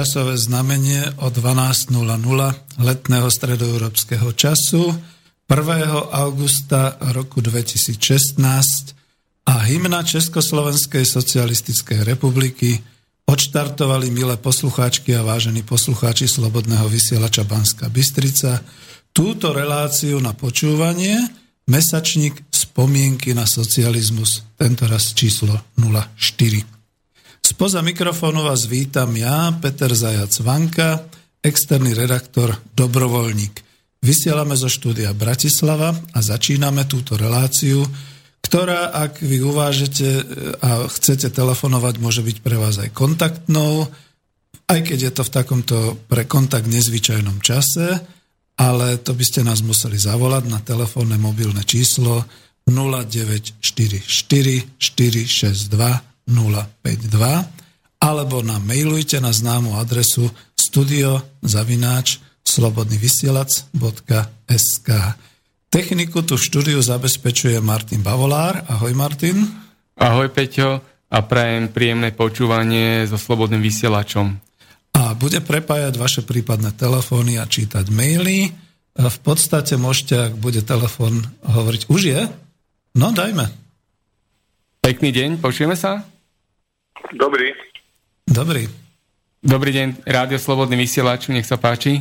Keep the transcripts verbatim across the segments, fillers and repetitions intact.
časové znamenie o dvanásť nula nula letného stredoeurópskeho času prvého augusta roku dvetisícšestnásť a hymna Československej socialistickej republiky odštartovali, milé poslucháčky a vážení poslucháči Slobodného vysielača Banská Bystrica, túto reláciu na počúvanie, mesačník Spomienky na socializmus, tentoraz číslo nula štyri. Spoza mikrofónu vás vítam ja, Peter Zajac Vanka, externý redaktor, dobrovoľník. Vysielame zo štúdia Bratislava a začíname túto reláciu, ktorá, ak vy uvážete a chcete telefonovať, môže byť pre vás aj kontaktnou, aj keď je to v takomto pre kontakt nezvyčajnom čase, ale to by ste nás museli zavolať na telefónne mobilné číslo nula deväť štyri štyri štyri šesť dva nula päť dva alebo nám mailujte na známu adresu studio zavináč slobodnyvysielac bodka es ká. Techniku tu v štúdiu zabezpečuje Martin Bavolár. Ahoj Martin. Ahoj Peťo a prajem príjemné počúvanie so Slobodným vysielačom. A bude prepájať vaše prípadné telefóny a čítať maily. V podstate môžete, ak bude telefón, hovoriť. Už je? No dajme. Pekný deň, počujeme sa? Dobrý. Dobrý. Dobrý deň, Rádio Slobodný vysielač, nech sa páči.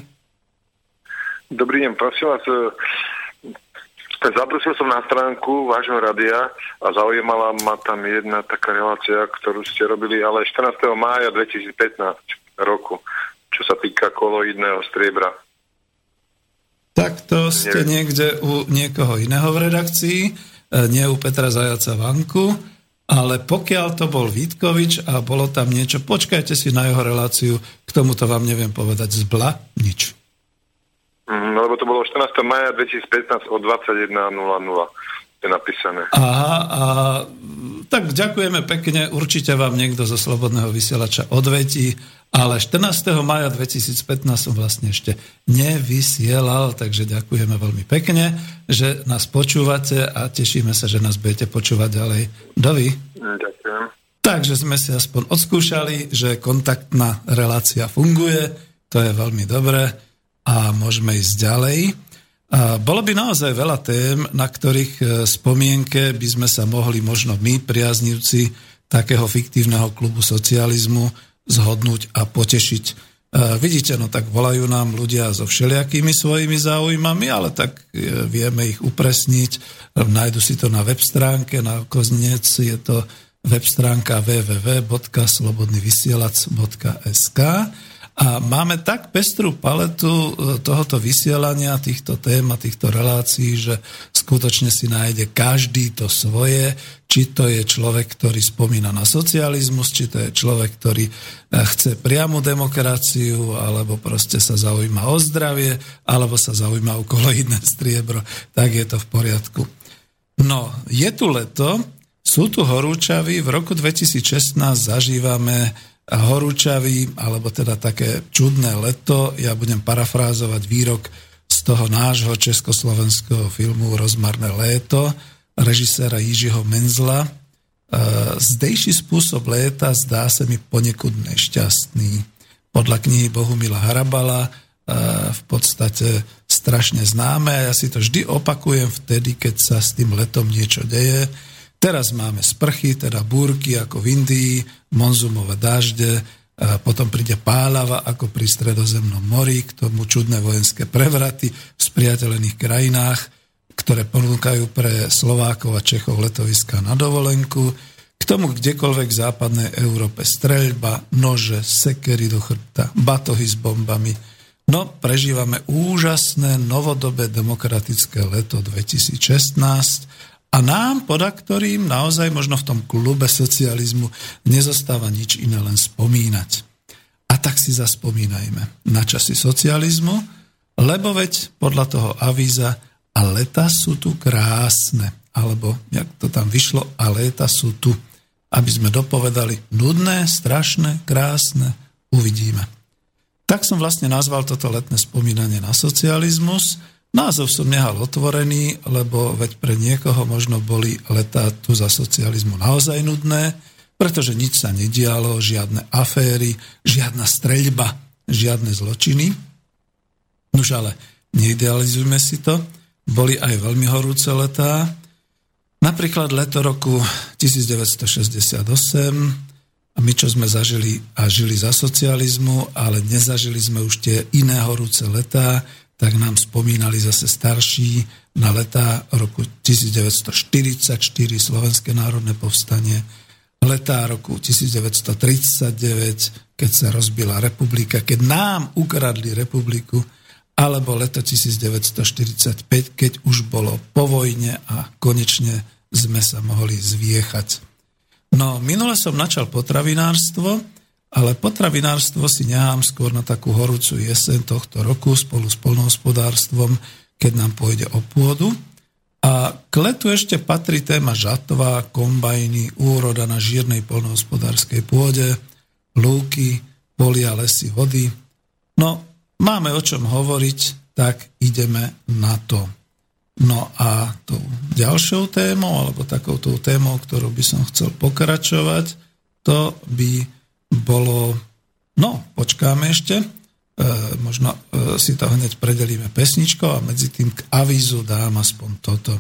Dobrý deň, prosím vás. Zaprosil som na stránku vášho rádia a zaujímala ma tam jedna taká relácia, ktorú ste robili, ale štrnásteho mája dvetisícpätnásť roku, čo sa týka koloidného striebra. Tak to ste Neviem. niekde u niekoho iného v redakcii, nie u Petra Zajaca Vanku, ale pokiaľ to bol Vítkovič a bolo tam niečo, počkajte si na jeho reláciu, k tomuto vám neviem povedať zbla, nič. Mm, lebo to bolo štrnásteho mája dvetisícpätnásť o dvadsaťjeden nula nula je napísané. Aha, a tak ďakujeme pekne, určite vám niekto zo Slobodného vysielača odvetí, ale štrnásteho mája dvetisícpätnásť som vlastne ešte nevysielal, takže ďakujeme veľmi pekne, že nás počúvate a tešíme sa, že nás budete počúvať ďalej. Dovi? Ďakujem. Takže sme si aspoň odskúšali, že kontaktná relácia funguje, to je veľmi dobré a môžeme ísť ďalej. A bolo by naozaj veľa tém, na ktorých spomienke by sme sa mohli možno my, priaznivci takého fiktívneho klubu socializmu, zhodnúť a potešiť. E, vidíte, no tak volajú nám ľudia so všelijakými svojimi záujmami, ale tak e, vieme ich upresniť. E, nájdu si to na web stránke, na koznec je to web stránka w w w bodka slobodnyvysielac bodka es ká. A máme tak pestrú paletu tohoto vysielania, týchto tém a týchto relácií, že skutočne si nájde každý to svoje, či to je človek, ktorý spomína na socializmus, či to je človek, ktorý chce priamu demokraciu, alebo proste sa zaujíma o zdravie, alebo sa zaujíma o koloidné striebro, tak je to v poriadku. No, je tu leto, sú tu horúčavy, v roku dvetisícšestnásť zažívame horúčavý, alebo teda také čudné leto. Ja budem parafrázovať výrok z toho nášho československého filmu Rozmarné léto, režiséra Jiřího Menzla. Zdejší spôsob léta zdá sa mi ponekud nešťastný. Podľa knihy Bohumila Harabala v podstate strašne známe a ja si to vždy opakujem vtedy, keď sa s tým letom niečo deje. Teraz máme sprchy, teda búrky ako v Indii, monzumové dažde, potom príde pálava ako pri Stredozemnom mori, k tomu čudné vojenské prevraty v spriateľených krajinách, ktoré ponúkajú pre Slovákov a Čechov letoviská na dovolenku. K tomu kdekoľvek v západnej Európe streľba, nože, sekery do chrbta, batohy s bombami. No, prežívame úžasné novodobé demokratické leto dvetisícšestnásť a nám, poda ktorým naozaj možno v tom klube socializmu nezostáva nič iné, len spomínať. A tak si zaspomínajme na časy socializmu, lebo veď podľa toho avíza a leta sú tu krásne, alebo jak to tam vyšlo, a leta sú tu. Aby sme dopovedali nudné, strašné, krásne, uvidíme. Tak som vlastne nazval toto letné spomínanie na socializmus. Názov som nehal otvorený, lebo veď pre niekoho možno boli letá tu za socializmu naozaj nudné, pretože nič sa nedialo, žiadne aféry, žiadna streľba, žiadne zločiny. Nuž ale neidealizujme si to, boli aj veľmi horúce letá. Napríklad leto roku devätnásťstošesťdesiatosem, a my, čo sme zažili a žili za socializmu, ale nezažili sme už tie iné horúce letá, tak nám spomínali zase starší na letá roku devätnásťstoštyridsaťštyri, Slovenské národné povstanie, letá roku devätnásťstotridsaťdeväť, keď sa rozbila republika, keď nám ukradli republiku, alebo leto devätnásťstoštyridsaťpäť, keď už bolo po vojne a konečne sme sa mohli zviechať. No, minule som načal potravinárstvo, ale potravinárstvo si nechám skôr na takú horúcu jeseň tohto roku spolu s poľnohospodárstvom, keď nám pôjde o pôdu. A k letu ešte patrí téma žatvá, kombajny, úroda na žírnej poľnohospodárskej pôde, lúky, polia, lesy, vody. No, máme o čom hovoriť, tak ideme na to. No a tou ďalšou témou, alebo takouto témou, ktorú by som chcel pokračovať, to by bolo, no počkáme ešte, e, možno e, si to hneď predelíme pesničkou a medzi tým k avízu dám aspoň toto.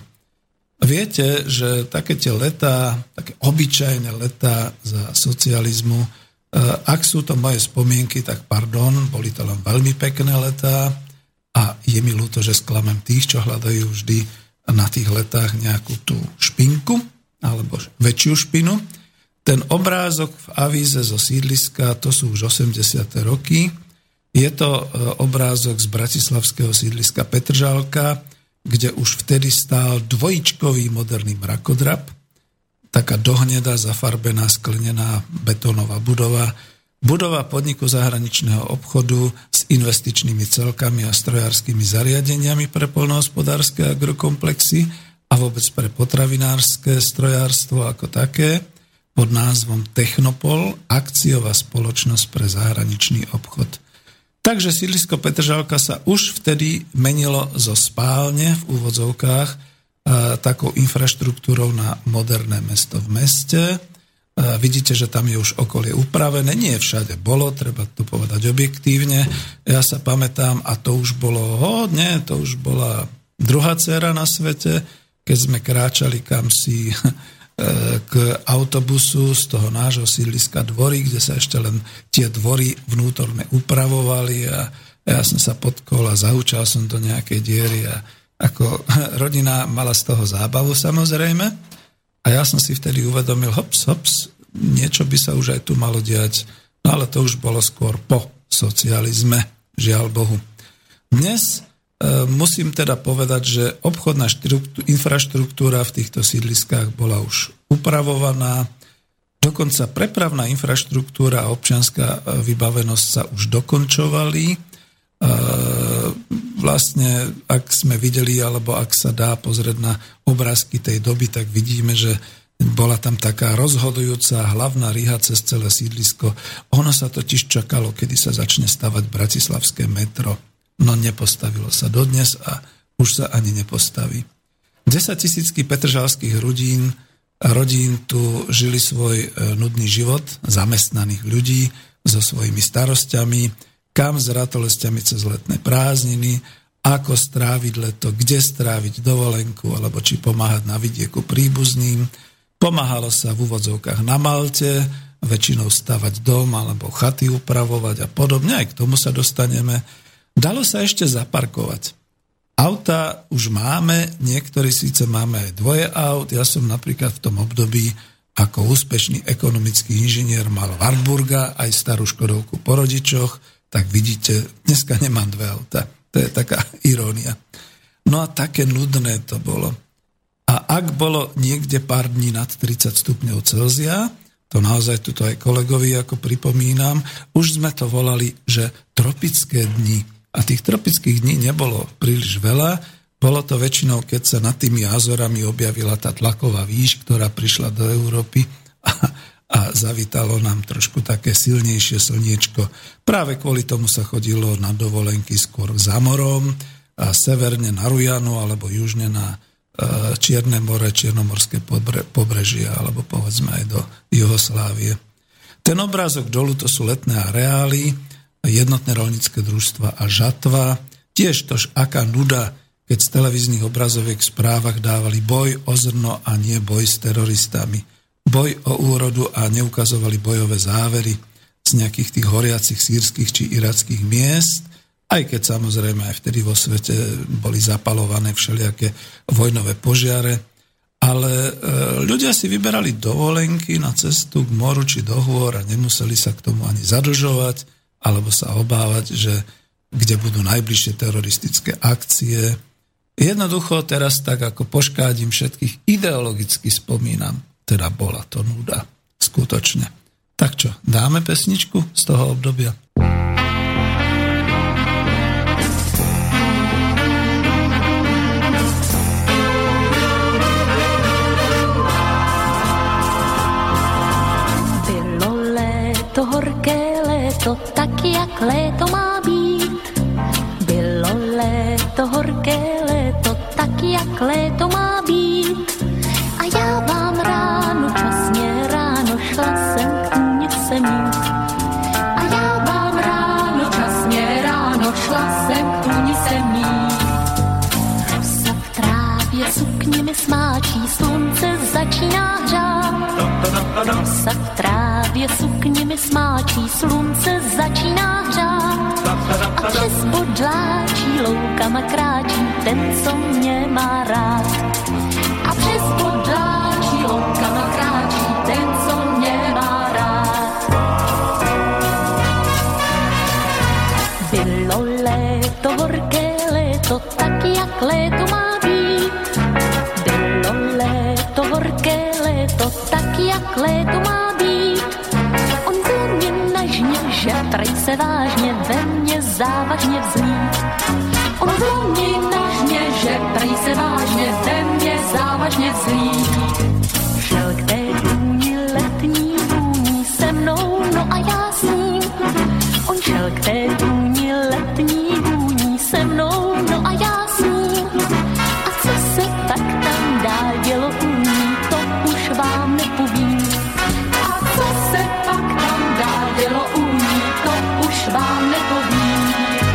Viete, že také tie letá, také obyčajné letá za socializmu, e, ak sú to moje spomienky, tak pardon, boli to len veľmi pekné letá, a je mi ľúto, že sklamem tých, čo hľadajú vždy na tých letách nejakú tú špinku alebo väčšiu špinu. Ten obrázok v avíze zo sídliska, to sú už osemdesiate roky. Je to obrázok z bratislavského sídliska Petržalka, kde už vtedy stál dvojičkový moderný mrakodrap, taká dohnedá, zafarbená, sklenená betónová budova, budova podniku zahraničného obchodu s investičnými celkami a strojárskymi zariadeniami pre poľnohospodárske agrokomplexy a vôbec pre potravinárske strojárstvo ako také pod názvom Technopol, akciová spoločnosť pre zahraničný obchod. Takže sídlisko Petržalka sa už vtedy menilo zo spálne v úvodzovkách takou infraštruktúrou na moderné mesto v meste. Vidíte, že tam je už okolie upravené. Nie všade bolo, treba to povedať objektívne. Ja sa pamätám, a to už bolo hodne, to už bola druhá dcéra na svete, keď sme kráčali kamsi k autobusu z toho nášho sídliska Dvory, kde sa ešte len tie dvory vnútorne upravovali a ja som sa potkol a zahúčal som do nejakej diery a ako rodina mala z toho zábavu samozrejme. A ja som si vtedy uvedomil, hops, hops, niečo by sa už aj tu malo diať, no ale to už bolo skôr po socializme, žiaľ Bohu. Dnes e, musím teda povedať, že obchodná štruktú, infraštruktúra v týchto sídliskách bola už upravovaná, dokonca prepravná infraštruktúra a občianská vybavenosť sa už dokončovali. E, vlastne, ak sme videli, alebo ak sa dá pozrieť na obrázky tej doby, tak vidíme, že bola tam taká rozhodujúca hlavná rýha cez celé sídlisko. Ono sa totiž čakalo, kedy sa začne stavať bratislavské metro. No nepostavilo sa dodnes a už sa ani nepostaví. Desaťtisícky petržalských rodín, rodín tu žili svoj nudný život, zamestnaných ľudí so svojimi starosťami, kam s ratolestiami cez letné prázdniny, ako stráviť leto, kde stráviť dovolenku, alebo či pomáhať na vidieku príbuzným. Pomáhalo sa v úvodzovkách na Malte, väčšinou stavať dom alebo chaty upravovať a podobne, aj k tomu sa dostaneme. Dalo sa ešte zaparkovať. Auta už máme, niektorí síce máme aj dvoje aut, ja som napríklad v tom období ako úspešný ekonomický inžinier mal Wartburga, aj starú Škodovku po rodičoch, tak vidíte, dneska nemám dve auta. To je taká irónia. No a také nudné to bolo. A ak bolo niekde pár dní nad tridsať stupňov Celzia, to naozaj tuto aj kolegovi ako pripomínam, už sme to volali, že tropické dni. A tých tropických dní nebolo príliš veľa, bolo to väčšinou, keď sa nad tými Azorami objavila tá tlaková výš, ktorá prišla do Európy a a zavítalo nám trošku také silnejšie slniečko. Práve kvôli tomu sa chodilo na dovolenky skôr za morom a severne na Rujanu alebo južne na Čierne more, Čiernomorské pobrežie, alebo povedzme aj do Juhoslávie. Ten obrázok dolu to sú letné areály, jednotné roľnícke družstva a žatva. Tiež tož aká nuda, keď z televíznych obrazoviek v správach dávali boj o zrno a nie boj s teroristami. Boj o úrodu a neukazovali bojové závery z nejakých tých horiacich sýrskych či irackých miest, aj keď samozrejme aj vtedy vo svete boli zapalované všelijaké vojnové požiare. Ale e, ľudia si vyberali dovolenky na cestu k moru či do hôr a nemuseli sa k tomu ani zadlžovať alebo sa obávať, že kde budú najbližšie teroristické akcie. Jednoducho teraz tak ako poškádim všetkých ideologicky spomínam, teda bola to nuda. Skutočne. Tak čo, dáme pesničku z toho obdobia? To horké léto, tak jak léto má být. Bylo léto, horké léto, tak jak léto má být. A já vám ráno, časně ráno, šla jsem k tůnice mít. A já vám ráno, časně ráno, šla jsem k tůnice mít. Rosa v trávě sukněmi smáčí, slunce začíná hřát. Rosa v trávě sukněmi smáčí, slunce začíná hřát. A přes bodláčí loukama kráčí ten, co mě má rád. A přes bodláčí loukama kráčí ten, co mě má rád. Bylo léto, horké léto, tak jak léto má být. Bylo léto, horké léto, tak jak léto má být. On velmi nežně, že prej se vážně ve mně závažně vzlít. On velmi nežně, že prej se vážně ve mně závažně vzlít. Šel k té důni letní vůní se mnou, no a já s ním. On šel k té důni letní vůní se mnou, no a já s ním. A co se tak tam dál dělo u ní, to už vám nepovím. A co se pak tam dál dělo u ní, to už vám nepovím.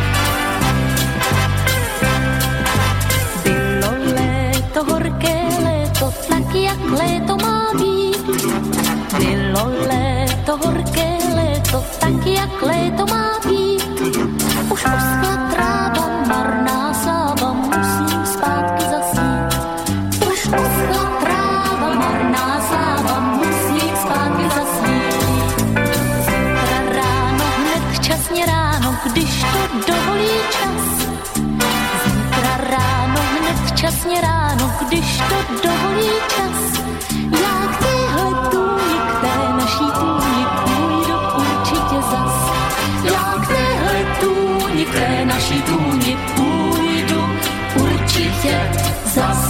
Bylo léto, horké léto, tak jak léto má být. Bylo léto, horké léto, tak jak léto má být. Už uschla tráva, marná sáva, musím zpátky zasít. Už uschla tráva, marná sáva, musím zpátky zasít. Zítra ráno, hned včasně ráno, když to dovolí čas. Zítra ráno, hned včasně ráno, když to dovolí čas. Já k téhle tůni, k té naší tůni, půjdu určitě zas. Já k téhle tůni, k té naší tůni, půjdu určitě zas.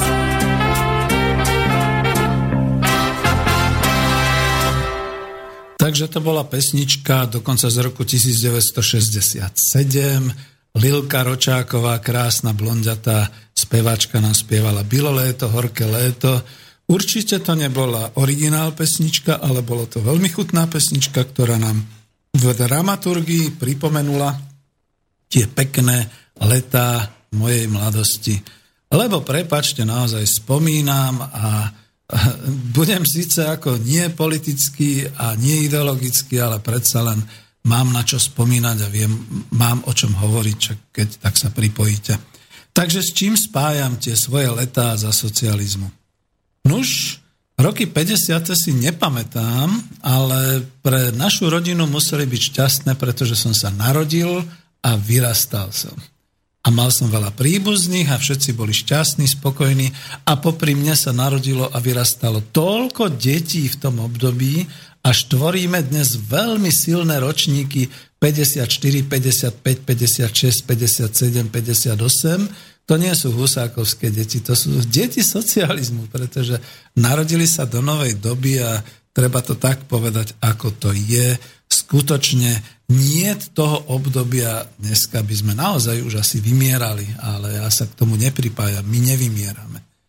Takže to bola pesnička dokonca z roku devätnásťstošesťdesiatsedem. Lilka Ročáková, krásna blondiatá speváčka, nám spievala Bylo léto, horké léto. Určite to nebola originál pesnička, ale bolo to veľmi chutná pesnička, ktorá nám v dramaturgii pripomenula tie pekné letá mojej mladosti. Lebo prepáčte, naozaj spomínam a budem síce ako nie politický a nie ideologický, ale predsa len mám na čo spomínať a viem, mám o čom hovoriť, čak keď tak sa pripojíte. Takže s čím spájam tie svoje letá za socializmu? Nuž, roky päťdesiate si nepamätám, ale pre našu rodinu museli byť šťastné, pretože som sa narodil a vyrastal som. A mal som veľa príbuzných a všetci boli šťastní, spokojní a popri mne sa narodilo a vyrastalo toľko detí v tom období, až tvoríme dnes veľmi silné ročníky päťdesiatštyri, päťdesiatpäť, päťdesiatšesť, päťdesiatsedem, päťdesiatosem. To nie sú husákovské deti, to sú deti socializmu, pretože narodili sa do novej doby a treba to tak povedať, ako to je. Skutočne niet toho obdobia, dneska by sme naozaj už asi vymierali, ale ja sa k tomu nepripájam, my nevymierame.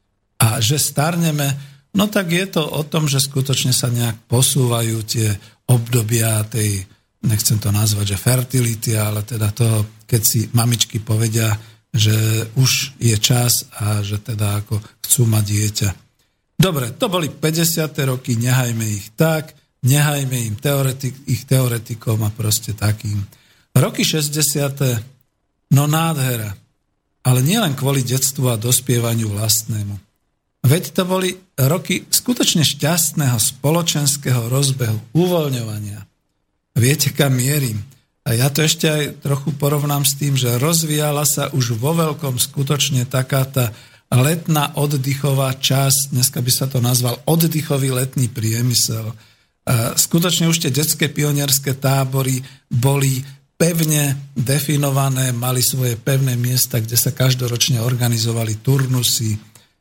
a že starneme, no tak je to o tom, že skutočne sa nejak posúvajú tie obdobia tej, nechcem to nazvať, že fertility, ale teda toho, keď si mamičky povedia, že už je čas a že teda ako chcú mať dieťa. Dobre, to boli päťdesiate roky, nehajme ich tak, nehajme im teoretik, ich teoretikom a proste takým. Roky šesťdesiate no nádhera, ale nielen kvôli detstvu a dospievaniu vlastnému. Veď to boli roky skutočne šťastného spoločenského rozbehu, uvoľňovania. Viete, kam mierim? A ja to ešte aj trochu porovnám s tým, že rozvíjala sa už vo veľkom skutočne taká tá letná oddychová časť, dneska by sa to nazval oddychový letný priemysel. Skutočne už tie detské pionierské tábory boli pevne definované, mali svoje pevné miesta, kde sa každoročne organizovali turnusy.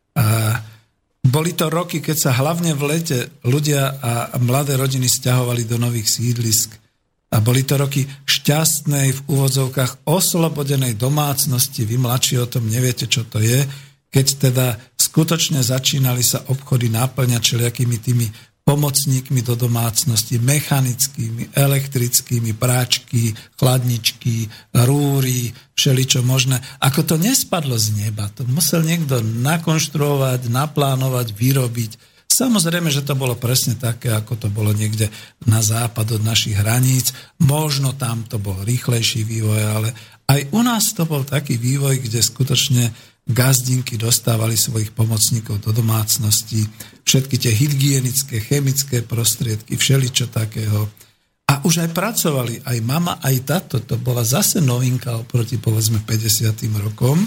A boli to roky, keď sa hlavne v lete ľudia a mladé rodiny sťahovali do nových sídlisk. A boli to roky šťastnej, v úvodzovkách oslobodenej domácnosti. Vy mladší o tom neviete, čo to je, keď teda skutočne začínali sa obchody náplňať všelijakými tými pomocníkmi do domácnosti, mechanickými, elektrickými, práčky, chladničky, rúry, všeličo možné. Ako to nespadlo z neba, to musel niekto nakonštruovať, naplánovať, vyrobiť. Samozrejme, že to bolo presne také, ako to bolo niekde na západ od našich hraníc. Možno tam to bol rýchlejší vývoj, ale aj u nás to bol taký vývoj, kde skutočne gazdinky dostávali svojich pomocníkov do domácnosti, všetky tie hygienické, chemické prostriedky, všeličo takého. A už aj pracovali, aj mama, aj tato. To bola zase novinka oproti, povedzme, päťdesiatym rokom.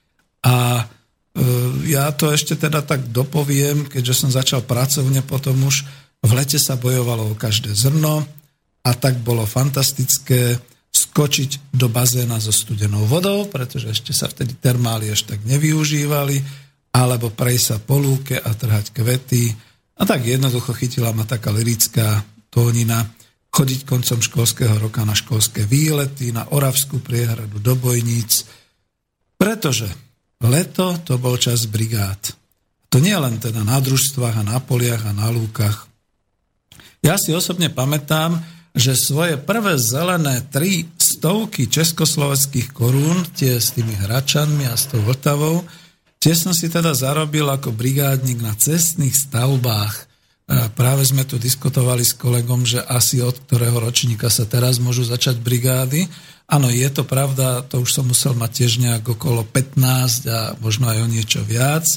A e, ja to ešte teda tak dopoviem, keďže som začal pracovne, potom už v lete sa bojovalo o každé zrno a tak bolo fantastické skočiť do bazéna so studenou vodou, pretože ešte sa vtedy termály až tak nevyužívali, alebo prejsť sa po lúke a trhať kvety. A tak jednoducho chytila ma taká lyrická tónina chodiť koncom školského roka na školské výlety, na Oravskú priehradu do Bojníc, pretože leto to bol čas brigád. To nie len teda na družstvách a na poliach a na lúkach. Ja si osobne pamätám, že svoje prvé zelené tri stovky československých korún, tie s tými hračanmi a s tou Vltavou, tie som si teda zarobil ako brigádnik na cestných stavbách. A práve sme tu diskutovali s kolegom, že asi od ktorého ročníka sa teraz môžu začať brigády. Áno, je to pravda, to už som musel mať tiež nejak okolo pätnásť a možno aj o niečo viac.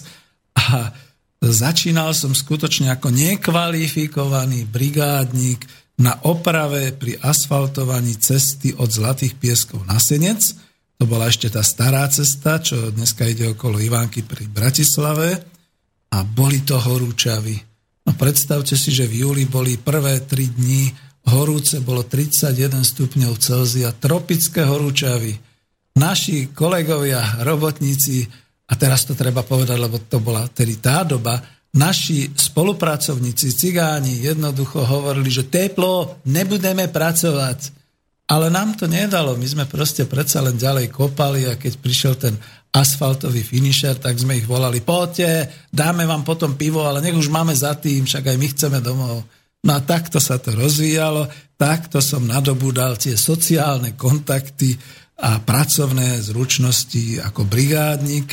A začínal som skutočne ako nekvalifikovaný brigádnik na oprave pri asfaltovaní cesty od Zlatých Pieskov na Senec. To bola ešte tá stará cesta, čo dneska ide okolo Ivánky pri Bratislave. A boli to horúčavy. No predstavte si, že v júli boli prvé tri dni horúce, bolo tridsaťjeden stupňov Celzia, tropické horúčavy. Naši kolegovia, robotníci, a teraz to treba povedať, lebo to bola tedy tá doba, naši spolupracovníci, cigáni jednoducho hovorili, že teplo, nebudeme pracovať. Ale nám to nedalo, my sme proste predsa len ďalej kopali a keď prišiel ten asfaltový finisher, tak sme ich volali, poďte, dáme vám potom pivo, ale nech už máme za tým, však aj my chceme domov. No a takto sa to rozvíjalo, takto som nadobúdal tie sociálne kontakty a pracovné zručnosti ako brigádnik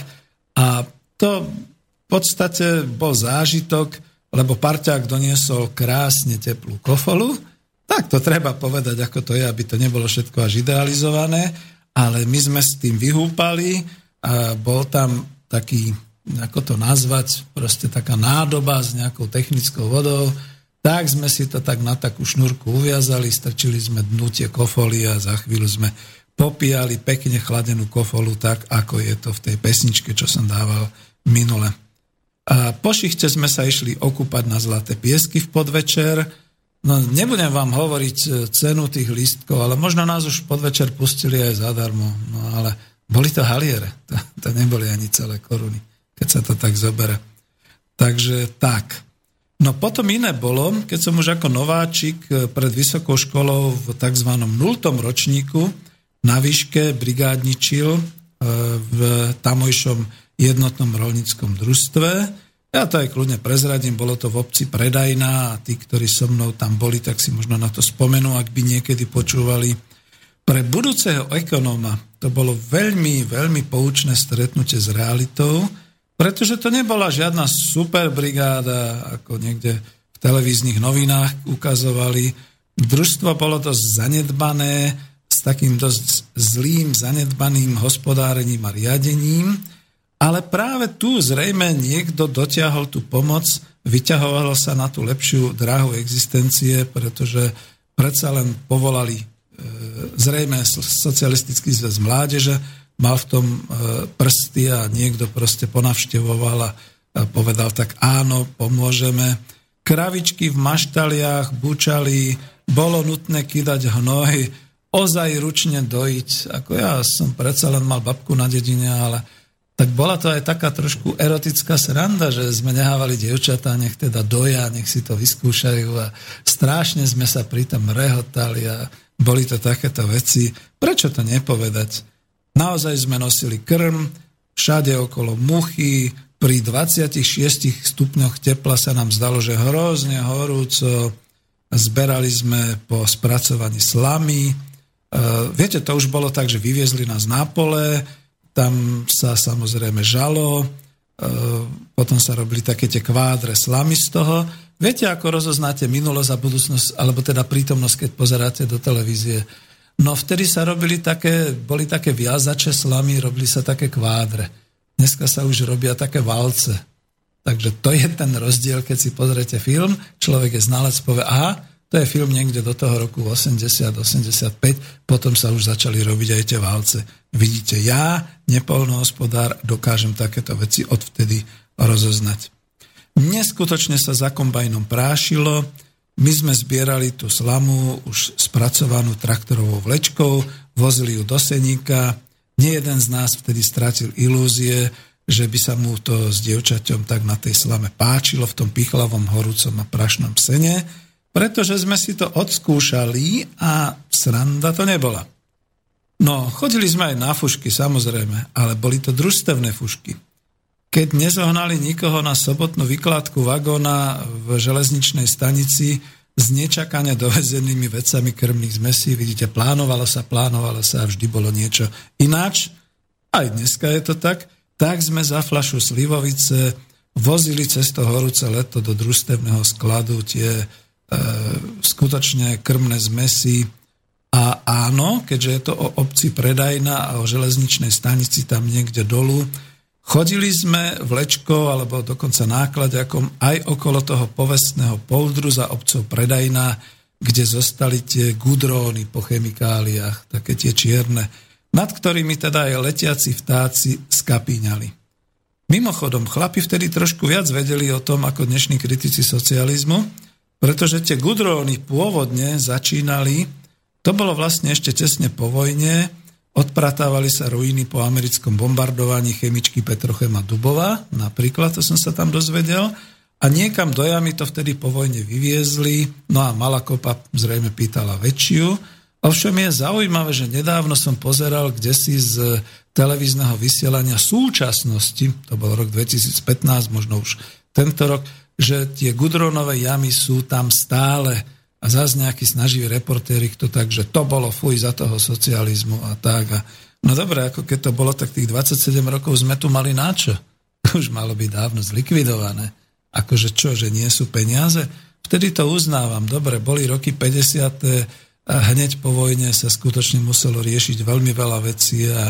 a to v podstate bol zážitok, lebo parťák doniesol krásne teplú kofolu. Tak to treba povedať, ako to je, aby to nebolo všetko až idealizované, ale my sme s tým vyhúpali a bol tam taký, ako to nazvať, proste taká nádoba s nejakou technickou vodou. Tak sme si to tak na takú šnúrku uviazali, strčili sme dnu tie kofoly a za chvíľu sme popíjali pekne chladenú kofolu tak, ako je to v tej pesničke, čo som dával minule. A po šichte sme sa išli okúpať na Zlaté Piesky v podvečer. No, nebudem vám hovoriť cenu tých lístkov, ale možno nás už v podvečer pustili aj zadarmo. No ale boli to haliere. To, to neboli ani celé koruny, keď sa to tak zobere. Takže tak. No potom iné bolo, keď som už ako nováčik pred vysokou školou v tzv. nultom ročníku na výške brigádničil v tamojšom jednotnom roľníckom družstve, Ja to aj kľudne prezradím, bolo to v obci Predajná a tí, ktorí so mnou tam boli, tak si možno na to spomenú, ak by niekedy počúvali. Pre budúceho ekonóma to bolo veľmi, veľmi poučné stretnutie s realitou, pretože to nebola žiadna superbrigáda, ako niekde v televíznych novinách ukazovali. Družstvo bolo dosť zanedbané, s takým dosť zlým, zanedbaným hospodárením a riadením, ale práve tu zrejme niekto dotiahol tú pomoc, vyťahovalo sa na tú lepšiu dráhu existencie, pretože predsa len povolali e, zrejme socialistický zväz mládeže, mal v tom e, prsty a niekto proste ponavštevoval a, a povedal tak áno, pomôžeme. Kravičky v maštaliach bučali, bolo nutné kydať hnoj, ozaj ručne dojiť. Ako ja som predsa len mal babku na dedine, ale tak bola to aj taká trošku erotická sranda, že sme nehávali dievčatá, nech teda doja, nech si to vyskúšajú a strašne sme sa pritom rehotali a boli to takéto veci. Prečo to nepovedať? Naozaj sme nosili krm, všade okolo muchy, pri dvadsiatich šiestich stupňoch tepla sa nám zdalo, že hrozne horúco, zberali sme po spracovaní slamy. Viete, to už bolo tak, že vyviezli nás na pole, tam sa samozrejme žalo, potom sa robili také tie kvádre slamy z toho. Viete, ako rozoznáte minulosť a budúcnosť, alebo teda prítomnosť, keď pozeráte do televízie? No vtedy sa robili také, boli také viazače slamy, robili sa také kvádre. Dneska sa už robia také valce. Takže to je ten rozdiel, keď si pozriete film, človek je znalec, povie, aha, to je film niekde do toho roku osemdesiat osemdesiatpäť, potom sa už začali robiť aj tie válce. Vidíte, ja, nepoľnohospodár, dokážem takéto veci odvtedy rozoznať. Neskutočne sa za kombajnom prášilo, my sme zbierali tú slamu už spracovanú traktorovou vlečkou, vozili ju do seníka, nie jeden z nás vtedy strátil ilúzie, že by sa mu to s dievčaťom tak na tej slame páčilo v tom pichlavom, horúcom a prašnom sene, pretože sme si to odskúšali a sranda to nebola. No, chodili sme aj na fušky, samozrejme, ale boli to družstevné fušky. Keď nezohnali nikoho na sobotnú vykládku vagóna v železničnej stanici s nečakane dovezenými vecami krmných zmesí, vidíte, plánovalo sa, plánovalo sa a vždy bolo niečo ináč. Aj dneska je to tak. Tak sme za fľašu slivovice vozili cez to horúce leto do družstevného skladu tie E, skutočne krmné zmesy a áno, keďže je to o obci Predajná a o železničnej stanici tam niekde dolu, chodili sme vlečkou alebo dokonca nákladiakom aj okolo toho povestného poldru za obcov Predajná, kde zostali tie gudróny po chemikáliách, také tie čierne, nad ktorými teda aj letiaci vtáci skapíňali. Mimochodom, chlapi vtedy trošku viac vedeli o tom ako dnešní kritici socializmu, pretože tie gudróny pôvodne začínali, to bolo vlastne ešte tesne po vojne, odpratávali sa ruiny po americkom bombardovaní chemičky Petrochem a Dubová, napríklad, to som sa tam dozvedel, a niekam do jamy to vtedy po vojne vyviezli, no a Malakopa zrejme pýtala väčšiu. Ovšem je zaujímavé, že nedávno som pozeral kdesi z televízneho vysielania súčasnosti, to bol rok dvetisícpätnásť, možno už tento rok, že tie gudrónové jamy sú tam stále a zase nejakí snaživí reportéri to tak, že to bolo fuj za toho socializmu a tak. A no dobre, ako keď to bolo, tak tých dvadsaťsedem rokov sme tu mali načo? Už malo byť dávno zlikvidované. Akože čo, že nie sú peniaze? Vtedy to uznávam. Dobre, boli roky päťdesiate a hneď po vojne sa skutočne muselo riešiť veľmi veľa vecí a, a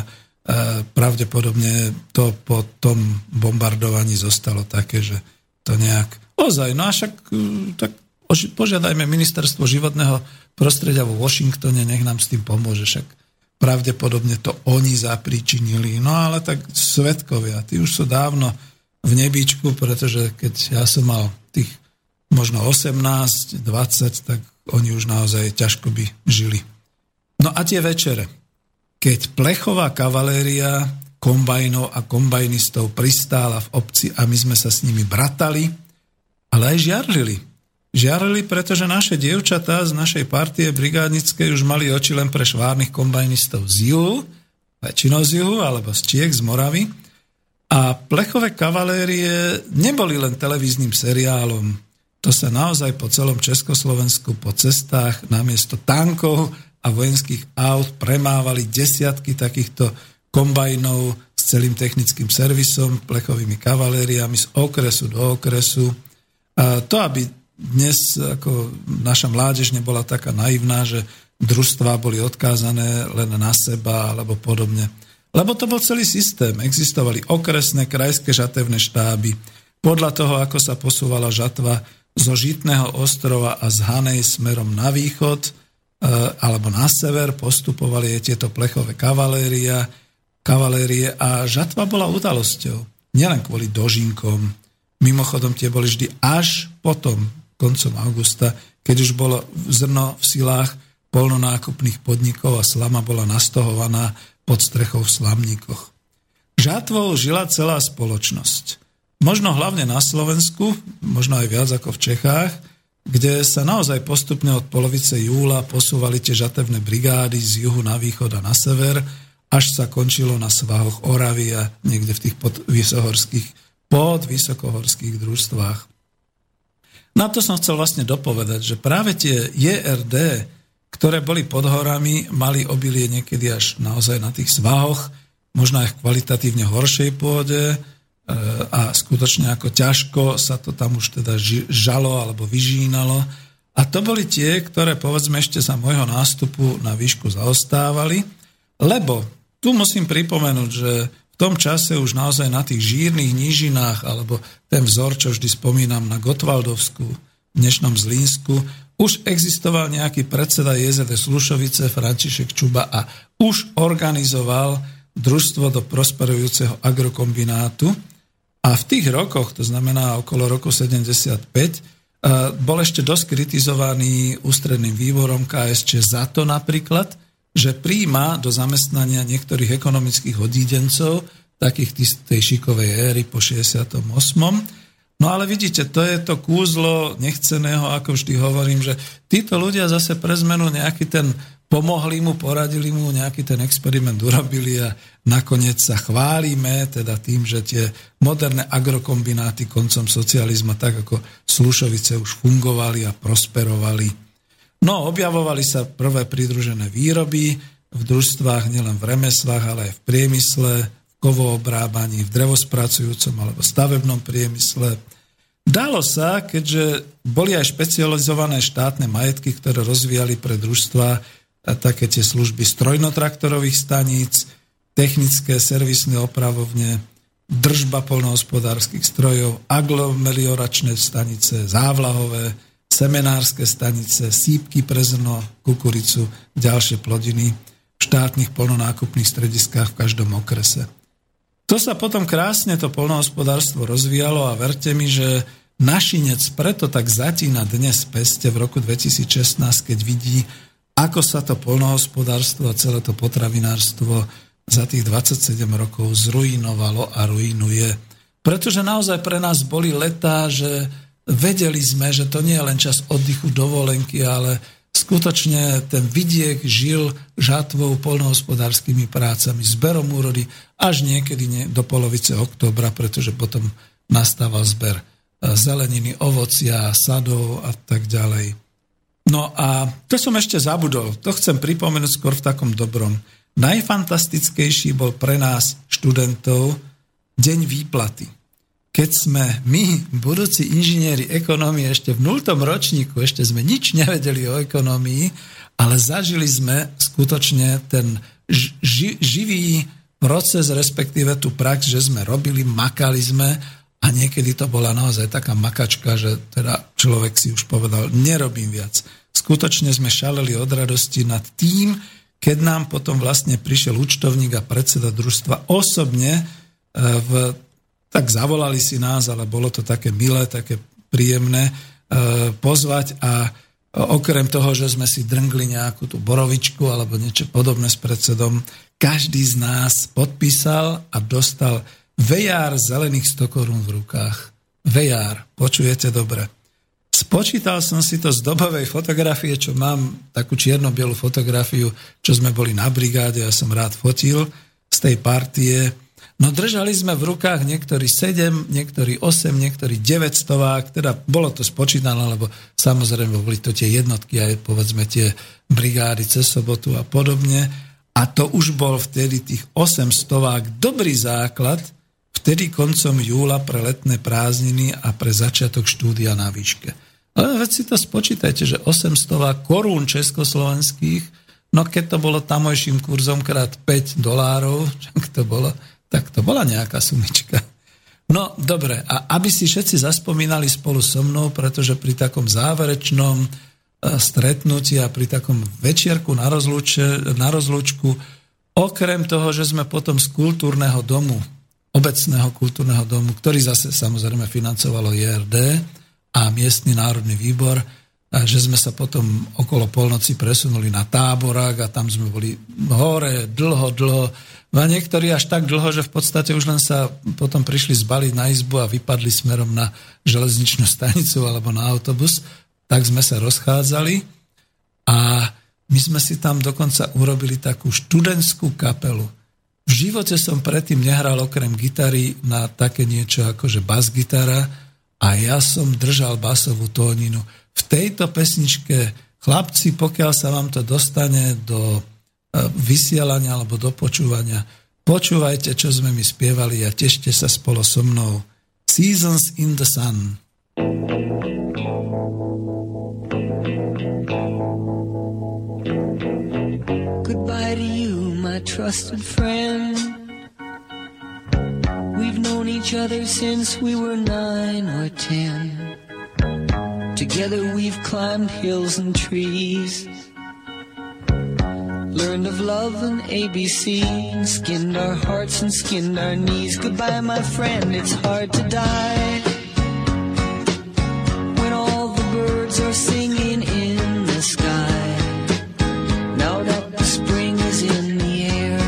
pravdepodobne to po tom bombardovaní zostalo také, že to nejak... Ozaj, no a však tak požiadajme ministerstvo životného prostredia vo Washingtone, nech nám s tým pomôže, však pravdepodobne to oni zapríčinili. No ale tak svedkovia, tí už sú dávno v nebíčku, pretože keď ja som mal tých možno osemnásť, dvadsať, tak oni už naozaj ťažko by žili. No a tie večere, keď plechová kavaléria kombajnov a kombajnistov pristála v obci a my sme sa s nimi bratali, ale aj žiarlili. Žiarlili, pretože naše dievčatá z našej partie brigádnickej už mali oči len pre švárnych kombajnistov z juhu, väčšinou z juhu, alebo z Čiech, z Moravy. A plechové kavalérie neboli len televíznym seriálom. To sa naozaj po celom Československu po cestách namiesto tankov a vojenských aut premávali desiatky takýchto kombajnov s celým technickým servisom, plechovými kavalériami z okresu do okresu. A to, aby dnes ako naša mládež nebola taká naivná, že družstvá boli odkázané len na seba alebo podobne. Lebo to bol celý systém. Existovali okresné, krajské žatevné štáby. Podľa toho, ako sa posúvala žatva zo Žitného ostrova a z Hanej smerom na východ alebo na sever, postupovali aj tieto plechové kavaléria, kavalérie a žatva bola udalosťou. Nielen kvôli dožinkom. Mimochodom, tie boli vždy až potom, koncom augusta, keď už bolo zrno v silách poľnonákupných podnikov a slama bola nastohovaná pod strechou v slamníkoch. Žatvou žila celá spoločnosť. Možno hlavne na Slovensku, možno aj viac ako v Čechách, kde sa naozaj postupne od polovice júla posúvali tie žatevné brigády z juhu na východ a na sever, až sa končilo na svahoch Oravy a niekde v tých podvysohorských, podvysokohorských družstvách. Na to som chcel vlastne dopovedať, že práve tie J R D, ktoré boli pod horami, mali obilie niekedy až naozaj na tých svahoch, možno aj v kvalitatívne horšej pôde a skutočne ako ťažko sa to tam už teda žalo alebo vyžínalo. A to boli tie, ktoré povedzme ešte za môjho nástupu na výšku zaostávali, lebo tu musím pripomenúť, že v tom čase už naozaj na tých žírnych nížinách, alebo ten vzor, čo vždy spomínam na Gotwaldovsku, v dnešnom Zlínsku, už existoval nejaký predseda J Z S Slušovice, František Čuba a už organizoval družstvo do prosperujúceho agrokombinátu. A v tých rokoch, to znamená okolo roku sedemdesiatpäť, bol ešte dosť kritizovaný ústredným výborom K S Č za to napríklad, že prijíma do zamestnania niektorých ekonomických odídencov, takých tej šikovej éry po šesťdesiatom ôsmom. No ale vidíte, to je to kúzlo nechceného, ako vždy hovorím, že títo ľudia zase pre zmenu nejaký ten, pomohli mu, poradili mu, nejaký ten experiment urobili a nakoniec sa chválime teda tým, že tie moderné agrokombináty koncom socializma, tak ako Slušovice už fungovali a prosperovali. No, objavovali sa prvé pridružené výroby v družstvách, nielen v remeslách, ale aj v priemysle, v kovoobrábaní, v drevospracujúcom alebo stavebnom priemysle. Dalo sa, keďže boli aj špecializované štátne majetky, ktoré rozvíjali pre družstva také tie služby strojnotraktorových staníc, technické servisné opravovne, držba poľnohospodárskych strojov, aglomelioračné stanice, závlahové, semenárske stanice, sípky pre zrno, kukuricu, ďalšie plodiny v štátnych poľnonákupných strediskách v každom okrese. To sa potom krásne to poľnohospodárstvo rozvíjalo a verte mi, že Našinec preto tak zatína dnes peste v roku dvetisícšestnásť, keď vidí, ako sa to poľnohospodárstvo a celé to potravinárstvo za tých dvadsaťsedem rokov zruinovalo a ruinuje. Pretože naozaj pre nás boli letá, že vedeli sme, že to nie je len čas oddychu, dovolenky, ale skutočne ten vidiek žil žatvou poľnohospodárskymi prácami, zberom úrody až niekedy do polovice októbra, pretože potom nastával zber zeleniny, ovocia, sadov a tak ďalej. No a to som ešte zabudol, to chcem pripomenúť skôr v takom dobrom. Najfantastickejší bol pre nás študentov deň výplaty. Keď sme my, budúci inžinieri ekonómie, ešte v nultom ročníku, ešte sme nič nevedeli o ekonomii, ale zažili sme skutočne ten ži- živý proces, respektíve tú prax, že sme robili, makali sme a niekedy to bola naozaj taká makačka, že teda človek si už povedal, nerobím viac. Skutočne sme šaleli od radosti nad tým, keď nám potom vlastne prišiel účtovník a predseda družstva osobne v tak zavolali si nás, ale bolo to také milé, také príjemné e, pozvať a okrem toho, že sme si drngli nejakú tú borovičku alebo niečo podobné s predsedom, každý z nás podpísal a dostal vejár zelených sto korún v rukách. Vejár, počujete dobre. Spočítal som si to z dobovej fotografie, čo mám takú čierno-bielu fotografiu, čo sme boli na brigáde, ja som rád fotil z tej partie. No držali sme v rukách niektorí sedem, niektorí osem, niektorí deväť stovák, teda bolo to spočítané, lebo samozrejme boli to tie jednotky aj povedzme tie brigády cez sobotu a podobne. A to už bol vtedy tých osem stovák dobrý základ, vtedy koncom júla pre letné prázdniny a pre začiatok štúdia na výške. Ale veď si to spočítajte, že osem stovák korún československých, no keď to bolo tamojším kurzom krát päť dolárov, čak to bolo, tak to bola nejaká sumička. No, dobre, a aby si všetci zaspomínali spolu so mnou, pretože pri takom záverečnom stretnutí a pri takom večierku na, rozlúče, na rozlúčku, okrem toho, že sme potom z kultúrneho domu, obecného kultúrneho domu, ktorý zase samozrejme financovalo í er dé a miestny národný výbor, a že sme sa potom okolo polnoci presunuli na Táborák a tam sme boli hore dlho, dlho. A niektorí až tak dlho, že v podstate už len sa potom prišli zbaliť na izbu a vypadli smerom na železničnú stanicu alebo na autobus. Tak sme sa rozchádzali a my sme si tam dokonca urobili takú študentskú kapelu. V živote som predtým nehral okrem gitary na také niečo ako že bas-gitara a ja som držal basovú tóninu. V tejto pesničke, chlapci, pokiaľ sa vám to dostane do vysielania alebo do počúvania, počúvajte, čo sme mi spievali a tešte sa spolu so mnou. Seasons in the Sun. Goodbye to you, my trusted friend. We've known each other since we were nine or ten. Together we've climbed hills and trees, learned of love and A B C, and skinned our hearts and skinned our knees. Goodbye, my friend, it's hard to die when all the birds are singing in the sky. Now that the spring is in the air,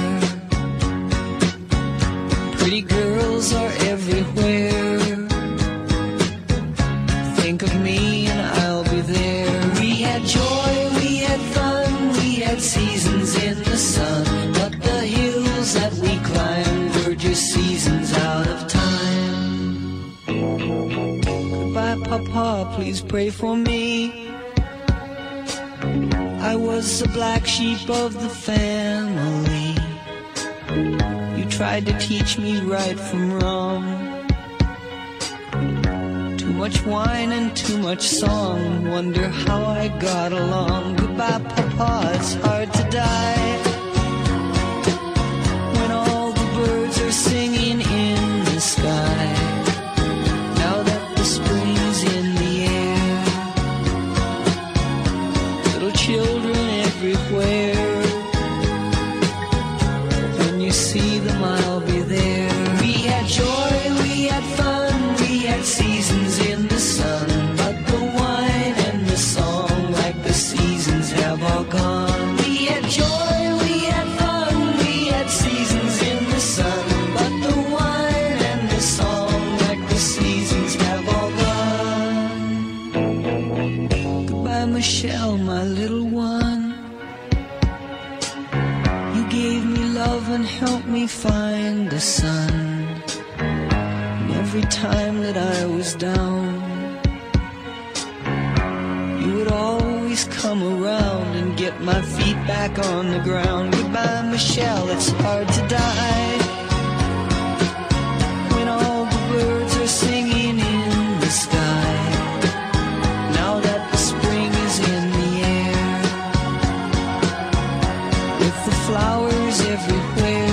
pretty girls are everywhere. Think of me and I'll be there. We had joy, we had fun, we had seasons in the sun, but the hills that we climbed were just seasons out of time. Goodbye, Papa, please pray for me. I was the black sheep of the family. You tried to teach me right from wrong. Too much wine and too much song, wonder how I got along. Goodbye, Papa, it's hard to die when all the birds are singing in the sky. Now that the spring's in the air, little children everywhere. When you see them, I'll be there. We had joy, we had fun, we had seasons in the sun, but the wine and the song, like the seasons, have all gone. We had joy, we had fun, we had seasons in the sun, but the wine and the song, like the seasons, have all gone. Goodbye, Michelle, my little one. You gave me love and helped me find the sun. Every time that I was down, you would always come around and get my feet back on the ground. Goodbye, Michelle, it's hard to die when all the birds are singing in the sky. Now that the spring is in the air, with the flowers everywhere,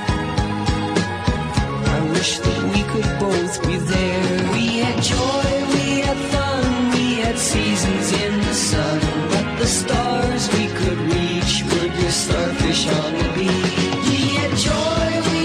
I wish that we could both be there. We had joy, we had fun, we had seasons in the sun, but the stars we could reach were just starfish on the beach. We had joy, we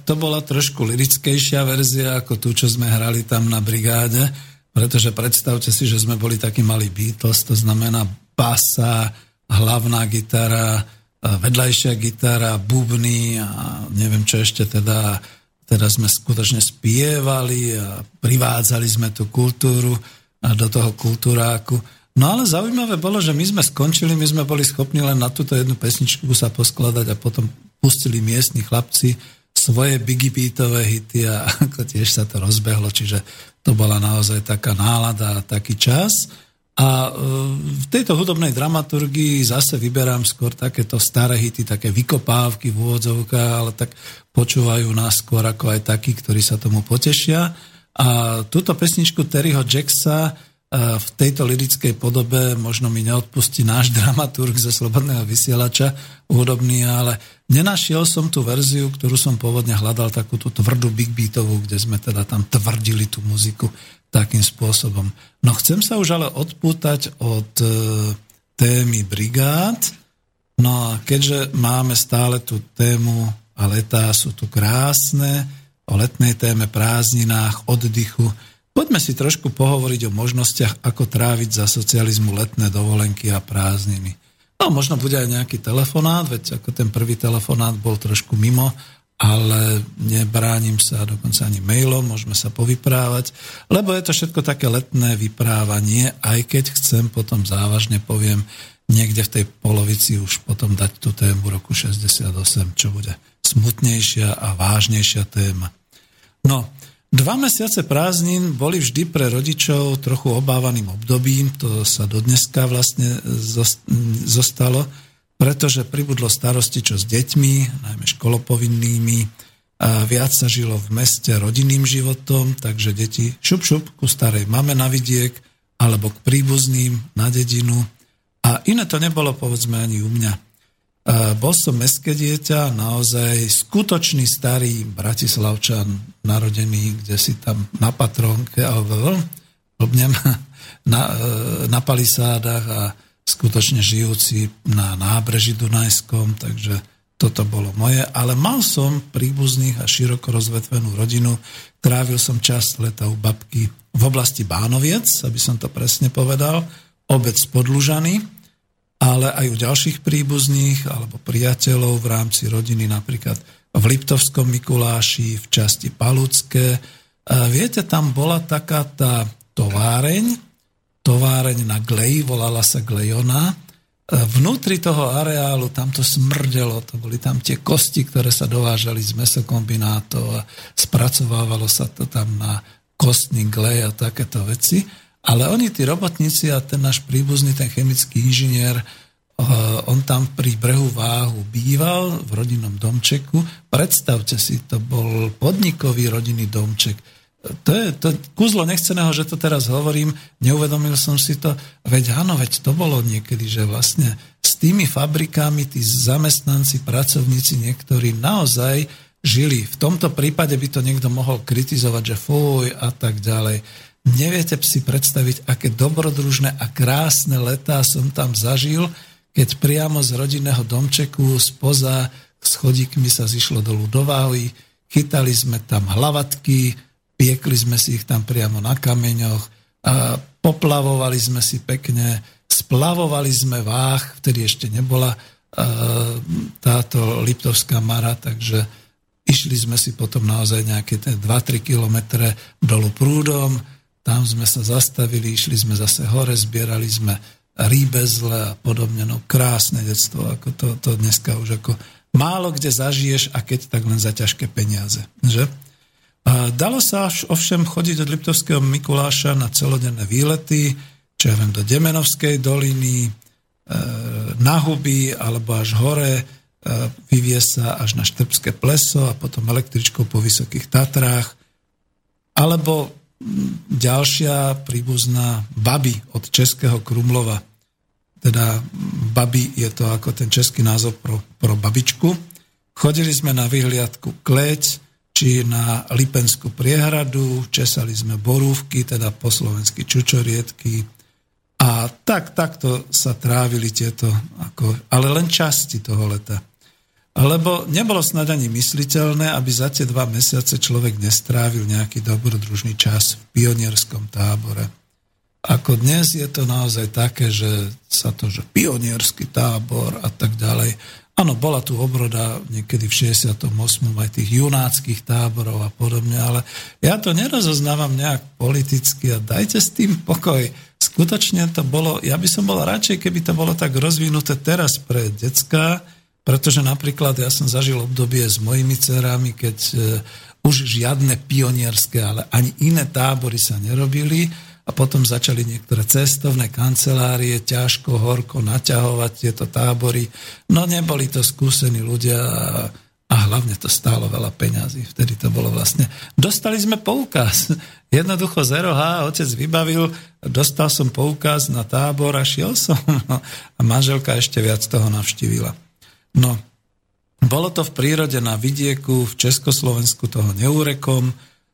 to bola trošku lirickejšia verzia ako tú, čo sme hrali tam na brigáde, pretože predstavte si, že sme boli takí malí Beatles, to znamená basa, hlavná gitara, vedľajšia gitara, bubny a neviem čo ešte teda, teda sme skutočne spievali a privádzali sme tú kultúru do toho kultúráku. No ale zaujímavé bolo, že my sme skončili, my sme boli schopní len na túto jednu pesničku sa poskladať a potom pustili miestni chlapci svoje Biggie Beatové hity a ako tiež sa to rozbehlo, čiže to bola naozaj taká nálada a taký čas. A v tejto hudobnej dramaturgii zase vyberám skôr takéto staré hity, také vykopávky v úvodzovkách, ale tak počúvajú nás skôr ako aj takí, ktorí sa tomu potešia. A túto pesničku Terryho Jacksa v tejto lirickej podobe možno mi neodpustí náš dramaturg zo Slobodného vysielača hudobný, ale nenašiel som tú verziu, ktorú som pôvodne hľadal, takú tú tvrdú big beatovú, kde sme teda tam tvrdili tú muziku takým spôsobom. No chcem sa už ale odpútať od e, témy brigád, no a keďže máme stále tú tému a letá sú tu krásne, o letnej téme, prázdninách, oddychu, poďme si trošku pohovoriť o možnostiach, ako tráviť za socializmu letné dovolenky a prázdniny. No, možno bude aj nejaký telefonát, veď ako ten prvý telefonát bol trošku mimo, ale nebránim sa dokonca ani mailom, môžeme sa povyprávať, lebo je to všetko také letné vyprávanie, aj keď chcem potom závažne poviem niekde v tej polovici už potom dať tú tému roku šesťdesiatosem, čo bude smutnejšia a vážnejšia téma. No, dva mesiace prázdnin boli vždy pre rodičov trochu obávaným obdobím, to sa dodneska vlastne zostalo, pretože pribudlo starosti čo s deťmi, najmä školopovinnými, a viac sa žilo v meste rodinným životom, takže deti šup šup ku starej mame na vidiek alebo k príbuzným na dedinu. A iné to nebolo, povedzme, ani u mňa. Bol som mestské dieťa, naozaj skutočný starý Bratislavčan, narodený kde si tam na Patrónke, alebo na, na palisádach a skutočne žijúci na nábreží Dunajskom, takže toto bolo moje. Ale mal som príbuzných a široko rozvetvenú rodinu, trávil som časť leta u babky v oblasti Bánoviec, aby som to presne povedal, obec Podlužany, ale aj u ďalších príbuzných alebo priateľov v rámci rodiny, napríklad v Liptovskom Mikuláši, v časti Palucké. Viete, tam bola taká tá továreň, továreň na Gleji, volala sa Glejona. Vnútri toho areálu tam to smrdelo, to boli tam tie kosti, ktoré sa dovážali z mäsokombinátov a spracovávalo sa to tam na kostný glej a takéto veci. Ale oni, tí robotníci a ten náš príbuzný, ten chemický inžinier, on tam pri brehu Váhu býval v rodinnom domčeku. Predstavte si, to bol podnikový rodinný domček. To je to kúzlo nechceného, že to teraz hovorím, neuvedomil som si to, veď áno, veď to bolo niekedy, že vlastne s tými fabrikami, tí zamestnanci, pracovníci niektorí naozaj žili. V tomto prípade by to niekto mohol kritizovať, že fuj a tak ďalej. Neviete si predstaviť, aké dobrodružné a krásne letá som tam zažil, keď priamo z rodinného domčeku spoza schodíkmi sa zišlo dolu do Váhy, chytali sme tam hlavatky, piekli sme si ich tam priamo na kameňoch, a poplavovali sme si pekne, splavovali sme Váh, vtedy ešte nebola táto Liptovská Mara, takže išli sme si potom naozaj nejaké dva tri kilometre dolu prúdom. Tam sme sa zastavili, išli sme zase hore, zbierali sme rýbezle a podobne. No krásne detstvo, ako to, to dneska už ako málo kde zažiješ a keď tak len za ťažké peniaze. Že? A dalo sa ovšem chodiť od Liptovského Mikuláša na celodenné výlety, čo ja viem, do Demenovskej doliny, na Huby alebo až hore, vyvie sa až na Štrbské pleso a potom električkou po Vysokých Tatrách. Alebo ďalšia príbuzná Babi od českého Krumlova. Teda Babi je to ako ten český názov pro, pro babičku. Chodili sme na vyhliadku Kleť, či na Lipenskú priehradu, česali sme borúvky, teda po slovensky čučoriedky. A tak, takto sa trávili tieto, ako, ale len časti toho leta. Lebo nebolo snad ani mysliteľné, aby za tie dva mesiace človek nestrávil nejaký dobrodružný čas v pionierskom tábore. Ako dnes je to naozaj také, že sa to, že pionierský tábor a tak ďalej. Áno, bola tu obroda niekedy v šesťdesiatom ôsmom aj tých junáckych táborov a podobne, ale ja to nerozoznávam nejak politicky a dajte s tým pokoj. Skutočne to bolo, ja by som bol radšej, keby to bolo tak rozvinuté teraz pre decká, pretože napríklad ja som zažil obdobie s mojimi dcerami, keď už žiadne pionierské, ale ani iné tábory sa nerobili a potom začali niektoré cestovné kancelárie ťažko, horko naťahovať tieto tábory. No neboli to skúsení ľudia a, a hlavne to stálo veľa peňazí. Vtedy to bolo vlastne... Dostali sme poukaz. Jednoducho z er o há otec vybavil, dostal som poukaz na tábor a šiel som. No, a manželka ešte viac toho navštívila. No, bolo to v prírode na vidieku, v Československu toho neúrekom,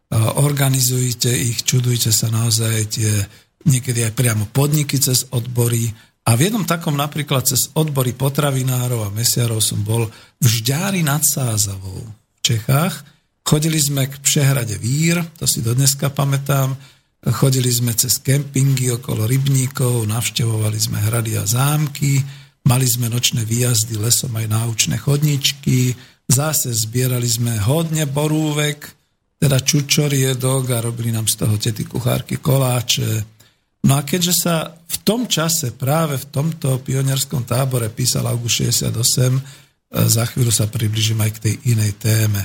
organizujte ich, čudujte sa naozaj tie, niekedy aj priamo podniky cez odbory a v jednom takom napríklad cez odbory potravinárov a mesiarov som bol v Žďári nad Sázavou v Čechách. Chodili sme k Přehrade Vír, to si dodneska pamätám, chodili sme cez kempingy okolo rybníkov, navštevovali sme hrady a zámky, mali sme nočné výjazdy lesom aj náučné chodničky, zase zbierali sme hodne borúvek, teda čučoriedok a robili nám z toho tety kuchárky koláče. No a keďže sa v tom čase, práve v tomto pionierskom tábore písal August šesťdesiatosem, za chvíľu sa približím aj k tej inej téme.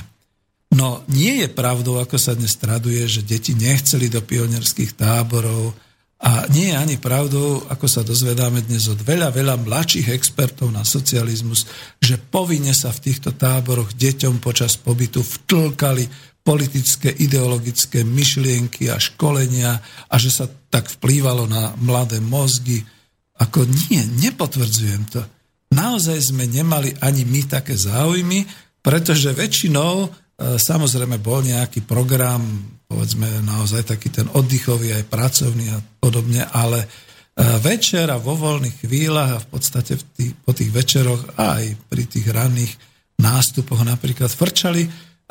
No nie je pravdou, ako sa dnes traduje, že deti nechceli do pionierských táborov, a nie je ani pravdou, ako sa dozvedáme dnes od veľa, veľa mladších expertov na socializmus, že povinne sa v týchto táboroch deťom počas pobytu vtlkali politické, ideologické myšlienky a školenia a že sa tak vplývalo na mladé mozgy. Ako nie, nepotvrdzujem to. Naozaj sme nemali ani my také záujmy, pretože väčšinou samozrejme bol nejaký program, povedzme naozaj taký ten oddychový, aj pracovný a podobne, ale večer a vo voľných chvíľach a v podstate v tých, po tých večeroch a aj pri tých ranných nástupoch napríklad frčali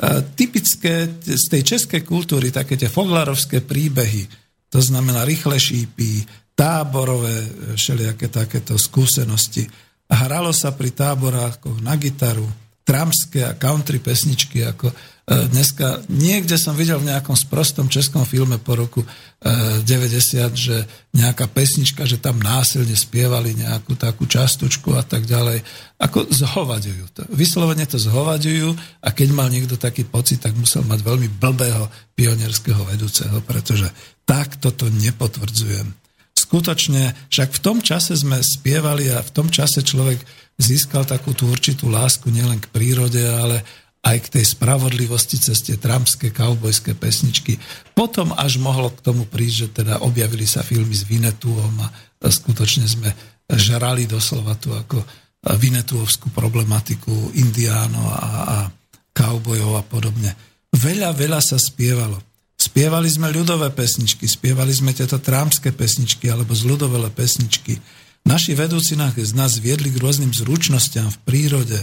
typické z tej českej kultúry, také tie foglarovské príbehy, to znamená rýchle šípy, táborové, všelijaké takéto skúsenosti. A hralo sa pri táborákoch na gitaru, tramské a country pesničky, ako dneska niekde som videl v nejakom sprostom českom filme po roku deväťdesiat, že nejaká pesnička, že tam násilne spievali nejakú takú častočku a tak ďalej. Ako zhovaďujú to. Vyslovene to zhovaďujú a keď mal niekto taký pocit, tak musel mať veľmi blbého pionierského vedúceho, pretože takto to nepotvrdzujem. Skutočne, však v tom čase sme spievali a v tom čase človek získal takú tú určitú lásku nielen k prírode, ale aj k tej spravodlivosti cez tie trampské, kaubojské pesničky. Potom až mohlo k tomu prísť, že teda objavili sa filmy s Vinetuom a skutočne sme žrali doslova tú ako vinetuovskú problematiku indiánov a, a kaubojov a podobne. Veľa, veľa sa spievalo. Spievali sme ľudové pesničky, spievali sme tieto trampské pesničky alebo zľudovelé pesničky. Naši vedúci z nás viedli k rôznym zručnostiam v prírode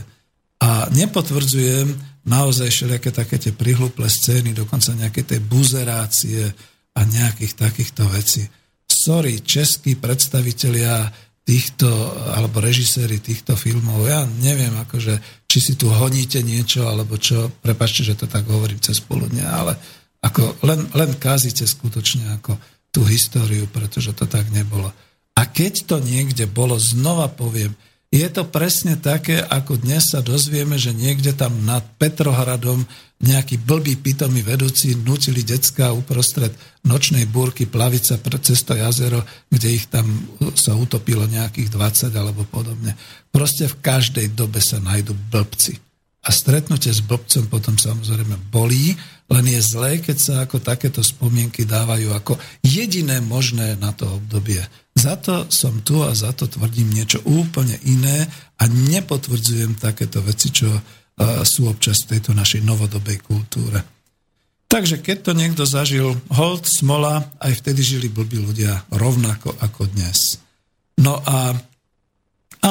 a nepotvrdzujem naozaj všelijaké také tie prihlúple scény, dokonca nejaké tej buzerácie a nejakých takýchto vecí. Sorry, českí predstavitelia týchto, alebo režiséri týchto filmov, ja neviem, akože, či si tu honíte niečo, alebo čo, prepáčte, že to tak hovorím cez poludne, ale ako len, len kázite skutočne ako tú históriu, pretože to tak nebolo. A keď to niekde bolo, znova poviem, je to presne také, ako dnes sa dozvieme, že niekde tam nad Petrohradom nejakí blbí pitomí vedúci nutili decká uprostred nočnej búrky plaviť sa cez to jazero, kde ich tam sa utopilo nejakých dvadsať alebo podobne. Proste v každej dobe sa nájdú blbci. A stretnutie s blbcom potom samozrejme bolí, len je zlé, keď sa ako takéto spomienky dávajú ako jediné možné na to obdobie. Za to som tu a za to tvrdím niečo úplne iné a nepotvrdzujem takéto veci, čo uh, sú občas v tejto našej novodobej kultúre. Takže keď to niekto zažil, hold, smola, aj vtedy žili blbí ľudia rovnako ako dnes. No a áno,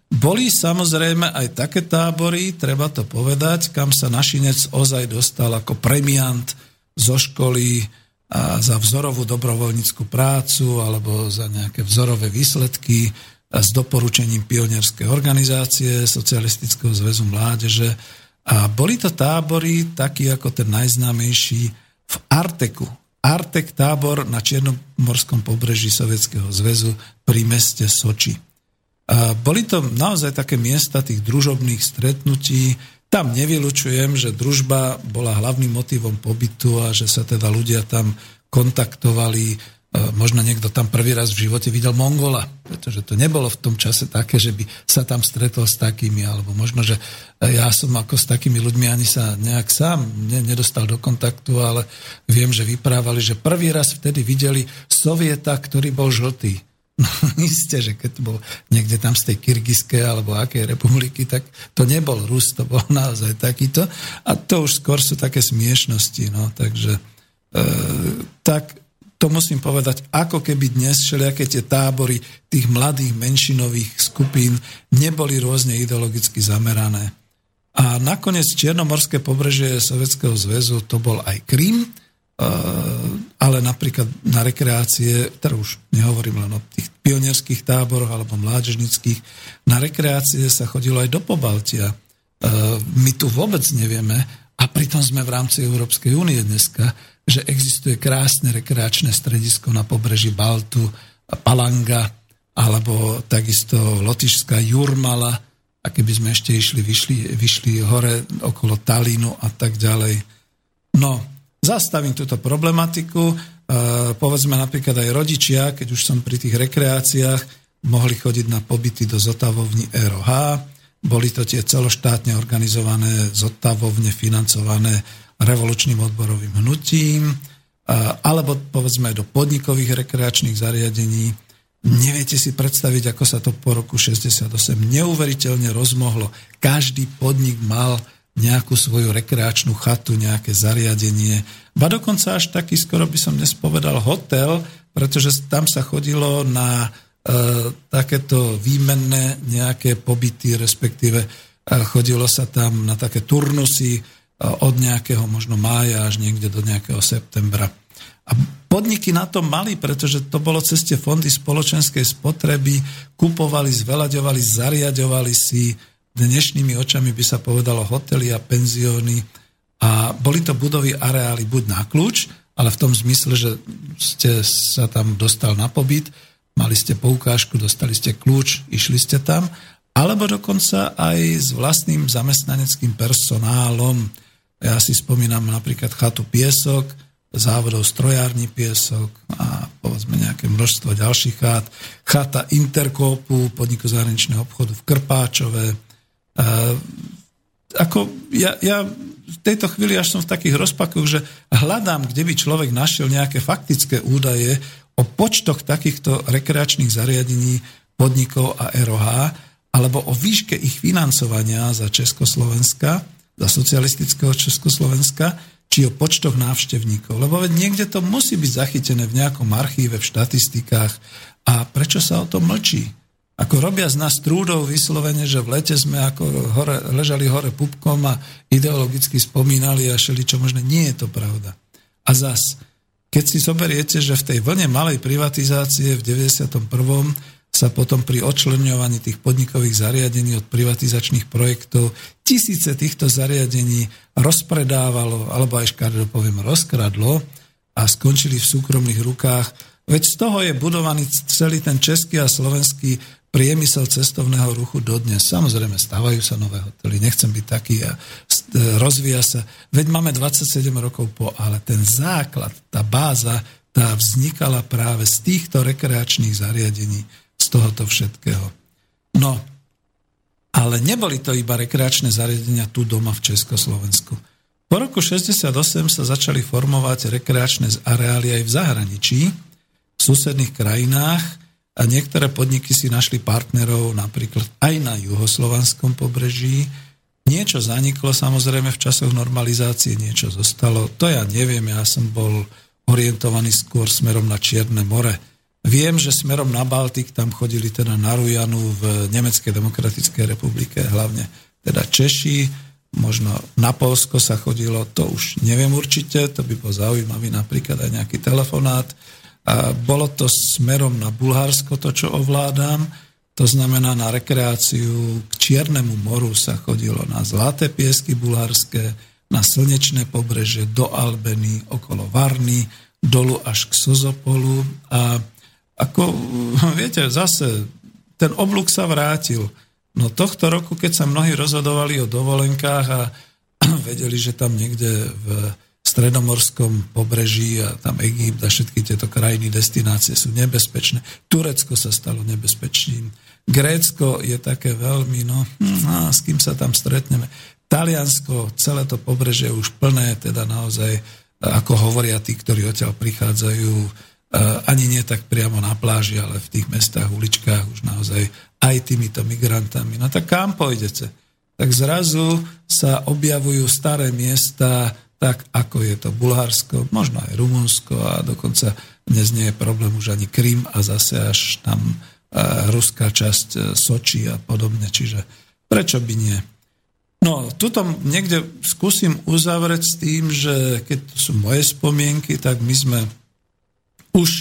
Boli samozrejme aj také tábory, treba to povedať, kam sa našinec ozaj dostal ako premiant zo školy a za vzorovú dobrovoľnícku prácu alebo za nejaké vzorové výsledky s doporučením pionierskej organizácie Socialistického zväzu mládeže. A boli to tábory taký ako ten najznámejší v Arteku. Artek tábor na Čiernomorskom pobreží Sovietskeho zväzu pri meste Soči. A boli to naozaj také miesta tých družobných stretnutí. Tam nevylučujem, že družba bola hlavným motivom pobytu a že sa teda ľudia tam kontaktovali. Možno niekto tam prvý raz v živote videl Mongola, pretože to nebolo v tom čase také, že by sa tam stretol s takými, alebo možno, že ja som ako s takými ľuďmi ani sa nejak sám nedostal do kontaktu, ale viem, že vyprávali, že prvý raz vtedy videli Sovieta, ktorý bol žltý. No isté, že keď bol niekde tam z tej Kyrgyzskej alebo akej republiky, tak to nebol Rus, to bol naozaj takýto. A to už skôr sú také smiešnosti, no, takže e, tak to musím povedať, ako keby dnes všelijaké tie tábory tých mladých menšinových skupín neboli rôzne ideologicky zamerané. A nakoniec Čiernomorské pobrežie Sovietskeho zväzu to bol aj Krym, ale napríklad na rekreácie, teda už nehovorím len o tých pionierských táboroch alebo mládežnických, na rekreácie sa chodilo aj do Pobaltia. My tu vôbec nevieme, a pritom sme v rámci Európskej únie dneska, že existuje krásne rekreačné stredisko na pobreží Baltu, Palanga, alebo takisto lotyšská Jurmala, a keby sme ešte išli, vyšli, vyšli hore okolo Talínu a tak ďalej. No, zastavím túto problematiku. E, povedzme napríklad aj rodičia, keď už som pri tých rekreáciách, mohli chodiť na pobyty do zotavovní er o há. Boli to tie celoštátne organizované zotavovne financované revolučným odborovým hnutím, alebo povedzme aj do podnikových rekreačných zariadení. Neviete si predstaviť, ako sa to po roku šesťdesiatosem neuveriteľne rozmohlo. Každý podnik mal nejakú svoju rekreačnú chatu, nejaké zariadenie. Ba dokonca až taký, skoro by som dnes povedal, hotel, pretože tam sa chodilo na e, takéto výmenné nejaké pobyty, respektíve e, chodilo sa tam na také turnusy od nejakého možno mája až niekde do nejakého septembra. A podniky na to mali, pretože to bolo cez tie fondy spoločenskej spotreby, kupovali, zveľaďovali, zariadovali si, dnešnými očami by sa povedalo hotely a penzióny, a boli to budovy, areály buď na kľúč, ale v tom zmysle, že ste sa tam dostal na pobyt, mali ste poukážku, dostali ste kľúč, išli ste tam, alebo dokonca aj s vlastným zamestnaneckým personálom. Ja si spomínam napríklad chatu Piesok, závodov strojárni Piesok a povedzme nejaké množstvo ďalších chát. Chata Interkópu, podniku zahraničného obchodu v Krpáčove. E, ako ja, ja v tejto chvíli až som v takých rozpakoch, že hľadám, kde by človek našiel nejaké faktické údaje o počtoch takýchto rekreačných zariadení, podnikov a er o há, alebo o výške ich financovania za Československa, za socialistického Československa, či o počtoch návštevníkov. Lebo veď niekde to musí byť zachytené v nejakom archíve, v štatistikách. A prečo sa o tom mlčí? Ako robia z nás trúdov vyslovene, že v lete sme ako hore, ležali hore pupkom a ideologicky spomínali a šeli, čo možno nie je to pravda. A zas, keď si zoberiete, že v tej vlne malej privatizácie v deväťdesiatom prvom sa potom pri odčleňovaní tých podnikových zariadení od privatizačných projektov tisíce týchto zariadení rozpredávalo, alebo aj škaredo poviem, rozkradlo a skončili v súkromných rukách. Veď z toho je budovaný celý ten český a slovenský priemysel cestovného ruchu dodnes. Samozrejme, stávajú sa nové hotely, nechcem byť taký a rozvíja sa. Veď máme dvadsaťsedem rokov po, ale ten základ, tá báza, tá vznikala práve z týchto rekreačných zariadení, z tohoto všetkého. No, ale neboli to iba rekreačné zariadenia tu doma v Československu. Po roku šesťdesiatosem sa začali formovať rekreačné areály aj v zahraničí, v susedných krajinách, a niektoré podniky si našli partnerov napríklad aj na juhoslovanskom pobreží. Niečo zaniklo samozrejme v časoch normalizácie, niečo zostalo. To ja neviem, ja som bol orientovaný skôr smerom na Čierne more. Viem, že smerom na Baltik tam chodili teda na Rujanu v Nemeckej demokratickej republike, hlavne teda Češi, možno na Poľsko sa chodilo, to už neviem určite, to by bol zaujímavý napríklad aj nejaký telefonát. A bolo to smerom na Bulharsko, to, čo ovládam, to znamená na rekreáciu k Čiernemu moru sa chodilo na Zlaté piesky bulharské, na slnečné pobreže, do Albeny, okolo Varny, dolu až k Sozopolu. A ako, viete, zase ten oblúk sa vrátil. No tohto roku, keď sa mnohí rozhodovali o dovolenkách a vedeli, že tam niekde v stredomorskom pobreží a tam Egypt a všetky tieto krajiny, destinácie sú nebezpečné. Turecko sa stalo nebezpečným. Grécko je také veľmi, no, no s kým sa tam stretneme. Taliansko, celé to pobrežie je už plné, teda naozaj, ako hovoria tí, ktorí odtiaľ prichádzajú, ani nie tak priamo na pláži, ale v tých mestách, uličkách už naozaj aj týmito migrantami. No tak kam pôjdete? Tak zrazu sa objavujú staré miesta, tak ako je to Bulharsko, možno aj Rumunsko a dokonca dnes nie je problém už ani Krym a zase až tam ruská časť Soči a podobne. Čiže prečo by nie? No, tuto niekde skúsim uzavrieť s tým, že keď sú moje spomienky, tak my sme už e,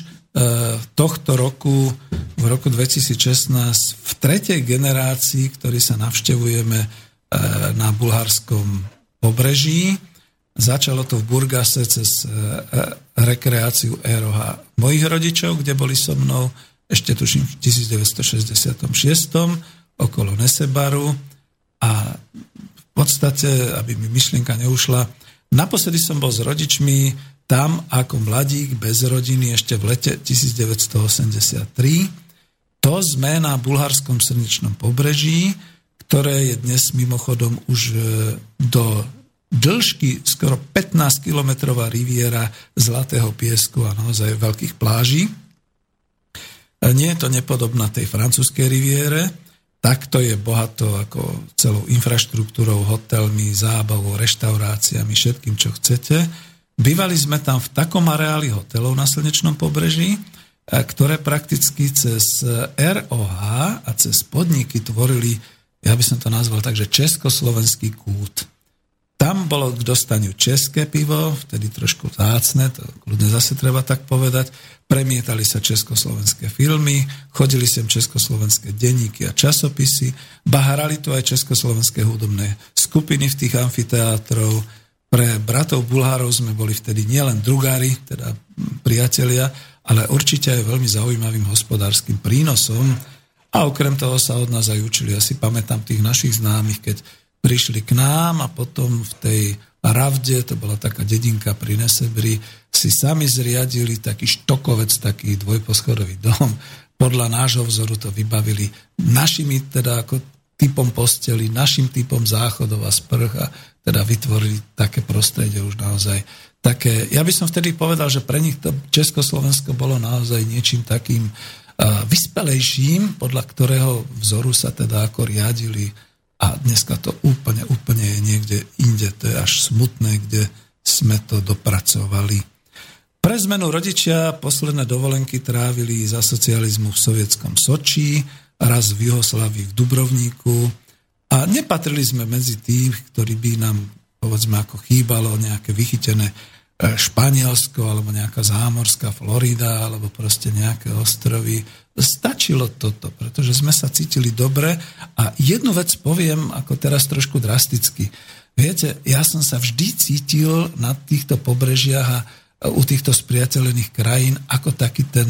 tohto roku, v roku dvetisícšestnásť, v tretej generácii, ktorí sa navštevujeme e, na bulharskom pobreží. Začalo to v Burgase cez e, rekreáciu Éroha mojich rodičov, kde boli so mnou ešte tuším v devätnásťstošesťdesiatšesť okolo Nesebaru a v podstate, aby mi myšlienka neušla, naposledy som bol s rodičmi tam ako mladík bez rodiny ešte v lete devätnásťstoosemdesiattri. To sme na bulharskom slnečnom pobreží, ktoré je dnes mimochodom už do dĺžky skoro pätnásťkilometrová riviera Zlatého piesku a naozaj veľkých pláží. Nie je to nepodobná tej francúzskej riviere, takto je bohato ako celou infraštruktúrou, hotelmi, zábavou, reštauráciami, všetkým, čo chcete. Bývali sme tam v takom areáli hotelov na slnečnom pobreží, ktoré prakticky cez er ó há a cez podniky tvorili, ja by som to nazval tak, že československý kút. Tam bolo k dostaniu české pivo, vtedy trošku vzácne, to kľudne zase treba tak povedať. Premietali sa československé filmy, chodili sem československé denníky a časopisy, baharali tu aj československé hudobné skupiny v tých amfiteátrov. Pre bratov Bulhárov sme boli vtedy nielen drugári, teda priatelia, ale určite aj veľmi zaujímavým hospodárskym prínosom. A okrem toho sa od nás aj učili. Ja si pamätám tých našich známych, keď prišli k nám a potom v tej Ravde, to bola taká dedinka pri Nesebri, si sami zriadili taký štokovec, taký dvojposchodový dom. Podľa nášho vzoru to vybavili našimi teda ako typom posteli, našim typom záchodov a sprch a teda vytvorili také prostredie už naozaj také. Ja by som vtedy povedal, že pre nich to Československo bolo naozaj niečím takým uh, vyspelejším, podľa ktorého vzoru sa teda ako riadili. A dneska to úplne, úplne je niekde inde. To je až smutné, kde sme to dopracovali. Pre zmenu rodičia posledné dovolenky trávili za socializmu v sovietskom Sočí, raz v Juhoslavii v Dubrovníku a nepatrili sme medzi tých, ktorí by nám, povedzme, ako chýbalo nejaké vychytené Španielsko alebo nejaká zámorská Florida alebo proste nejaké ostrovy. Stačilo toto, pretože sme sa cítili dobre a jednu vec poviem ako teraz trošku drasticky. Viete, ja som sa vždy cítil na týchto pobrežiach a u týchto spriateľených krajín ako taký ten,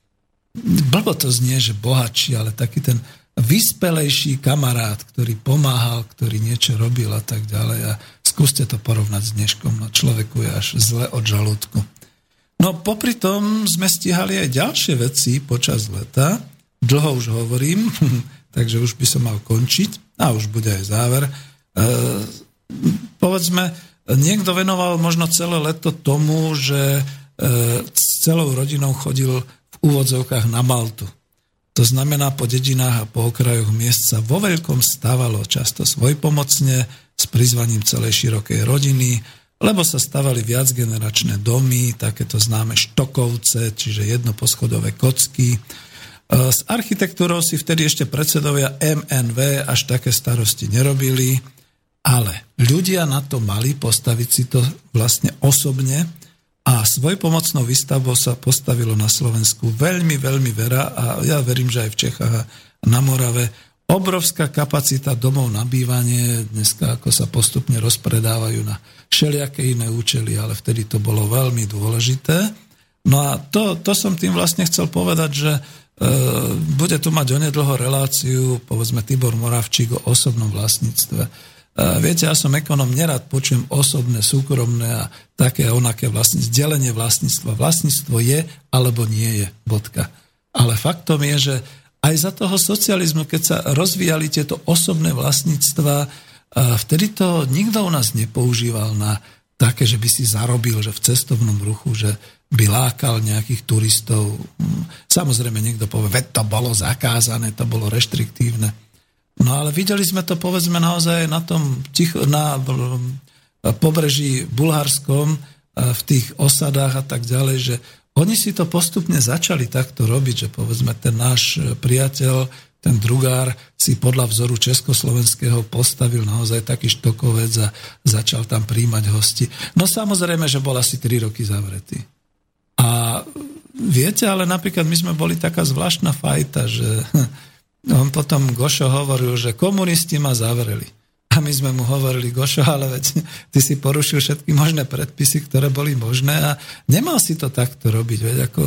blbo to znie, že bohatší, ale taký ten vyspelejší kamarát, ktorý pomáhal, ktorý niečo robil a tak ďalej. A skúste to porovnať s dneškom, no človeku je až zle od žalúdku. No popri tom sme stíhali aj ďalšie veci počas leta. Dlho už hovorím, takže už by som mal končiť a už bude aj záver. E, povedzme, niekto venoval možno celé leto tomu, že e, s celou rodinou chodil v úvodzovkách na Maltu. To znamená, po dedinách a po okrajoch miest sa vo veľkom stávalo často svojpomocne s prizvaním celej širokej rodiny. lebo sa stavali viacgeneračné domy, takéto známe štokovce, čiže jednoposchodové kocky. S architektúrou si vtedy ešte predsedovia em en vé až také starosti nerobili, ale ľudia na to mali postaviť si to vlastne osobne a svojpomocnou výstavbou sa postavilo na Slovensku veľmi, veľmi veľa a ja verím, že aj v Čechách a na Morave obrovská kapacita domov na bývanie, dneska ako sa postupne rozpredávajú na všelijaké iné účely, ale vtedy to bolo veľmi dôležité. No a to, to som tým vlastne chcel povedať, že bude tu mať onedlho reláciu, povedzme Tibor Moravčík o osobnom vlastníctve. Viete, ja som ekonom, nerad počujem osobné, súkromné a také a onaké vlastníctvo, delenie vlastníctva. Vlastníctvo je alebo nie je, bodka. Ale faktom je, že aj za toho socializmu, keď sa rozvíjali tieto osobné vlastníctva, vtedy to nikto u nás nepoužíval na také, že by si zarobil, že v cestovnom ruchu, že by lákal nejakých turistov. Samozrejme, niekto povie, veď to bolo zakázané, to bolo reštriktívne. No ale videli sme to, povedzme, naozaj na tom ticho, na pobreží bulharskom, v tých osadách a tak ďalej, že oni si to postupne začali takto robiť, že povedzme ten náš priateľ, ten drugár si podľa vzoru československého postavil naozaj taký štokovec a začal tam príjmať hosti. No samozrejme, že bol asi tri roky zavretý. A viete, ale napríklad my sme boli taká zvláštna fajta, že on potom Gošo hovoril, že komunisti ma zavreli. A my sme mu hovorili, Gošo, ale veď ty si porušil všetky možné predpisy, ktoré boli možné a nemal si to takto robiť. Veď ako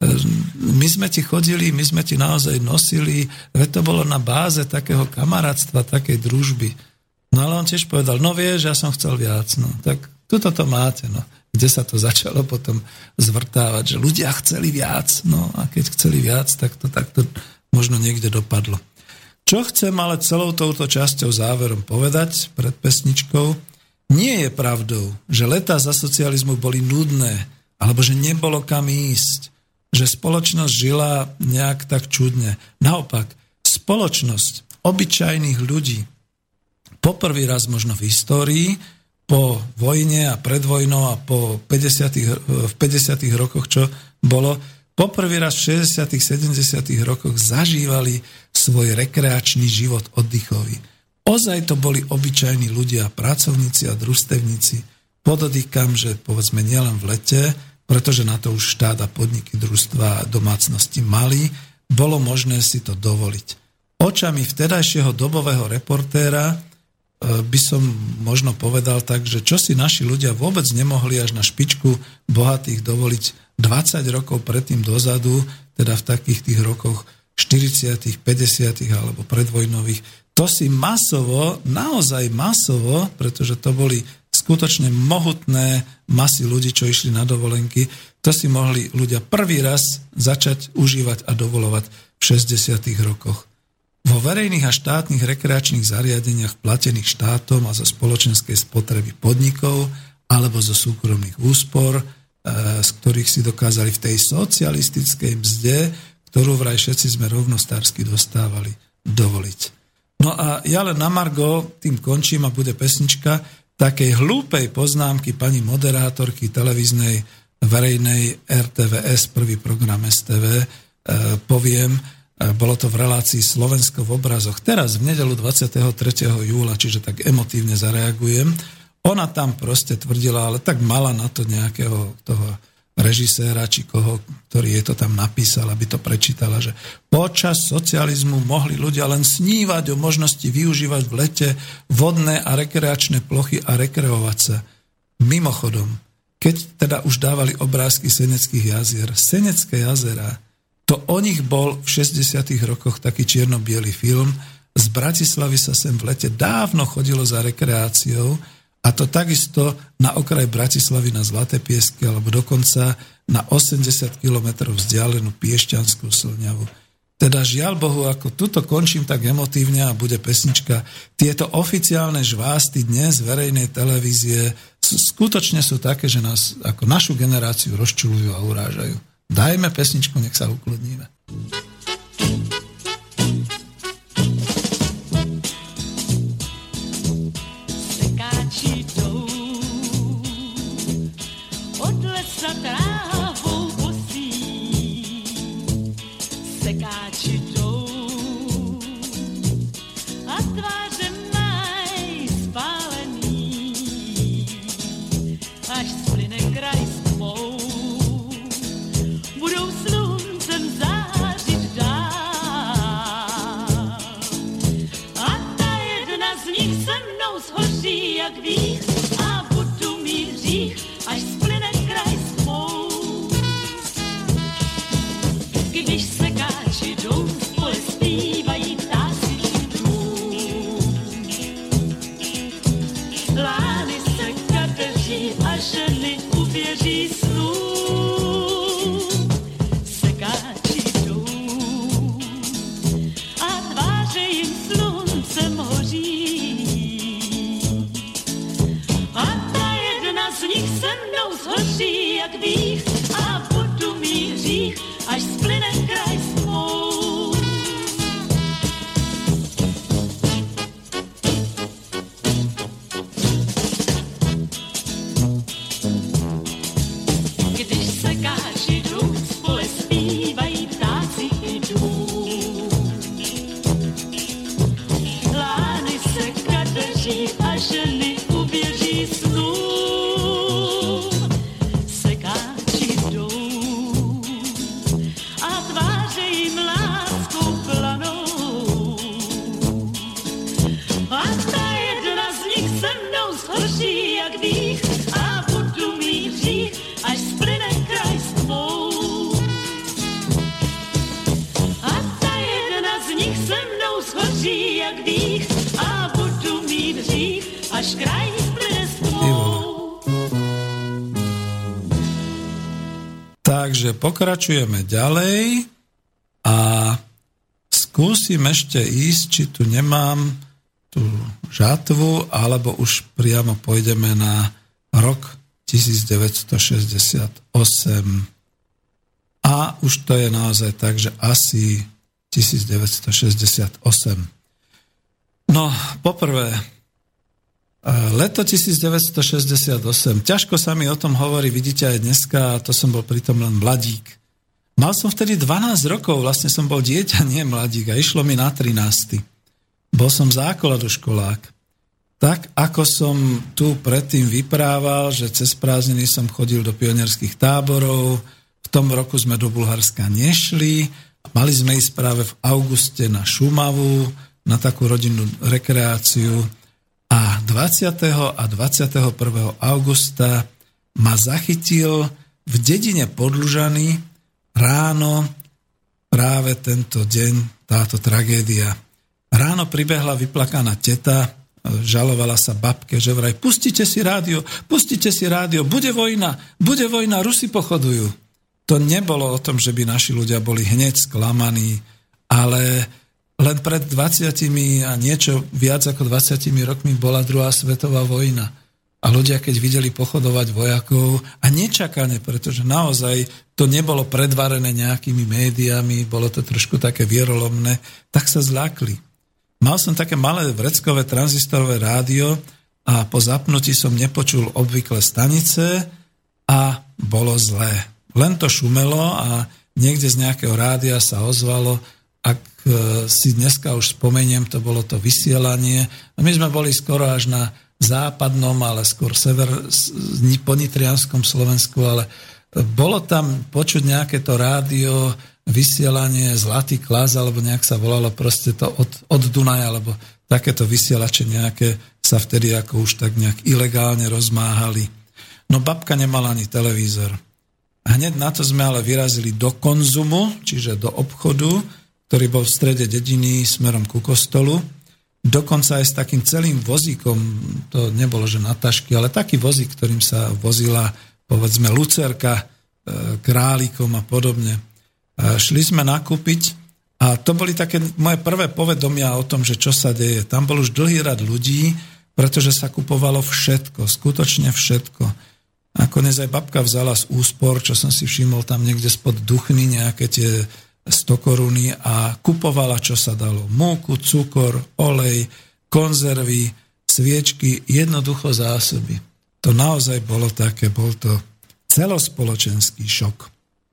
my sme ti chodili, my sme ti naozaj nosili, veď to bolo na báze takého kamarátstva, takej družby. No ale on tiež povedal, no vieš, ja som chcel viac. No tak tuto to máte, no. Kde sa to začalo potom zvrtávať, že ľudia chceli viac. No a keď chceli viac, tak to takto možno niekde dopadlo. Čo chcem ale celou touto časťou záverom povedať pred pesničkou, nie je pravdou, že letá za socializmu boli nudné, alebo že nebolo kam ísť, že spoločnosť žila nejak tak čudne. Naopak, spoločnosť obyčajných ľudí poprvý raz možno v histórii, po vojne a pred vojnou a po päťdesiatych, v päťdesiatych rokoch, čo bolo, poprvý raz v šesťdesiatych, sedemdesiatych rokoch zažívali svoj rekreačný život oddychový. Ozaj to boli obyčajní ľudia, pracovníci a družstevníci. Podotýkam, že povedzme nielen v lete, pretože na to už štát a podniky, družstva a domácnosti mali, bolo možné si to dovoliť. Očami vtedajšieho dobového reportéra by som možno povedal tak, že čo si naši ľudia vôbec nemohli až na špičku bohatých dovoliť dvadsať rokov predtým dozadu, teda v takých tých rokoch štyridsiatych, päťdesiatych alebo predvojnových, to si masovo, naozaj masovo, pretože to boli skutočne mohutné masy ľudí, čo išli na dovolenky, to si mohli ľudia prvý raz začať užívať a dovolovať v šesťdesiatych rokoch. Vo verejných a štátnych rekreačných zariadeniach platených štátom a zo spoločenskej spotreby podnikov alebo zo súkromných úspor, z ktorých si dokázali v tej socialistickej mzde, ktorú vraj všetci sme rovnostársky dostávali, dovoliť. No a ja len na margo, tým končím a bude pesnička, takej hlúpej poznámky pani moderátorky televíznej verejnej er té vé es, prvý program es té vé, poviem, bolo to v relácii Slovensko v obrazoch. Teraz v nedeľu dvadsiateho tretieho júla, čiže tak emotívne zareagujem. Ona tam proste tvrdila, ale tak mala na to nejakého toho režiséra, či koho, ktorý jej to tam napísal, aby to prečítala, že počas socializmu mohli ľudia len snívať o možnosti využívať v lete vodné a rekreačné plochy a rekreovať sa. Mimochodom, keď teda už dávali obrázky Seneckých jazier, Senecké jazera, to o nich bol v šesťdesiatych rokoch taký čierno-biely film. Z Bratislavy sa sem v lete dávno chodilo za rekreáciou a to takisto na okraj Bratislavy na Zlaté Piesky alebo dokonca na osemdesiat kilometrov vzdialenú Piešťanskú Slňavu. Teda žiaľ Bohu, ako tuto končím tak emotívne a bude pesnička. Tieto oficiálne žvásty dnes verejnej televízie skutočne sú také, že nás ako našu generáciu rozčuľujú a urážajú. Dajme pesničku, nech sa ukludníme. mnou schoří jak dých a budu mít hřích, až kraj prstu mou. Takže pokračujeme ďalej a skúsim ešte ísť, či tu nemám tú žatvu, alebo už priamo pôjdeme na rok devätnásťstošesťdesiatosem. A už to je naozaj tak, že asi devätnásťstošesťdesiatosem. No, poprvé, leto devätnásťstošesťdesiatosem. Ťažko sa mi o tom hovorí, vidíte aj dneska, a to som bol pritom len mladík. Mal som vtedy dvanásť rokov, vlastne som bol dieťa, nie mladík, a išlo mi na trinásty. Bol som základoškolák. Tak, ako som tu predtým vyprával, že cez prázdniny som chodil do pionierských táborov, v tom roku sme do Bulharska nešli, mali sme ísť práve v auguste na Šumavu, na takú rodinnú rekreáciu a dvadsiateho a dvadsiateho prvého augusta ma zachytil v dedine Podlužany ráno práve tento deň, táto tragédia. Ráno pribehla vyplakaná teta, žalovala sa babke, že vraj, pustite si rádio, pustite si rádio, bude vojna, bude vojna, Rusi pochodujú. To nebolo o tom, že by naši ľudia boli hneď sklamaní, ale len pred dvadsiatimi a niečo viac ako dvadsiatimi rokmi bola druhá svetová vojna. A ľudia, keď videli pochodovať vojakov, a nečakane, pretože naozaj to nebolo predvarené nejakými médiami, bolo to trošku také vierolomné, tak sa zľakli. Mal som také malé vreckové tranzistorové rádio a po zapnutí som nepočul obvyklé stanice a bolo zlé. Len to šumelo a niekde z nejakého rádia sa ozvalo, ak si dneska už spomeniem, to bolo to vysielanie. A my sme boli skoro až na západnom, ale skôr sever, po nitrianskom Slovensku, ale bolo tam počuť nejaké to rádio, vysielanie Zlatý klas, alebo nejak sa volalo proste to od, od Dunaja, alebo takéto vysielače nejaké sa vtedy ako už tak nejak ilegálne rozmáhali. No babka nemala ani televízor. Hneď na to sme ale vyrazili do Konzumu, čiže do obchodu, ktorý bol v strede dediny smerom ku kostolu. Dokonca aj s takým celým vozíkom, to nebolo, že na tašky, ale taký vozík, ktorým sa vozila, povedzme, lucerka, králikom a podobne. Šli sme nakúpiť a to boli také moje prvé povedomia o tom, že čo sa deje. Tam bol už dlhý rad ľudí, pretože sa kupovalo všetko, skutočne všetko. Nakoniec aj babka vzala z úspor, čo som si všimol tam niekde spod duchny, nejaké tie sto koruny a kupovala, čo sa dalo. Múku, cukor, olej, konzervy, sviečky, jednoducho zásoby. To naozaj bolo také, bol to celospoločenský šok.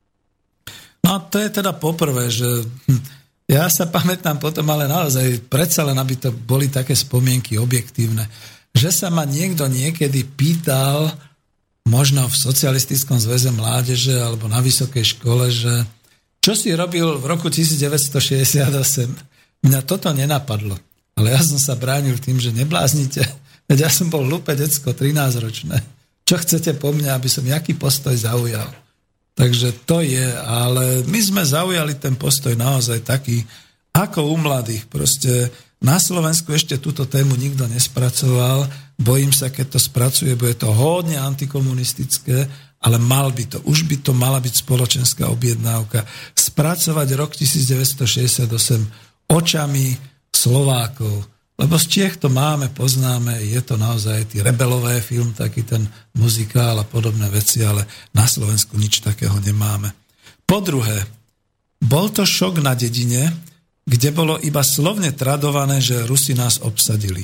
No to je teda poprvé, že hm, ja sa pamätám potom, ale naozaj predsa len, aby to boli také spomienky objektívne, že sa ma niekto niekedy pýtal, možno v Socialistickom zväze mládeže alebo na vysokej škole, že čo si robil v roku devätnásťstošesťdesiatosem. Mňa toto nenapadlo, ale ja som sa bránil tým, že nebláznite, veď ja som bol hlúpe decko, trinásťročné. Čo chcete po mne, aby som jaký postoj zaujal? Takže to je, ale my sme zaujali ten postoj naozaj taký, ako u mladých. Proste na Slovensku ešte túto tému nikto nespracoval. Bojím sa, keď to spracuje, bude to hodne antikomunistické, ale mal by to, už by to mala byť spoločenská objednávka. Spracovať rok devätnásťstošesťdesiatosem očami Slovákov. Lebo z Čiech to máme, poznáme, je to naozaj tý rebelové film, taký ten muzikál a podobné veci, ale na Slovensku nič takého nemáme. Po druhé, bol to šok na dedine, kde bolo iba slovne tradované, že Rusi nás obsadili.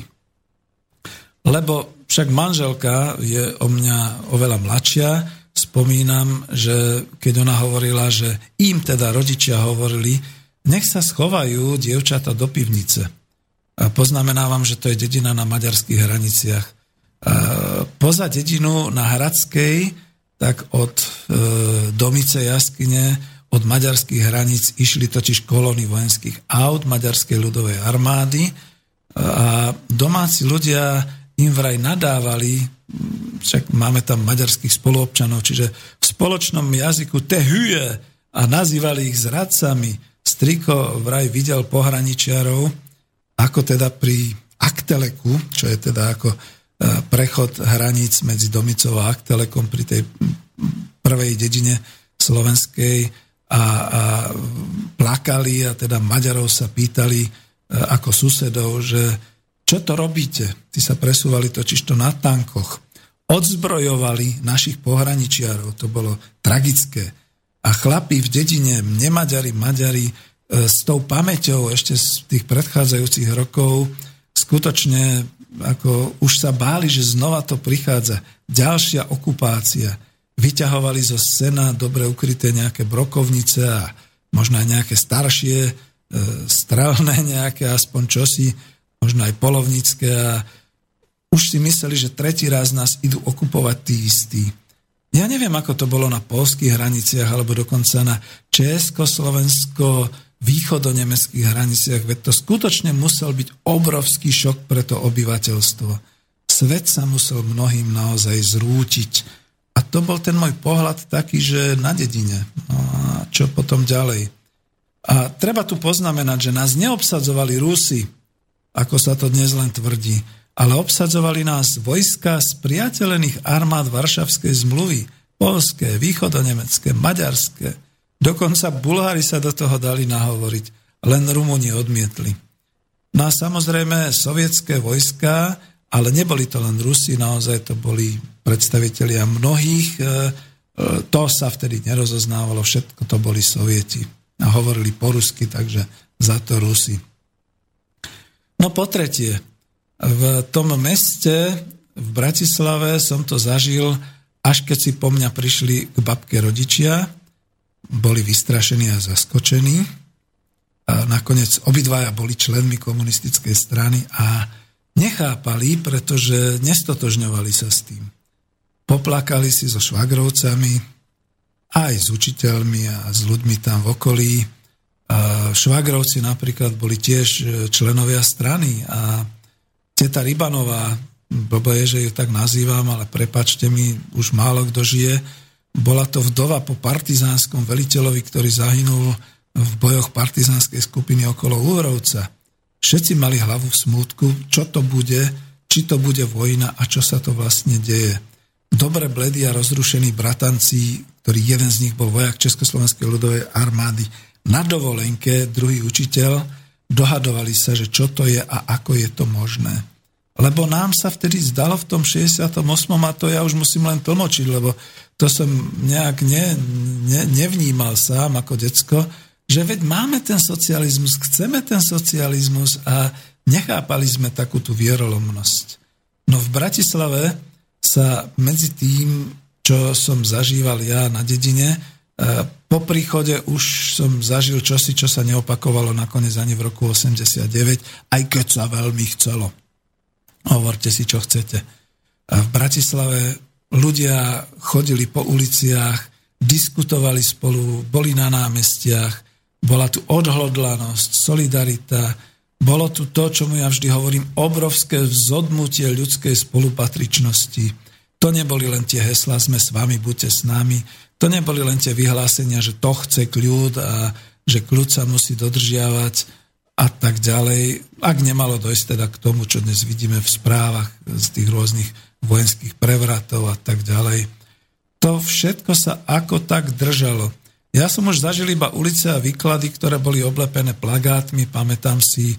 Lebo však manželka je o mňa oveľa mladšia, spomínam, že keď ona hovorila, že im teda rodičia hovorili, nech sa schovajú dievčata do pivnice. A poznamenávam, že to je dedina na maďarských hraniciach. A poza dedinu na Hradskej, tak od e, Domice jaskyne, od maďarských hraníc išli totiž kolóny vojenských aut maďarskej ľudovej armády a domáci ľudia im vraj nadávali, však máme tam maďarských spoluobčanov, čiže v spoločnom jazyku tehuje a nazývali ich zradcami. Striko vraj videl pohraničiarov ako teda pri Akteleku, čo je teda ako prechod hraníc medzi Domicou a Aktelekom pri tej prvej dedine slovenskej a, a plakali a teda Maďarov sa pýtali ako susedov, že čo to robíte? Tí sa presúvali totižto na tankoch. Odzbrojovali našich pohraničiarov, to bolo tragické. A chlapi v dedine, nemaďari, Maďari, s tou pamäťou ešte z tých predchádzajúcich rokov skutočne ako už sa báli, že znova to prichádza. Ďalšia okupácia. Vyťahovali zo sena dobre ukryté nejaké brokovnice a možno aj nejaké staršie, e, strelné nejaké, aspoň čosi, možno aj polovnícke a už si mysleli, že tretí raz nás idú okupovať tí istí. Ja neviem, ako to bolo na poľských hraniciach alebo dokonca na československo východonemeckých hraniciach, veď to skutočne musel byť obrovský šok pre to obyvateľstvo. Svet sa musel mnohým naozaj zrútiť. A to bol ten môj pohľad taký, že na dedine. No a čo potom ďalej? A treba tu poznamenať, že nás neobsadzovali Rusi, ako sa to dnes len tvrdí, ale obsadzovali nás vojska z priateľených armád Varšavskej zmluvy, poľské, východonemecké, maďarské. Dokonca Bulhári sa do toho dali nahovoriť, len Rumúni odmietli. No a samozrejme sovietské vojská, ale neboli to len Rusi, naozaj to boli predstavitelia mnohých, to sa vtedy nerozoznávalo, všetko to boli Sovieti. A hovorili po rusky, takže za to Rusi. No po tretie, v tom meste, v Bratislave som to zažil, až keď si po mňa prišli k babke rodičia, boli vystrašení a zaskočení. A nakoniec obidvaja boli členmi komunistickej strany a nechápali, pretože nestotožňovali sa s tým. Poplakali si so švagrovcami, aj s učiteľmi a s ľuďmi tam v okolí. A švagrovci napríklad boli tiež členovia strany a teta Rybanová, blbo je, že ju tak nazývam, ale prepáčte mi, už málo kto žije, bola to vdova po partizánskom veliteľovi, ktorý zahynul v bojoch partizánskej skupiny okolo Uhrovca. Všetci mali hlavu v smútku, čo to bude, či to bude vojna a čo sa to vlastne deje. Dobre bledí a rozrušení bratanci, ktorý jeden z nich bol vojak Československej ľudovej armády, na dovolenke, druhý učiteľ, dohadovali sa, že čo to je a ako je to možné. Lebo nám sa vtedy zdalo v tom šesťdesiatom ôsmom a to ja už musím len tlmočiť, lebo to som nejak ne, ne, nevnímal sám ako decko, že veď máme ten socializmus, chceme ten socializmus a nechápali sme takú tú vierolomnosť. No v Bratislave sa medzi tým, čo som zažíval ja na dedine, po príchode už som zažil čosi, čo sa neopakovalo nakoniec ani v roku osemdesiatdeväť, aj keď sa veľmi chcelo. Hovorte si, čo chcete. A v Bratislave ľudia chodili po uliciach, diskutovali spolu, boli na námestiach, bola tu odhodlanosť, solidarita, bolo tu to, čomu ja vždy hovorím, obrovské vzodmutie ľudskej spolupatričnosti. To neboli len tie heslá, sme s vami, buďte s nami, to neboli len tie vyhlásenia, že to chce kľud a že kľud sa musí dodržiavať a tak ďalej, ak nemalo dojsť teda k tomu, čo dnes vidíme v správach z tých rôznych vojenských prevratov a tak ďalej. To všetko sa ako tak držalo. Ja som už zažil iba ulice a výklady, ktoré boli oblepené plagátmi, pamätám si e,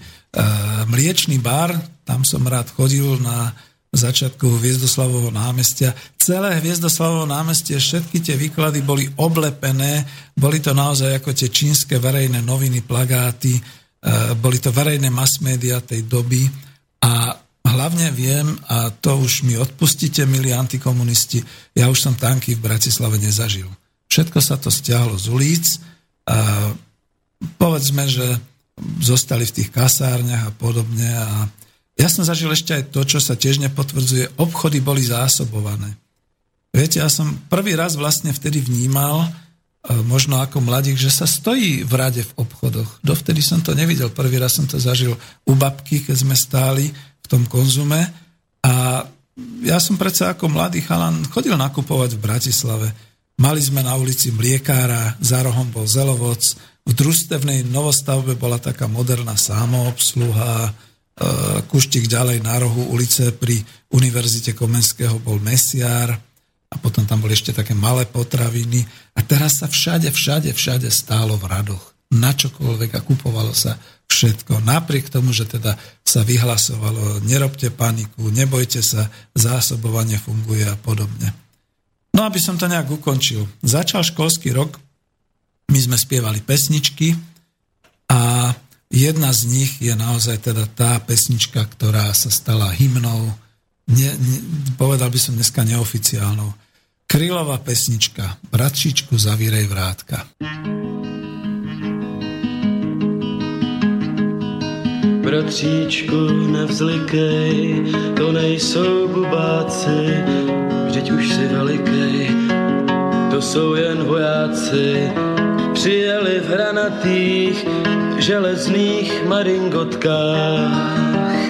Mliečný bar, tam som rád chodil na začiatku Hviezdoslavovho námestia. Celé Hviezdoslavovho námestie, všetky tie výklady boli oblepené, boli to naozaj ako tie čínske verejné noviny, plagáty, boli to verejné mass média tej doby a hlavne viem, a to už mi odpustíte, milí antikomunisti, ja už som tanky v Bratislave nezažil. Všetko sa to stiahlo z ulic a povedzme, že zostali v tých kasárniach a podobne a ja som zažil ešte aj to, čo sa tiež nepotvrdzuje, obchody boli zásobované. Viete, ja som prvý raz vlastne vtedy vnímal, možno ako mladík, že sa stojí v rade v obchodoch. Dovtedy som to nevidel. Prvý raz som to zažil u babky, keď sme stáli v tom Konzume a ja som predsa ako mladý chalan chodil nakupovať v Bratislave. Mali sme na ulici mliekára, za rohom bol Zelovoc, v družstevnej novostavbe bola taká moderná samoobsluha, kuštík ďalej na rohu ulice pri Univerzite Komenského bol mesiar a potom tam boli ešte také malé potraviny a teraz sa všade, všade, všade stálo v radoch. Na čokoľvek a kupovalo sa všetko. Napriek tomu, že teda sa vyhlasovalo, nerobte paniku, nebojte sa, zásobovanie funguje a podobne. No aby som to nejak ukončil. Začal školský rok, my sme spievali pesničky a jedna z nich je naozaj teda tá pesnička, ktorá sa stala hymnou, ne, ne, povedal by som dneska neoficiálnou. Krylová pesnička Bratříčku, zavírej vrátka. Bratříčku, nevzlikej, to nejsou bubáci, vždyť už si velikej, to jsou jen vojáci, přijeli v hranatých železných maringotkách.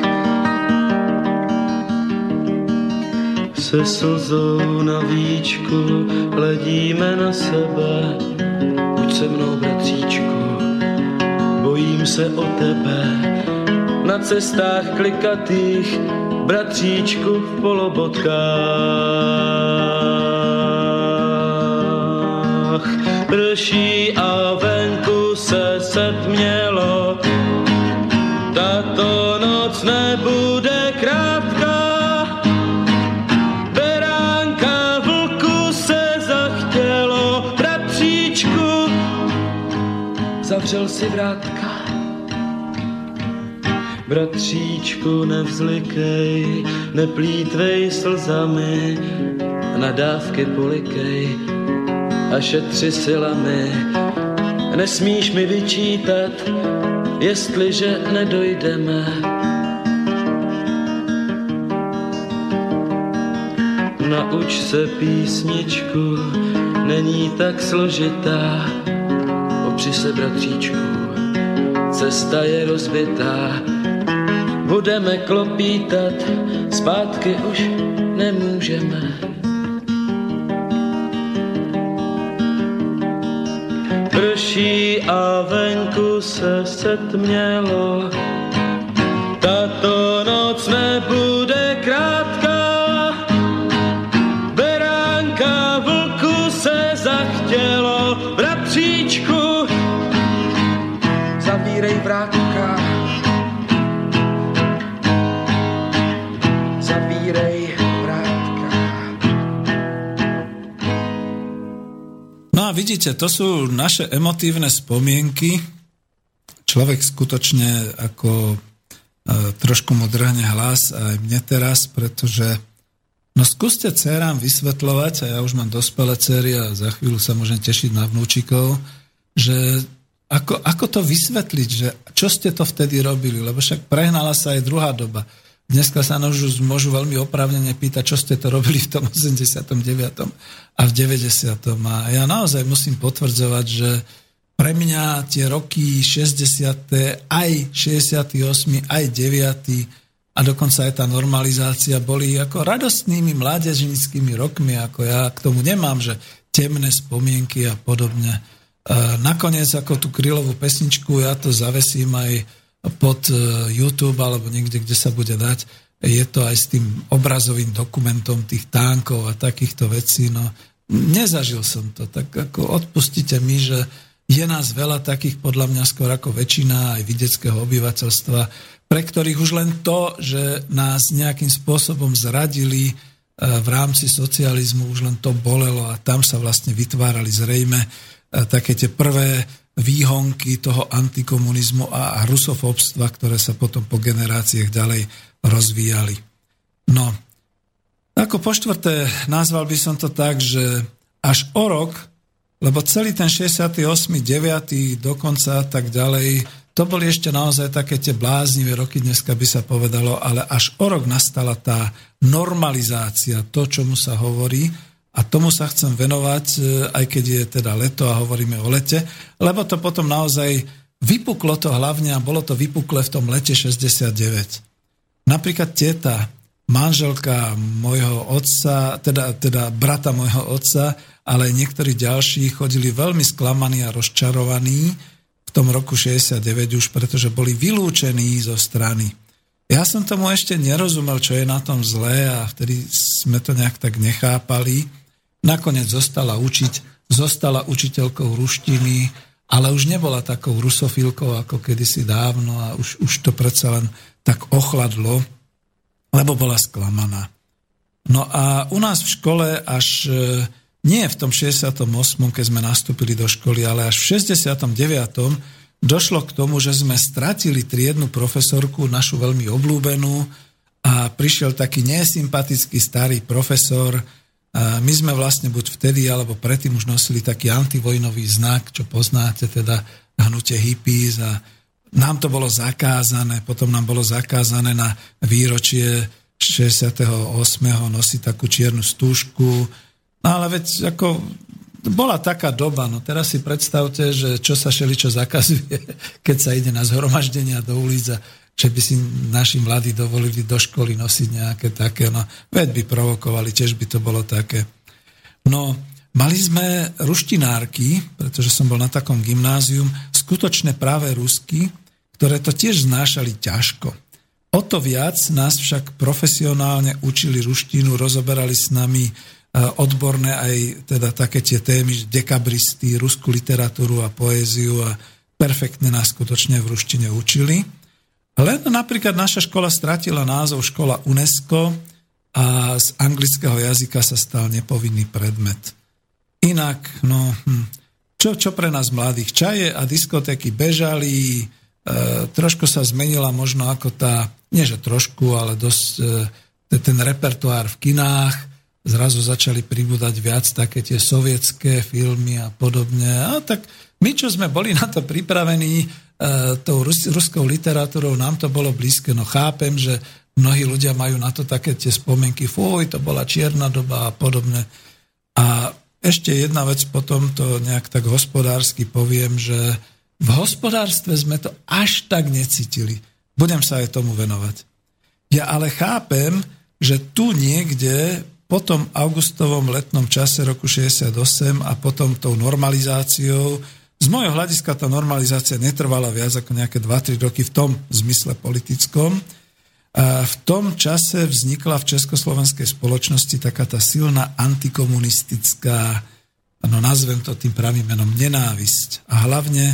Se slzou na víčku hledíme na sebe, buď se mnou, bratříčku, bojím se o tebe. Na cestách klikatých, bratříčku v polobotkách. Prší a venku se setmělo, tato noc nebude krátká. Beránka vlku se zachtělo, bratříčku, zavřel si vrátka. Bratříčku, nevzlikej, neplýtvej slzami, nadávky polikej a šetři silami. Nesmíš mi vyčítat, jestliže nedojdeme. Nauč se písničku, není tak složitá, opři se, bratříčku, cesta je rozbitá. Budeme klopítat, zpátky už nemůžeme. Prší a venku se setmělo, tato noc nebude krátká. Beránka vlku se zachtělo, bratříčku, zavírej vrátka. No a vidíte, to sú naše emotívne spomienky. Človek skutočne ako e, trošku mu drhne hlas aj mne teraz, pretože no skúste dcerám vysvetľovať, a ja už mám dospelé dcery a za chvíľu sa môžem tešiť na vnúčikov, že ako, ako to vysvetliť, že čo ste to vtedy robili, lebo však prehnala sa aj druhá doba. Dneska sa nás už môžu veľmi oprávnene pýtať, čo ste to robili v tom osemdesiatom deviatom a v deväťdesiatom A ja naozaj musím potvrdzovať, že pre mňa tie roky šesťdesiate aj šesťdesiaty ôsmy aj deviaty a dokonca aj tá normalizácia boli ako radostnými mládežníckymi rokmi, ako ja k tomu nemám, že temné spomienky a podobne. Nakoniec ako tú Krylovú pesničku, ja to zavesím aj pod YouTube alebo niekde, kde sa bude dať. Je to aj s tým obrazovým dokumentom tých tánkov a takýchto vecí. No, nezažil som to. Tak ako odpustite mi, že je nás veľa takých, podľa mňa skôr ako väčšina aj vidieckého obyvateľstva, pre ktorých už len to, že nás nejakým spôsobom zradili v rámci socializmu, už len to bolelo a tam sa vlastne vytvárali zrejme také tie prvé výhonky toho antikomunizmu a rusofóbstva, ktoré sa potom po generáciách ďalej rozvíjali. No, ako po štvrté, nazval by som to tak, že až o rok, lebo celý ten šesťdesiaty ôsmy, deviaty dokonca a tak ďalej, to boli ešte naozaj také tie bláznivé roky, dneska by sa povedalo, ale až o rok nastala tá normalizácia, to, čomu sa hovorí. A tomu sa chcem venovať, aj keď je teda leto a hovoríme o lete, lebo to potom naozaj vypuklo to hlavne a bolo to vypuklé v tom lete šesťdesiatdeväť. Napríklad teta, manželka môjho otca, teda, teda brata môjho otca, ale aj niektorí ďalší chodili veľmi sklamaní a rozčarovaní, tom roku šesťdesiatdeväť už, pretože boli vylúčení zo strany. Ja som tomu ešte nerozumel, čo je na tom zlé a vtedy sme to nejak tak nechápali. Nakoniec zostala učiť, zostala učiteľkou ruštiny, ale už nebola takou rusofilkou ako kedysi dávno a už, už to predsa len tak ochladlo, lebo bola sklamaná. No a u nás v škole až nie v tom šesťdesiatom ôsmom, keď sme nastúpili do školy, ale až v šesťdesiatom deviatom došlo k tomu, že sme stratili triednu profesorku, našu veľmi obľúbenú, a prišiel taký nesympatický starý profesor. A my sme vlastne buď vtedy, alebo predtým už nosili taký antivojnový znak, čo poznáte, teda hnutie hippies, a nám to bolo zakázané, potom nám bolo zakázané na výročie šesťdesiateho ôsmeho nosiť takú čiernu stúžku. No ale veď ako bola taká doba, no teraz si predstavte, že čo sa šeličo zakazuje, keď sa ide na zhromaždenia do ulic a že by si naši mladí dovolili do školy nosiť nejaké také, no veď by provokovali, tiež by to bolo také. No, mali sme ruštinárky, pretože som bol na takom gymnázium, skutočné práve rusky, ktoré to tiež znášali ťažko. O to viac nás však profesionálne učili ruštinu, rozoberali s nami odborné aj teda také tie témy, dekabristy, ruskú literatúru a poéziu a perfektne nás skutočne v ruštine učili. Len napríklad naša škola stratila názov škola UNESCO a z anglického jazyka sa stal nepovinný predmet. Inak, no, čo, čo pre nás mladých? Čaje a diskotéky bežali, e, trošku sa zmenila možno ako tá, nie že trošku, ale dosť e, ten repertoár v kinách, zrazu začali pribúdať viac také tie sovietské filmy a podobne. A tak my, čo sme boli na to pripravení e, tou rus, ruskou literatúrou, nám to bolo blízke. No chápem, že mnohí ľudia majú na to také tie spomienky, fuj, to bola čierna doba a podobne. A ešte jedna vec, potom to nejak tak hospodársky poviem, že v hospodárstve sme to až tak necítili. Budem sa aj tomu venovať. Ja ale chápem, že tu niekde po tom augustovom letnom čase roku šesťdesiatosem a potom tou normalizáciou, z môjho hľadiska tá normalizácia netrvala viac ako nejaké dva tri roky v tom zmysle politickom. A v tom čase vznikla v československej spoločnosti taká tá silná antikomunistická, no nazvem to tým pravým menom, nenávisť. A hlavne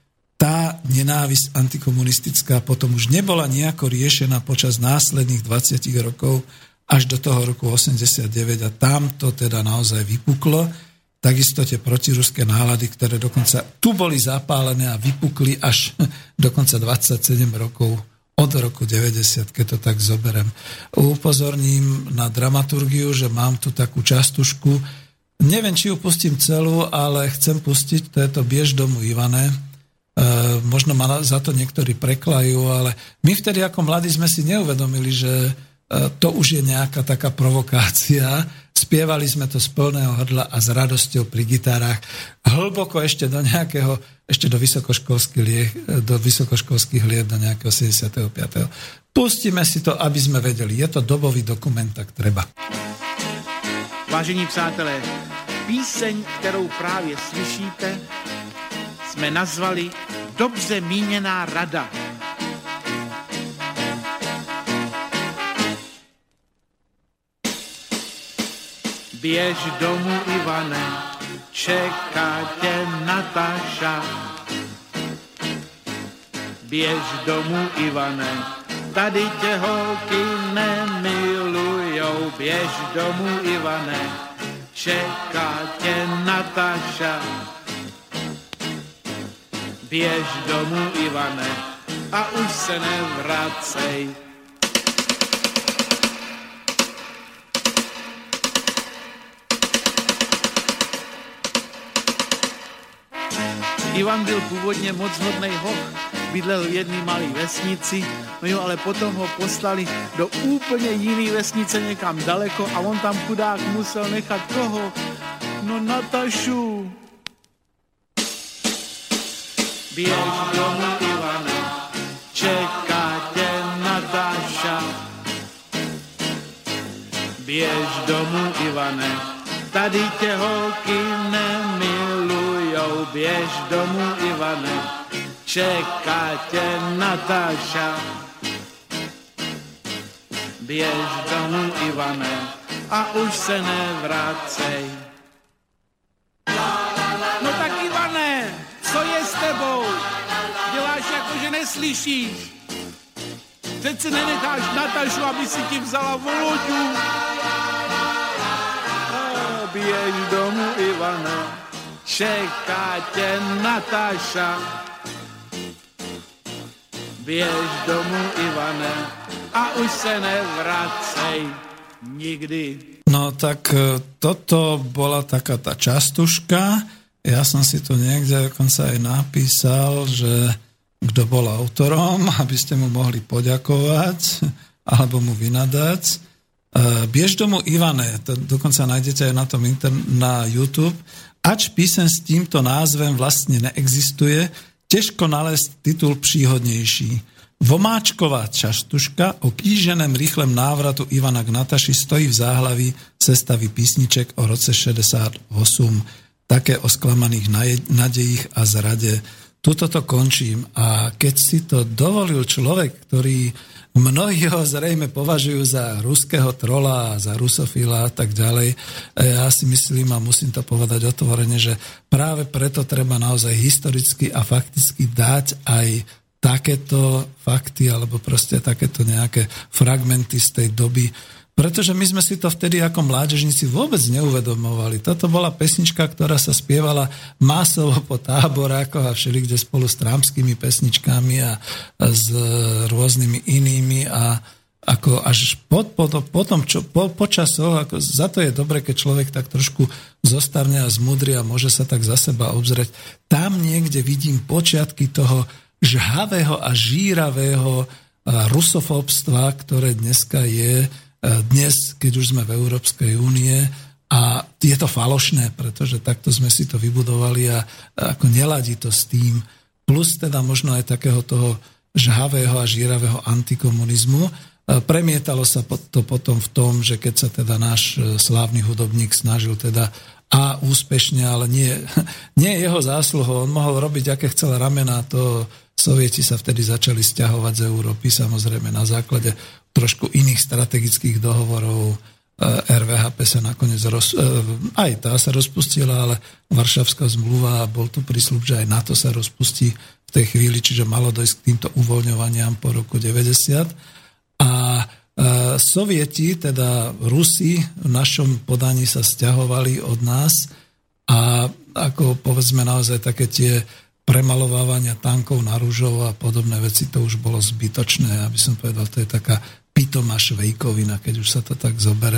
tá nenávisť antikomunistická potom už nebola nejako riešená počas následných dvadsať rokov, až do toho roku osemdesiatdeväť a tam to teda naozaj vypuklo. Takisto tie protiruské nálady, ktoré dokonca tu boli zapálené a vypukli až dokonca dvadsaťsedem rokov od roku deväťdesiat, keď to tak zoberiem. Upozorním na dramaturgiu, že mám tu takú častušku. Neviem, či ju pustím celú, ale chcem pustiť, to je to Biež domu, Ivane. E, možno ma za to niektorí preklajú, ale my vtedy ako mladí sme si neuvedomili, že to už je nejaká taká provokácia. Spievali sme to z plného hrdla a s radosťou pri gitárach. Hlboko ešte do nejakého, ešte do vysokoškolských liet, do vysokoškolských liet, do nejakého sedemdesiateho piateho Pustíme si to, aby sme vedeli. Je to dobový dokument, tak treba. Vážení přátelé, píseň, kterou právě slyšíte, jsme nazvali Dobře míněná rada. Běž domů, Ivane, čeká tě Nataša. Běž domů, Ivane, tady tě holky nemilujou. Běž domů, Ivane, čeká tě Nataša. Běž domů, Ivane, a už se nevracej. Ivan byl původně moc hodnej hoch, bydlel v jedné malé vesnici, no jo, ale potom ho poslali do úplně jiné vesnice někam daleko a on tam chudák musel nechat koho? No Natašu. Běž domů, Ivane, čeká tě Nataša. Běž domů, Ivane, tady tě holky nemilujou. Běž domů, Ivane, čeká tě Natáša. Běž domů, Ivane, a už se nevracej. No tak Ivane, co je s tebou? Děláš jako, že neslyšíš. Přece nenecháš Natašu, aby si ti vzala Voloďu. Oh, běž domů, Ivane, čeká tě Natáša. Běž domů, Ivane, a už se nevracej nikdy. No tak toto bola taká tá častuška. Ja som si tu niekde dokonca aj napísal, že kto bol autorom, aby ste mu mohli poďakovať alebo mu vynadať. Biež domu Ivane, to dokonca nájdete aj na tom inter- na YouTube. Ač písem s týmto názvem vlastne neexistuje, ťažko nalézt titul príhodnejší. Vomáčková častuška o kýženém rýchlem návratu Ivana k Nataši stojí v záhlaví sestavy písniček o roce šesťdesiatosem. Také o sklamaných nadejích a zrade. Tuto to končím. A keď si to dovolil človek, ktorý mnohí ho zrejme považujú za ruského trola, za rusofila a tak ďalej, ja si myslím a musím to povedať otvorene, že práve preto treba naozaj historicky a fakticky dať aj takéto fakty alebo proste takéto nejaké fragmenty z tej doby, pretože my sme si to vtedy ako mládežníci vôbec neuvedomovali. Toto bola pesnička, ktorá sa spievala masovo po táborákoch a všelikde spolu s trámskymi pesničkami a, a s rôznymi inými a ako až po, po, po tom, čo, po, po časoch, ako za to je dobre, keď človek tak trošku zostarne a zmudri a môže sa tak za seba obzrieť. Tam niekde vidím počiatky toho žhavého a žíravého rusofóbstva, ktoré dneska je, dnes, keď už sme v Európskej únie, a je to falošné, pretože takto sme si to vybudovali a ako neladí to s tým, plus teda možno aj takého toho žhavého a žíravého antikomunizmu. Premietalo sa to potom v tom, že keď sa teda náš slávny hudobník snažil teda a úspešne, ale nie, nie jeho zásluhou, on mohol robiť, aké chcel ramena, to Sovieti sa vtedy začali sťahovať z Európy, samozrejme na základe trošku iných strategických dohovorov. er vé há pé sa nakoniec roz, aj tá sa rozpustila, ale Varšavská zmluva a bol tu prísľub, že aj NATO sa rozpustí v tej chvíli, čiže malo dojsť k týmto uvoľňovaniam po roku deväťdesiat. A Sovieti, teda Rusi, v našom podaní sa sťahovali od nás a ako povedzme naozaj také tie premalovávania tankov na rúžovo a podobné veci, to už bolo zbytočné, aby som povedal, to je taká pitomá švejkovina, keď už sa to tak zobere.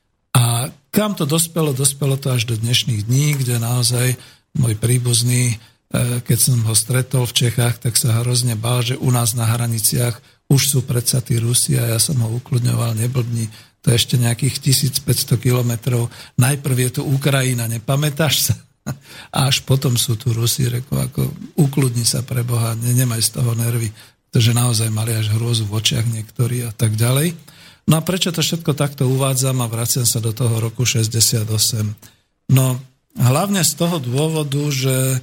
A kam to dospelo? Dospelo to až do dnešných dní, kde naozaj môj príbuzný, keď som ho stretol v Čechách, tak sa hrozne bál, že u nás na hraniciach už sú predsa tí Rusi a ja som ho ukludňoval, neblbni, to je ešte nejakých tisícpäťsto kilometrov. Najprv je tu Ukrajina, nepamätáš sa? A až potom sú tu Rusi, reko, ako ukludni sa pre Boha, ne, nemaj z toho nervy, pretože naozaj mali až hrôzu v očiach niektorí a tak ďalej. No a prečo to všetko takto uvádzam a vraciam sa do toho roku šesťdesiatosem? No hlavne z toho dôvodu, že e,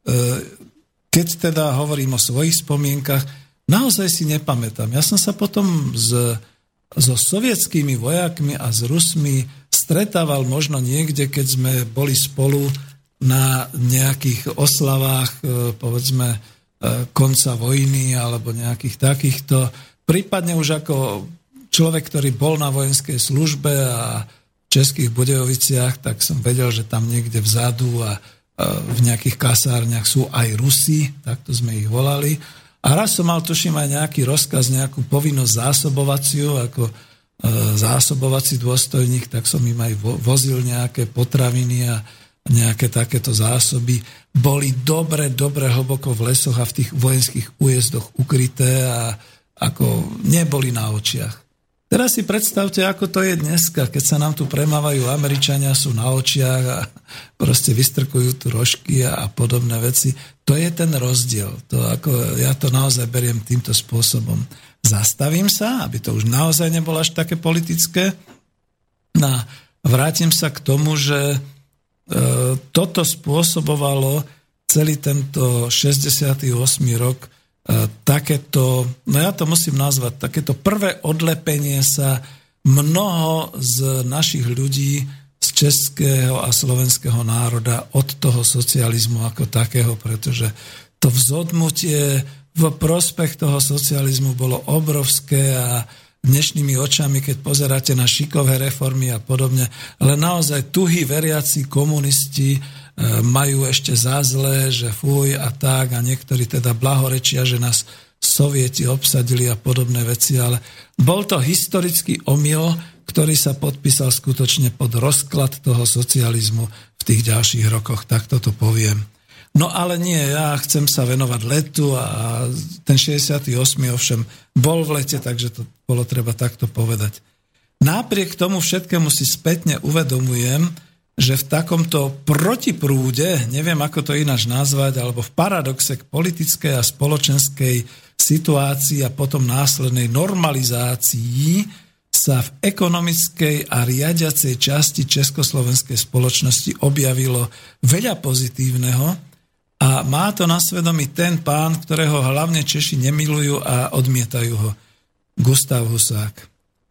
keď teda hovorím o svojich spomienkach, naozaj si nepamätám. Ja som sa potom s, so sovietskými vojakmi a s Rusmi stretával možno niekde, keď sme boli spolu na nejakých oslavách, povedzme, konca vojny alebo nejakých takýchto. Prípadne už ako človek, ktorý bol na vojenskej službe a v Českých Budejoviciach, tak som vedel, že tam niekde vzadu a v nejakých kasárniach sú aj Rusi, takto sme ich volali. A raz som mal, tuším, aj nejaký rozkaz, nejakú povinnosť zásobovaciu, ako zásobovací dôstojník, tak som im aj vozil nejaké potraviny a nejaké takéto zásoby. Boli dobre, dobre hlboko v lesoch a v tých vojenských újezdoch ukryté a ako neboli na očiach. Teraz si predstavte, ako to je dneska, keď sa nám tu premávajú Američania, sú na očiach a proste vystrkujú tu rožky a, a podobné veci. To je ten rozdiel. To ako, ja to naozaj beriem týmto spôsobom. Zastavím sa, aby to už naozaj nebolo až také politické. No, vrátim sa k tomu, že e, toto spôsobovalo celý tento šesťdesiaty ôsmy rok takéto, no ja to musím nazvať, takéto prvé odlepenie sa mnoho z našich ľudí z českého a slovenského národa od toho socializmu ako takého, pretože to vzodmutie v prospech toho socializmu bolo obrovské a dnešnými očami, keď pozeráte na šikové reformy a podobne, ale naozaj tuhí veriaci komunisti majú ešte za zlé, že fuj a tak a niektorí teda blahorečia, že nás Sovieti obsadili a podobné veci, ale bol to historický omyl, ktorý sa podpísal skutočne pod rozklad toho socializmu v tých ďalších rokoch, tak toto poviem. No ale nie, ja chcem sa venovať letu a ten šesťdesiaty ôsmy ovšem bol v lete, takže to bolo treba takto povedať. Napriek tomu všetkému si spätne uvedomujem, že v takomto protiprúde, neviem ako to ináč nazvať, alebo v paradoxe k politickej a spoločenskej situácii a potom následnej normalizácii sa v ekonomickej a riadiacej časti československej spoločnosti objavilo veľa pozitívneho a má to na svedomí ten pán, ktorého hlavne Češi nemilujú a odmietajú ho, Gustav Husák.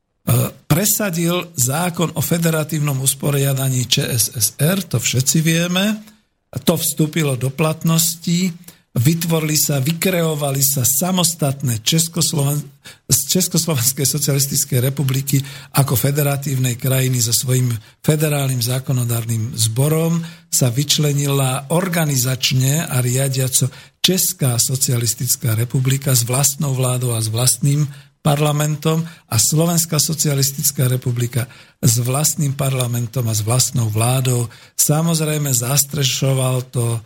Presadil zákon o federatívnom usporiadaní ČSSR, to všetci vieme, to vstúpilo do platnosti, vytvorili sa, vykreovali sa samostatné Českosloven... z Československej socialistickej republiky ako federatívnej krajiny so svojím federálnym zákonodárnym zborom, sa vyčlenila organizačne a riadiaco Česká socialistická republika s vlastnou vládou a s vlastným parlamentom a Slovenská socialistická republika s vlastným parlamentom a s vlastnou vládou. Samozrejme zastrešoval to uh,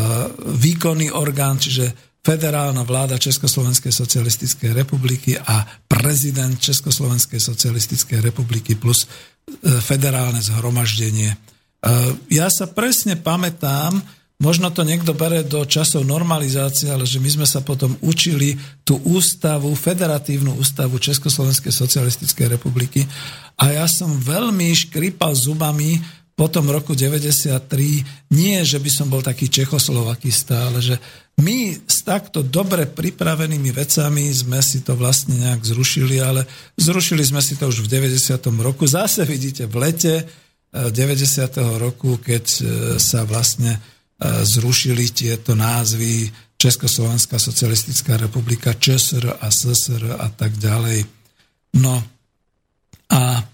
výkonný orgán, čiže federálna vláda Československej socialistickej republiky a prezident Československej socialistickej republiky plus uh, federálne zhromaždenie. Uh, ja sa presne pamätám, možno to niekto bere do časov normalizácie, ale že my sme sa potom učili tú ústavu, federatívnu ústavu Československej socialistickej republiky a ja som veľmi škripal zubami po tom roku deväťdesiattri, nie, že by som bol taký čechoslovakista, ale že my s takto dobre pripravenými vecami sme si to vlastne nejak zrušili, ale zrušili sme si to už v deväťdesiatom roku. Zase vidíte v lete deväťdesiateho roku, keď sa vlastne zrušili tieto názvy Československá socialistická republika, ČSR a SSR a tak ďalej. No a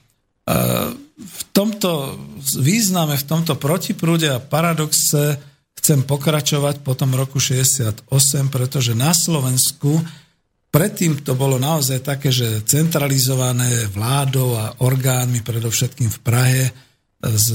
v tomto význame, v tomto protiprúde a paradoxe chcem pokračovať po tom roku šesťdesiatosem, pretože na Slovensku predtým to bolo naozaj také, že centralizované vládou a orgánmi, predovšetkým v Prahe, z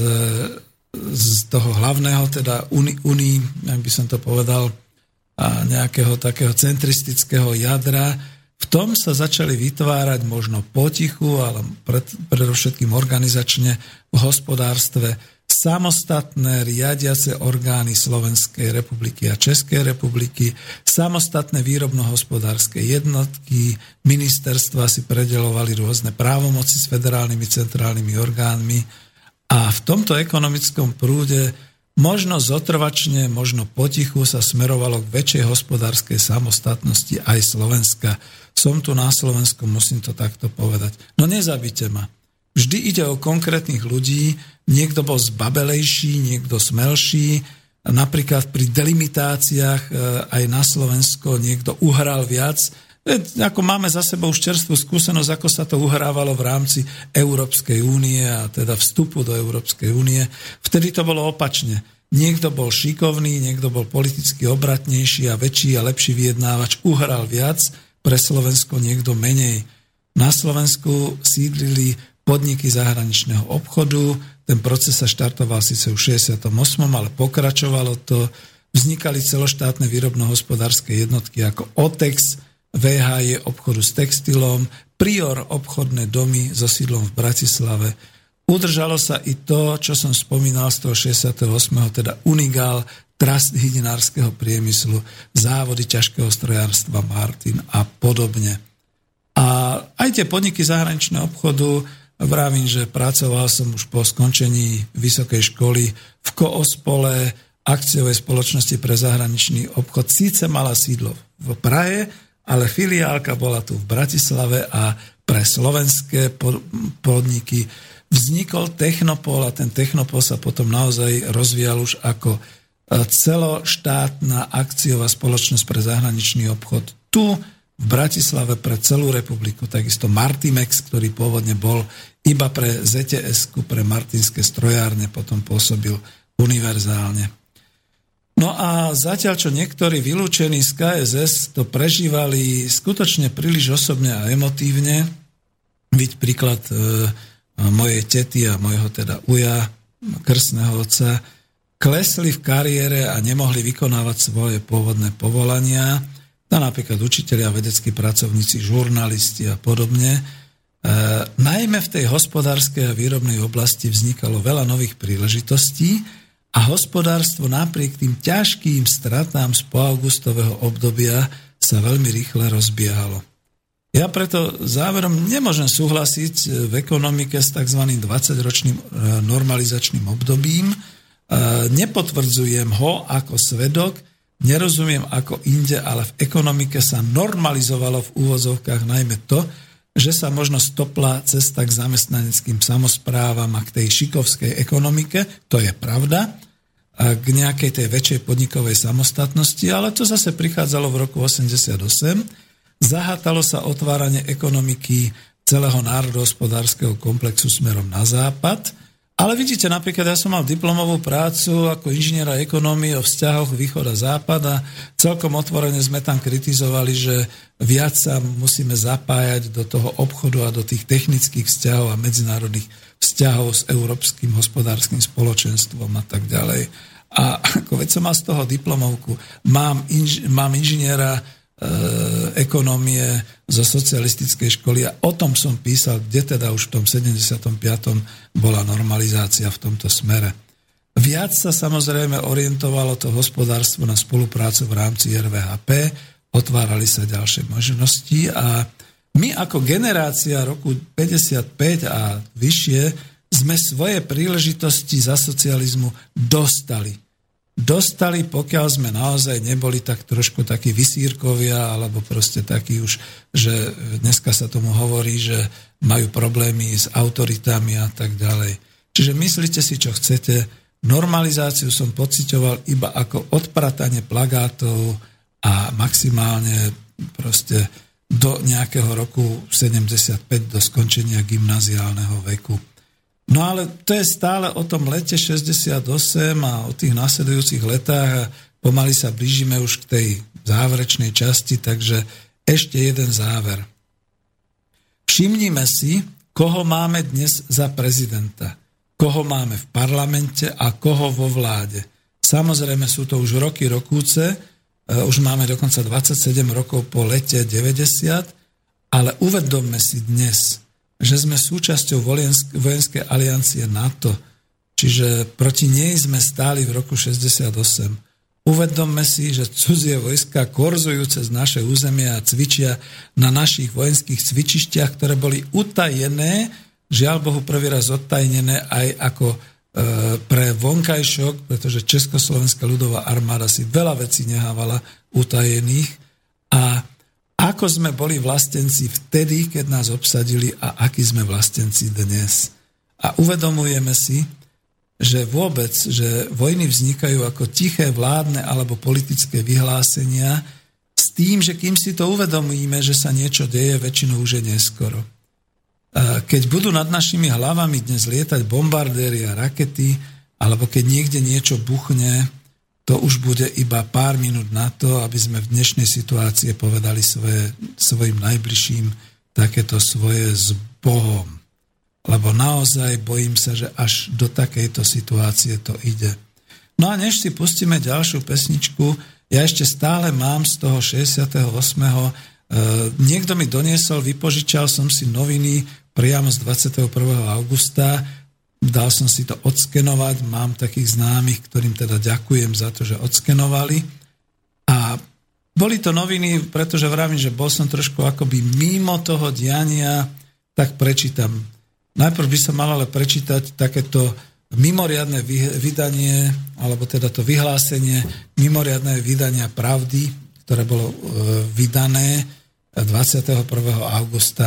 z toho hlavného, teda uni, uni, jak by som to povedal, a nejakého takého centristického jadra. V tom sa začali vytvárať možno potichu, ale pred, predovšetkým organizačne v hospodárstve samostatné riadiace orgány Slovenskej republiky a Českej republiky, samostatné výrobno-hospodárske jednotky, ministerstva si predelovali rôzne právomoci s federálnymi centrálnymi orgánmi. A v tomto ekonomickom prúde možno zotrvačne, možno potichu sa smerovalo k väčšej hospodárskej samostatnosti aj Slovenska. Som tu na Slovensku, musím to takto povedať. No nezabite ma. Vždy ide o konkrétnych ľudí, niekto bol zbabelejší, niekto smelší, napríklad pri delimitáciách aj na Slovensko niekto uhral viac. Ako máme za sebou už čerstvú skúsenosť, ako sa to uhrávalo v rámci Európskej únie a teda vstupu do Európskej únie. Vtedy to bolo opačne. Niekto bol šikovný, niekto bol politicky obratnejší a väčší a lepší vyjednávač, uhral viac, pre Slovensko niekto menej. Na Slovensku sídlili podniky zahraničného obchodu, ten proces sa štartoval síce už v šesťdesiatom ôsmom, ale pokračovalo to. Vznikali celoštátne výrobno-hospodárske jednotky ako Otex, vé há jé obchodu s textilom, Prior obchodné domy so sídlom v Bratislave. Udržalo sa i to, čo som spomínal z toho šesťdesiateho ôsmeho teda Unigal, Trust hydinárskeho priemyslu, závody ťažkého strojárstva Martin a podobne. A aj tie podniky zahraničného obchodu, vravím, že pracoval som už po skončení vysokej školy v Koospole akciovej spoločnosti pre zahraničný obchod. Síce mala sídlo v Prahe, ale filiálka bola tu v Bratislave a pre slovenské podniky vznikol Technopol a ten Technopol sa potom naozaj rozvíjal už ako celoštátna akciová spoločnosť pre zahraničný obchod tu v Bratislave pre celú republiku. Takisto Martimex, ktorý pôvodne bol iba pre zet té esku, pre martinské strojárne, potom pôsobil univerzálne. No a zatiaľ, čo niektorí vylúčení z ká es es to prežívali skutočne príliš osobne a emotívne, vidť príklad e, mojej tety a mojho teda uja, krstného otca, klesli v kariére a nemohli vykonávať svoje pôvodné povolania, no napríklad učitelia, vedeckí pracovníci, žurnalisti a podobne. E, najmä v tej hospodárskej a výrobnej oblasti vznikalo veľa nových príležitostí a hospodárstvo napriek tým ťažkým stratám z poaugustového obdobia sa veľmi rýchle rozbiehalo. Ja preto záverom nemôžem súhlasiť v ekonomike s tzv. dvadsaťročným normalizačným obdobím. Nepotvrdzujem ho ako svedok, nerozumiem ako inde, ale v ekonomike sa normalizovalo v úvozovkách najmä to, že sa možno stopla cesta k zamestnaneckým samosprávam a k tej šikovskej ekonomike, to je pravda, a k nejakej tej väčšej podnikovej samostatnosti, ale to zase prichádzalo v roku osemdesiatosem. Zahátalo sa otváranie ekonomiky celého národohospodárskeho komplexu smerom na západ, ale vidíte, napríklad ja som mal diplomovú prácu ako inžiniera ekonómie o vzťahoch východ a západ a celkom otvorene sme tam kritizovali, že viac sa musíme zapájať do toho obchodu a do tých technických vzťahov a medzinárodných vzťahov s európskym hospodárskym spoločenstvom a tak ďalej. A ako veď som mal z toho diplomovku, mám, inž, mám inžiniera ekonómie zo socialistickej školy a o tom som písal, kde teda už v tom sedemdesiatom piatom bola normalizácia v tomto smere. Viac sa samozrejme orientovalo to hospodárstvo na spoluprácu v rámci er vé há pé, otvárali sa ďalšie možnosti a my ako generácia roku päťdesiatpäť a vyššie sme svoje príležitosti za socializmu dostali. Dostali, pokiaľ sme naozaj neboli tak trošku takí vysírkovia, alebo proste takí už, že dneska sa tomu hovorí, že majú problémy s autoritami a tak ďalej. Čiže myslíte si, čo chcete. Normalizáciu som pociťoval iba ako odpratanie plagátov a maximálne proste do nejakého roku sedemdesiatpäť, do skončenia gymnaziálneho veku. No ale to je stále o tom lete šesťdesiatosem a o tých nasledujúcich letách a pomaly sa blížime už k tej záverečnej časti, takže ešte jeden záver. Všimnime si, koho máme dnes za prezidenta, koho máme v parlamente a koho vo vláde. Samozrejme sú to už roky rokúce, už máme dokonca dvadsaťsedem rokov po lete deväťdesiat, ale uvedomme si dnes, že sme súčasťou vojenskej aliancie NATO, čiže proti nej sme stáli v roku šesťdesiatosem. Uvedomme si, že cudzie vojska korzujúce z naše územie a cvičia na našich vojenských cvičištiach, ktoré boli utajené, žiaľ Bohu prvý raz odtajnené aj ako e, pre vonkajšok, pretože Československá ľudová armáda si veľa vecí nehávala utajených a ako sme boli vlastenci vtedy, keď nás obsadili a akí sme vlastenci dnes. A uvedomujeme si, že vôbec, že vojny vznikajú ako tiché vládne alebo politické vyhlásenia s tým, že kým si to uvedomíme, že sa niečo deje, väčšinou už je neskoro. Keď budú nad našimi hlavami dnes lietať bombardéry a rakety, alebo keď niekde niečo buchne, to už bude iba pár minút na to, aby sme v dnešnej situácii povedali svoje, svojim najbližším takéto svoje s Bohom. Lebo naozaj bojím sa, že až do takejto situácie to ide. No a než si pustíme ďalšiu pesničku, ja ešte stále mám z toho šesťdesiateho ôsmeho Niekto mi doniesol, vypožičal som si noviny priamo z dvadsiateho prvého augusta, dal som si to odskenovať, mám takých známych, ktorým teda ďakujem za to, že odskenovali. A boli to noviny, pretože vravím, že bol som trošku akoby mimo toho diania, tak prečítam. Najprv by som mal ale prečítať takéto mimoriadne vydanie, alebo teda to vyhlásenie mimoriadne vydania Pravdy, ktoré bolo vydané dvadsiateho prvého augusta.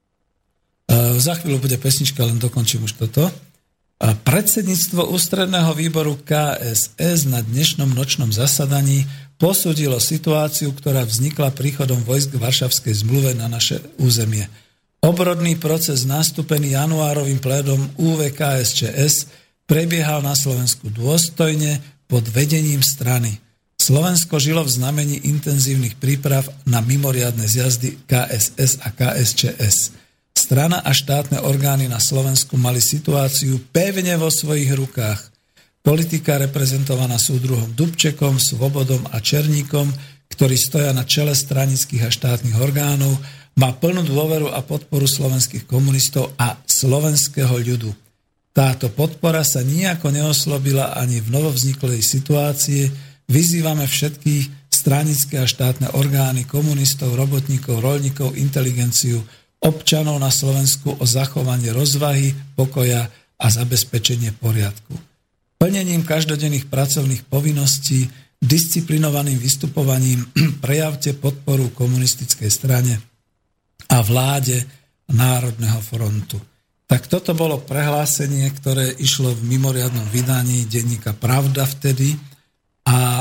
Za chvíľu bude pesnička, len dokončím už toto. Predsedníctvo ústredného výboru ká es es na dnešnom nočnom zasadaní posúdilo situáciu, ktorá vznikla príchodom vojsk Varšavskej zmluve na naše územie. Obrodný proces nastúpený januárovým plédom ú vé ká es čé es prebiehal na Slovensku dôstojne pod vedením strany. Slovensko žilo v znamení intenzívnych príprav na mimoriadne zjazdy ká es es a ká es čé es. Strana a štátne orgány na Slovensku mali situáciu pevne vo svojich rukách. Politika reprezentovaná súdruhom Dubčekom, Svobodom a Černíkom, ktorí stoja na čele stranických a štátnych orgánov, má plnú dôveru a podporu slovenských komunistov a slovenského ľudu. Táto podpora sa nijako neoslobila ani v novovzniklej situácii. Vyzývame všetkých stranické a štátne orgány, komunistov, robotníkov, roľníkov, inteligenciu, občanov na Slovensku o zachovanie rozvahy, pokoja a zabezpečenie poriadku. Plnením každodenných pracovných povinností, disciplinovaným vystupovaním prejavte podporu komunistickej strane a vláde Národného frontu. Tak toto bolo prehlásenie, ktoré išlo v mimoriadnom vydaní denníka Pravda vtedy. A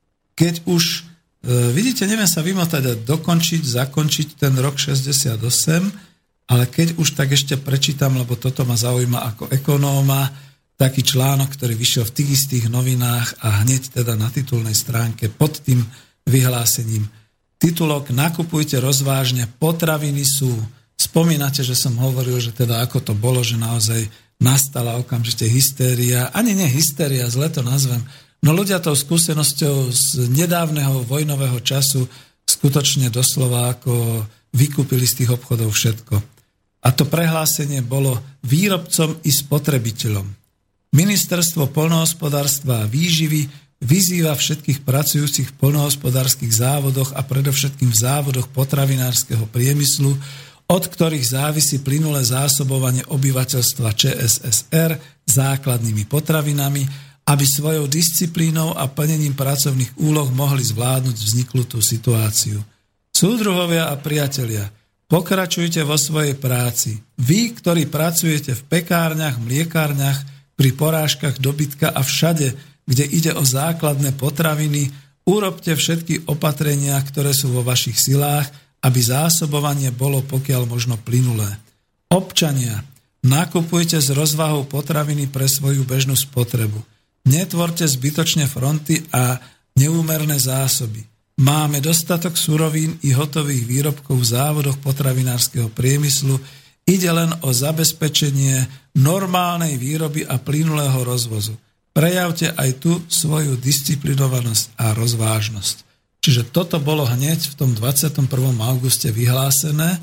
keď už vidíte, neviem sa vymotať a dokončiť, zakončiť ten rok šesťdesiatosem, ale keď už tak ešte prečítam, lebo toto ma zaujíma ako ekonóma, taký článok, ktorý vyšiel v tých istých novinách a hneď teda na titulnej stránke pod tým vyhlásením. Titulok Nakupujte rozvážne, potraviny sú. Spomínate, že som hovoril, že teda ako to bolo, že naozaj nastala okamžite hystéria, ani nie hystéria, zle to nazvem. No ľudia tou skúsenosťou z nedávneho vojnového času skutočne doslova ako vykúpili z tých obchodov všetko. A to prehlásenie bolo výrobcom i spotrebiteľom. Ministerstvo poľnohospodárstva a výživy vyzýva všetkých pracujúcich v poľnohospodárskych závodoch a predovšetkým v závodoch potravinárskeho priemyslu, od ktorých závisí plynulé zásobovanie obyvateľstva Čé es es er základnými potravinami, aby svojou disciplínou a plnením pracovných úloh mohli zvládnuť vzniklú tú situáciu. Súdruhovia a priatelia, pokračujte vo svojej práci. Vy, ktorí pracujete v pekárniach, mliekárniach, pri porážkach dobytka a všade, kde ide o základné potraviny, urobte všetky opatrenia, ktoré sú vo vašich silách, aby zásobovanie bolo pokiaľ možno plynulé. Občania, nakupujte s rozvahou potraviny pre svoju bežnú spotrebu. Netvorte zbytočne fronty a neúmerné zásoby. Máme dostatok surovín i hotových výrobkov v závodoch potravinárskeho priemyslu. Ide len o zabezpečenie normálnej výroby a plynulého rozvozu. Prejavte aj tu svoju disciplinovanosť a rozvážnosť. Čiže toto bolo hneď v tom dvadsiatom prvom auguste vyhlásené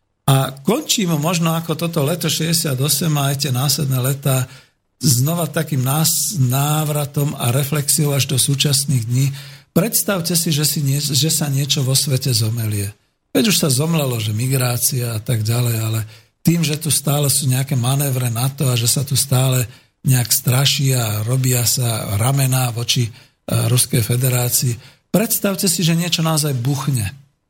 a končíme možno ako toto leto šesťdesiatosem a aj tie následné letá znova takým nás, návratom a reflexiou až do súčasných dní. Predstavte si, že, si nie, že sa niečo vo svete zomelie. Veď už sa zomlelo, že migrácia a tak ďalej, ale tým, že tu stále sú nejaké manévre na to a že sa tu stále nejak straší a robia sa ramená voči Ruskej federácii, predstavte si, že niečo naozaj buchne.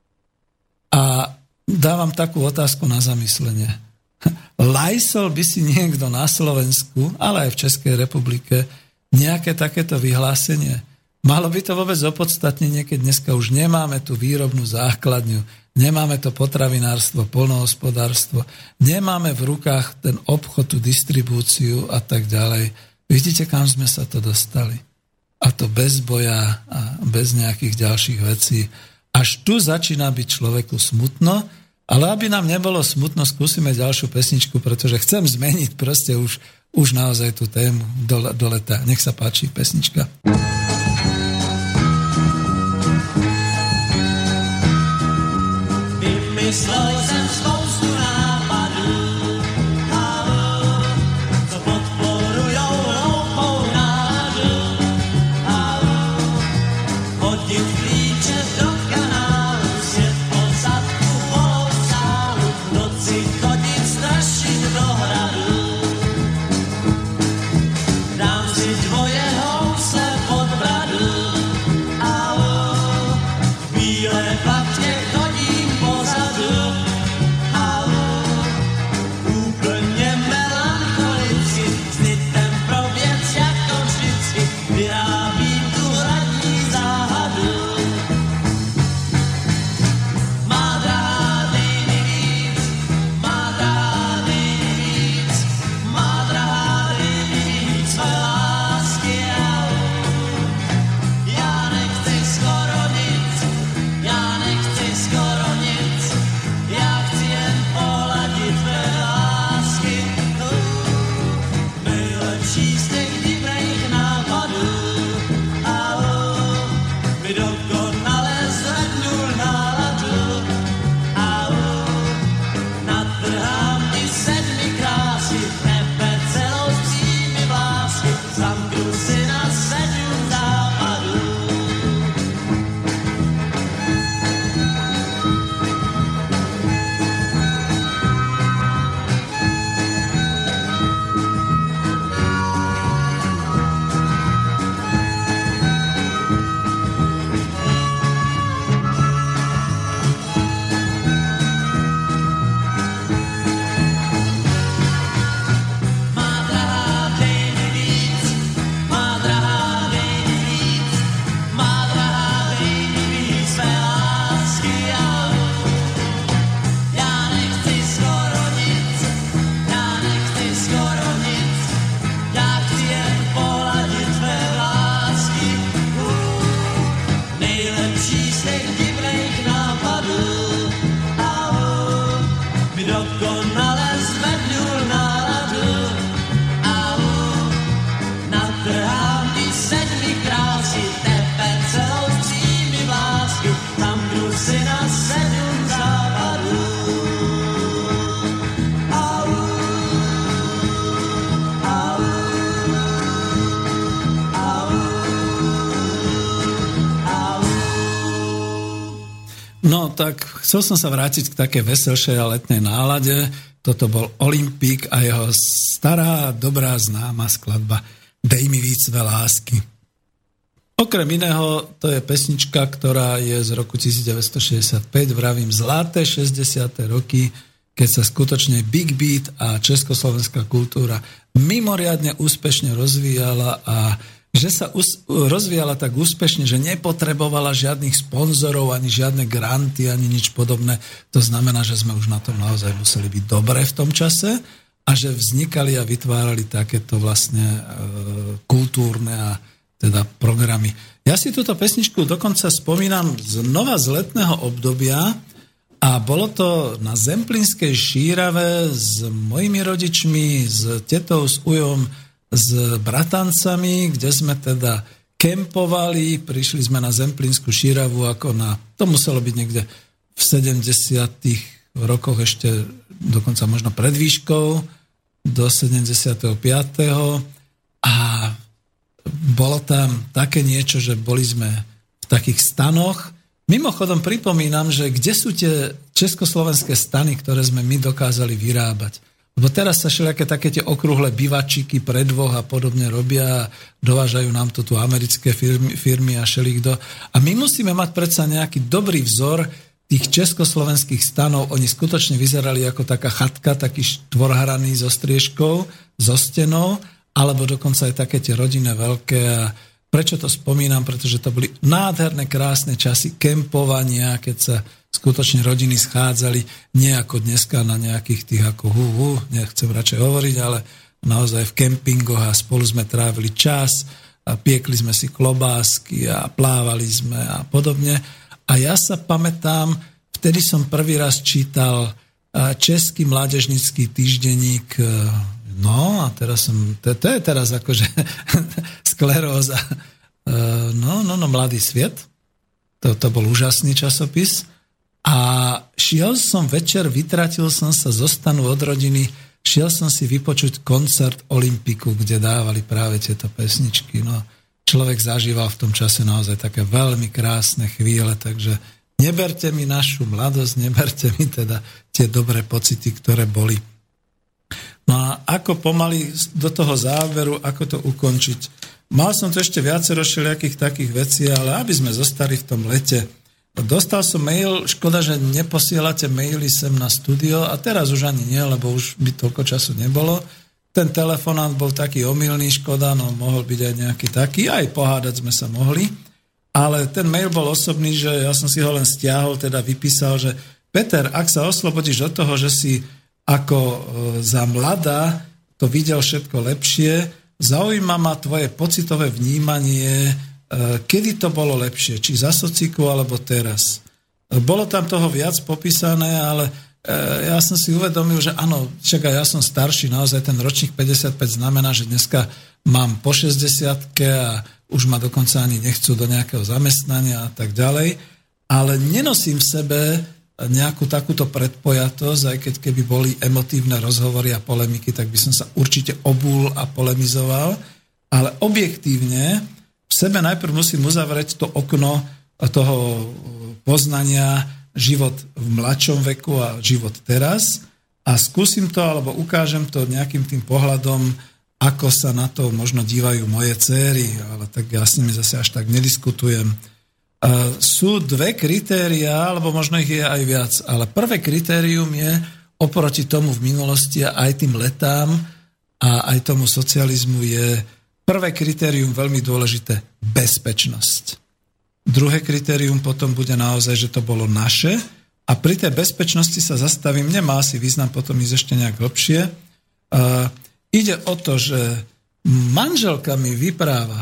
A dávam takú otázku na zamyslenie. Lajsol by si niekto na Slovensku, ale aj v Českej republike, nejaké takéto vyhlásenie? Malo by to vôbec opodstatnenie, keď dneska už nemáme tú výrobnú základňu, nemáme to potravinárstvo, poľnohospodárstvo, nemáme v rukách ten obchod, tú distribúciu a tak ďalej. Vidíte, kam sme sa to dostali? A to bez boja a bez nejakých ďalších vecí. Až tu začína byť človeku smutno. Ale aby nám nebolo smutno, skúsime ďalšiu pesničku, pretože chcem zmeniť proste už, už naozaj tú tému do, do leta. Nech sa páči pesnička. Vymyslel jsem spoustu nápadů, co podporujou hloupou náladu. Hodit klíče do kanálu, svět pod zadku volou sálu, v noci chodit strašit do hradu. dokonale zvedl náladu. Au, natrhám ti sedmi krásy, tebe celou střími vlásky, tam jdu si na sedm západů. Au, au, au, au. No tak chcel som sa vrátiť k takej veselšej a letnej nálade. Toto bol Olympik a jeho stará, dobrá, známa skladba Dej mi víc své lásky. Okrem iného, to je pesnička, ktorá je z roku devätnásťstošesťdesiatpäť, vravím zlaté šesťdesiate roky, keď sa skutočne Big Beat a československá kultúra mimoriadne úspešne rozvíjala a že sa us- rozvíjala tak úspešne, že nepotrebovala žiadnych sponzorov, ani žiadne granty, ani nič podobné. To znamená, že sme už na tom naozaj museli byť dobre v tom čase a že vznikali a vytvárali takéto vlastne e, kultúrne a teda programy. Ja si túto pesničku dokonca spomínam znova z letného obdobia a bolo to na Zemplínskej Šírave s mojimi rodičmi, s tetou, s ujom, s bratancami, kde sme teda kempovali, prišli sme na Zemplínsku Šíravu ako na, to muselo byť niekde v sedemdesiatych rokoch ešte dokonca možno pred výškou do sedemdesiateho piateho a bolo tam také niečo, že boli sme v takých stanoch. Mimochodom pripomínam, že kde sú tie československé stany, ktoré sme my dokázali vyrábať. Lebo teraz sa všelijaké také tie okrúhle bivačiky pre dvoch a podobne robia a dovážajú nám to tu americké firmy, firmy a šelikdo. A my musíme mať predsa nejaký dobrý vzor tých československých stanov. Oni skutočne vyzerali ako taká chatka, taký štvorhraný so striežkou, so stenou, alebo dokonca aj také tie rodinné veľké. A prečo to spomínam? Pretože to boli nádherné, krásne časy kempovania, keď sa skutočne rodiny schádzali, nie ako dneska na nejakých tých ako hu, hu, nechcem radšej hovoriť, ale naozaj v kempingoch a spolu sme trávili čas a piekli sme si klobásky a plávali sme a podobne. A ja sa pamätám, vtedy som prvý raz čítal český mládežnický týždenník, no a teraz som, to, to je teraz akože skleróza, no, no, no, Mladý sviet, to, to bol úžasný časopis. A šiel som večer, vytratil som sa zo stanu od rodiny, šiel som si vypočuť koncert Olympiku, kde dávali práve tieto pesničky. No, človek zažíval v tom čase naozaj také veľmi krásne chvíle, takže neberte mi našu mladosť, neberte mi teda tie dobré pocity, ktoré boli. No a ako pomaly do toho záveru, ako to ukončiť? Mal som tu ešte viacero všelijakých takých vecí, ale aby sme zostali v tom lete. Dostal som mail, škoda, že neposielate maily sem na studio a teraz už ani nie, lebo už by toľko času nebolo. Ten telefonát bol taký omylný, škoda, no mohol byť aj nejaký taký, aj pohádať sme sa mohli, ale ten mail bol osobný, že ja som si ho len stiahol, teda vypísal, že Peter, ak sa oslobodíš od toho, že si ako za mladá to videl všetko lepšie, zaujíma ma tvoje pocitové vnímanie, kedy to bolo lepšie, či za sociku, alebo teraz. Bolo tam toho viac popísané, ale ja som si uvedomil, že áno, čakaj, ja som starší, naozaj ten ročník päťdesiatpäť znamená, že dneska mám po šesťdesiatke a už ma dokonca ani nechcú do nejakého zamestnania a tak ďalej, ale nenosím v sebe nejakú takúto predpojatosť, aj keď keby boli emotívne rozhovory a polemiky, tak by som sa určite obúl a polemizoval, ale objektívne v sebe najprv musím uzavrieť to okno toho poznania, život v mladšom veku a život teraz a skúsim to, alebo ukážem to nejakým tým pohľadom, ako sa na to možno dívajú moje céry, ale tak ja s nimi zase až tak nediskutujem. Uh, sú dve kritériá, alebo možno ich je aj viac, ale prvé kritérium je oproti tomu v minulosti a aj tým letám a aj tomu socializmu je prvé kritérium veľmi dôležité, bezpečnosť. Druhé kritérium potom bude naozaj, že to bolo naše a pri tej bezpečnosti sa zastavím, nemá asi význam potom ísť ešte nejak hlbšie. Uh, ide o to, že manželka mi vypráva,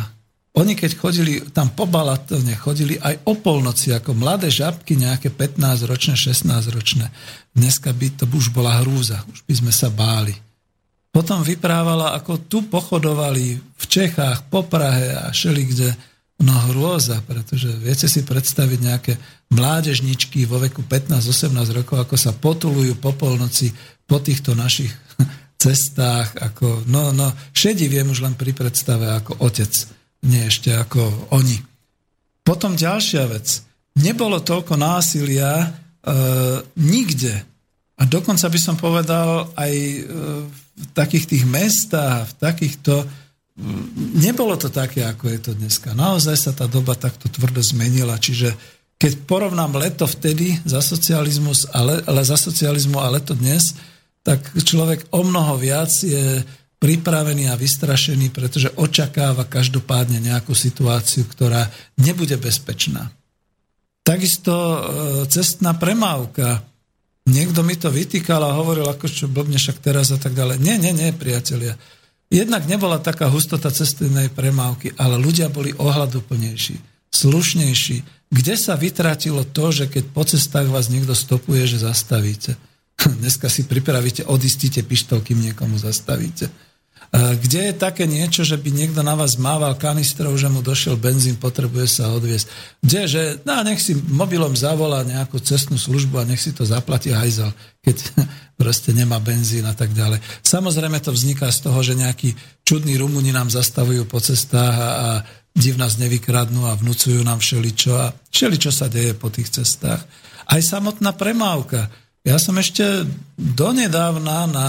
Oni keď chodili tam po Balatone, chodili aj o polnoci ako mladé žabky, nejaké pätnásťročné, šestnásťročné. Dneska by to už bola hrúza, už by sme sa báli. Potom vyprávala, ako tu pochodovali v Čechách, po Prahe a šelikde, no hrôza, pretože viete si predstaviť nejaké mládežničky vo veku pätnásť osemnásť rokov, ako sa potulujú po polnoci po týchto našich cestách, ako, no, no, šedí viem už len pri predstave ako otec, nie ešte ako oni. Potom ďalšia vec. Nebolo toľko násilia e, nikde. A dokonca by som povedal aj e, v takých tých mestách, v takýchto... Nebolo to také, ako je to dneska. Naozaj sa tá doba takto tvrdo zmenila. Čiže keď porovnám leto vtedy za socializmus, ale, ale za socializmu a leto dnes, tak človek o mnoho viac je pripravený a vystrašený, pretože očakáva každopádne nejakú situáciu, ktorá nebude bezpečná. Takisto cestná premávka. Niekto mi to vytýkal a hovoril, ako čo blbne však teraz a tak ďalej. Nie, nie, nie, priatelia. Jednak nebola taká hustota cestnej premávky, ale ľudia boli ohľaduplnejší, slušnejší. Kde sa vytratilo to, že keď po cestách vás niekto stopuje, že zastavíte? Dneska si pripravíte, odistíte pištol, kým niekomu zastavíte. Kde je také niečo, že by niekto na vás mával kanistrov, že mu došiel benzín, potrebuje sa odviesť? Kde, že no, nech si mobilom zavolá nejakú cestnú službu a nech si to zaplatí hajzel, keď proste nemá benzín a tak ďalej. Samozrejme to vzniká z toho, že nejakí čudní Rumúni nám zastavujú po cestách a, a div nás nevykradnú a vnúcujú nám všeličo a všeličo sa deje po tých cestách. Aj samotná premávka. Ja som ešte donedávna na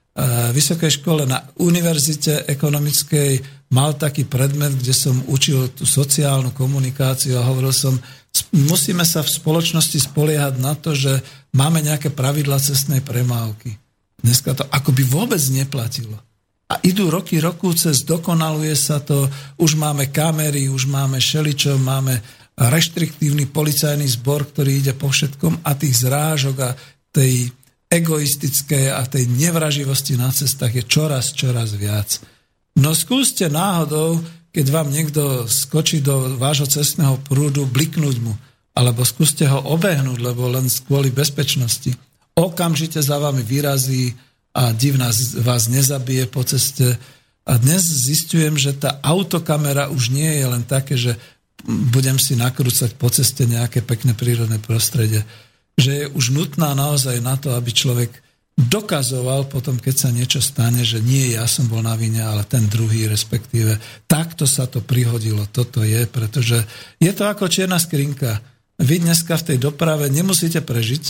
vysokej škole na univerzite ekonomickej mal taký predmet, kde som učil tú sociálnu komunikáciu a hovoril som, musíme sa v spoločnosti spoliehať na to, že máme nejaké pravidlá cestnej premávky. Dneska to akoby vôbec neplatilo. A idú roky, rokúce, zdokonaluje sa to, už máme kamery, už máme šeličo, máme reštriktívny policajný zbor, ktorý ide po všetkom a tých zrážok a tej egoistické a tej nevraživosti na cestách je čoraz, čoraz viac. No skúste náhodou, keď vám niekto skočí do vášho cestného prúdu, bliknúť mu, alebo skúste ho obehnúť, lebo len kvôli bezpečnosti. Okamžite za vami vyrazí a div nás, vás nezabije po ceste. A dnes zistujem, že tá autokamera už nie je len také, že budem si nakrúcať po ceste nejaké pekné prírodné prostredie, že je už nutná naozaj na to, aby človek dokazoval potom, keď sa niečo stane, že nie ja som bol na vine, ale ten druhý, respektíve takto sa to prihodilo, toto je, pretože je to ako čierna skrinka. Vy dneska v tej doprave nemusíte prežiť,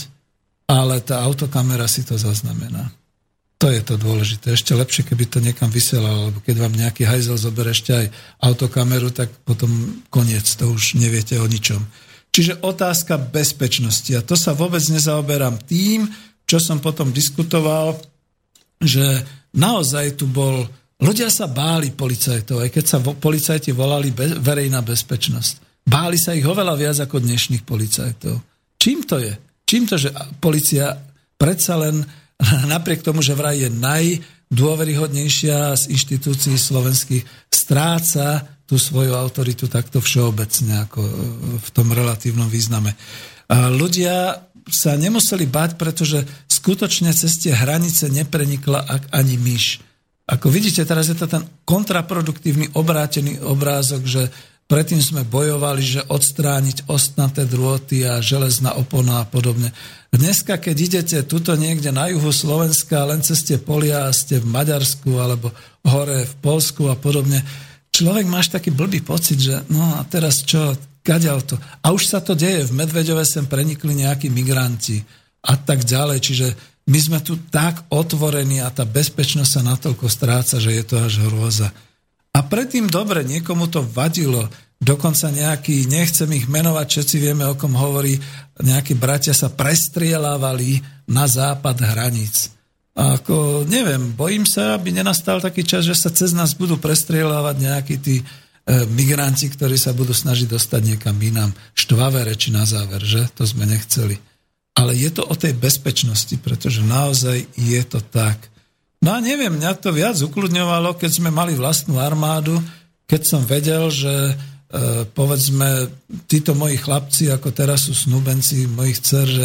ale tá autokamera si to zaznamená. To je to dôležité. Ešte lepšie, keby to niekam vysielalo, lebo keď vám nejaký hajzel zoberie ešte aj autokameru, tak potom koniec, to už neviete o ničom. Čiže otázka bezpečnosti. A to sa vôbec nezaoberám tým, čo som potom diskutoval, že naozaj tu bol... Ľudia sa báli policajtov, aj keď sa vo, policajti volali be, verejná bezpečnosť. Báli sa ich oveľa viac ako dnešných policajtov. Čím to je? Čím to, že polícia predsa len napriek tomu, že vraj je najdôveryhodnejšia z inštitúcií slovenských, stráca tú svoju autoritu takto všeobecne, ako v tom relatívnom význame. A ľudia sa nemuseli báť, pretože skutočne cez tie hranice neprenikla ani myš. Ako vidíte, teraz je to ten kontraproduktívny obrátený obrázok, že predtým sme bojovali, že odstrániť ostnaté drôty a železná opona a podobne. Dneska, keď idete tuto niekde na juhu Slovenska, len cez tie polia a ste v Maďarsku alebo hore v Poľsku a podobne, človek máš taký blbý pocit, že no a teraz čo, kaďal to. A už sa to deje, v Medveďove sem prenikli nejakí migranti a tak ďalej, čiže my sme tu tak otvorení a tá bezpečnosť sa natoľko stráca, že je to až hrôza. A predtým dobre, niekomu to vadilo, dokonca nejaký, nechcem ich menovať, všetci vieme, o kom hovorí, nejakí bratia sa prestrieľávali na západ hraníc. A ako, neviem, bojím sa, aby nenastal taký čas, že sa cez nás budú prestrieľávať nejakí tí e, migranti, ktorí sa budú snažiť dostať niekam inám. Štvavé reči na záver, že? To sme nechceli. Ale je to o tej bezpečnosti, pretože naozaj je to tak. No a neviem, mňa to viac ukludňovalo, keď sme mali vlastnú armádu, keď som vedel, že povedzme, títo moji chlapci, ako teraz sú snúbenci mojich dcer, že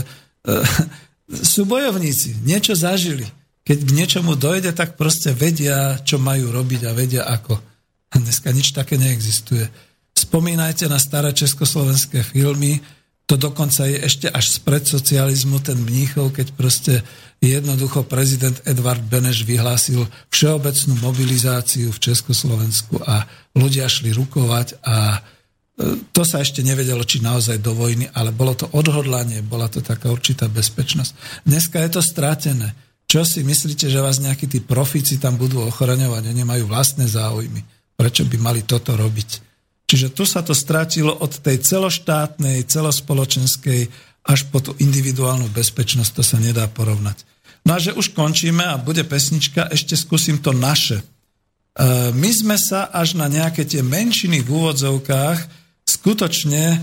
sú bojovníci, niečo zažili. Keď k niečomu dojde, tak proste vedia, čo majú robiť a vedia ako. A dneska nič také neexistuje. Spomínajte na staré československé filmy, to dokonca je ešte až spred socializmu ten Mníchov, keď proste jednoducho prezident Edvard Beneš vyhlásil všeobecnú mobilizáciu v Československu a ľudia šli rukovať a to sa ešte nevedelo, či naozaj do vojny, ale bolo to odhodlanie, bola to taká určitá bezpečnosť. Dneska je to stratené. Čo si myslíte, že vás nejakí tí profíci tam budú ochraňovať? Oni majú vlastné záujmy. Prečo by mali toto robiť? Čiže tu sa to stratilo od tej celoštátnej, celospoločenskej až po tú individuálnu bezpečnosť, to sa nedá porovnať. No a že už končíme a bude pesnička, ešte skúsim to naše. My sme sa až na nejaké tie menšiny v úvodzovkách skutočne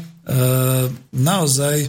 naozaj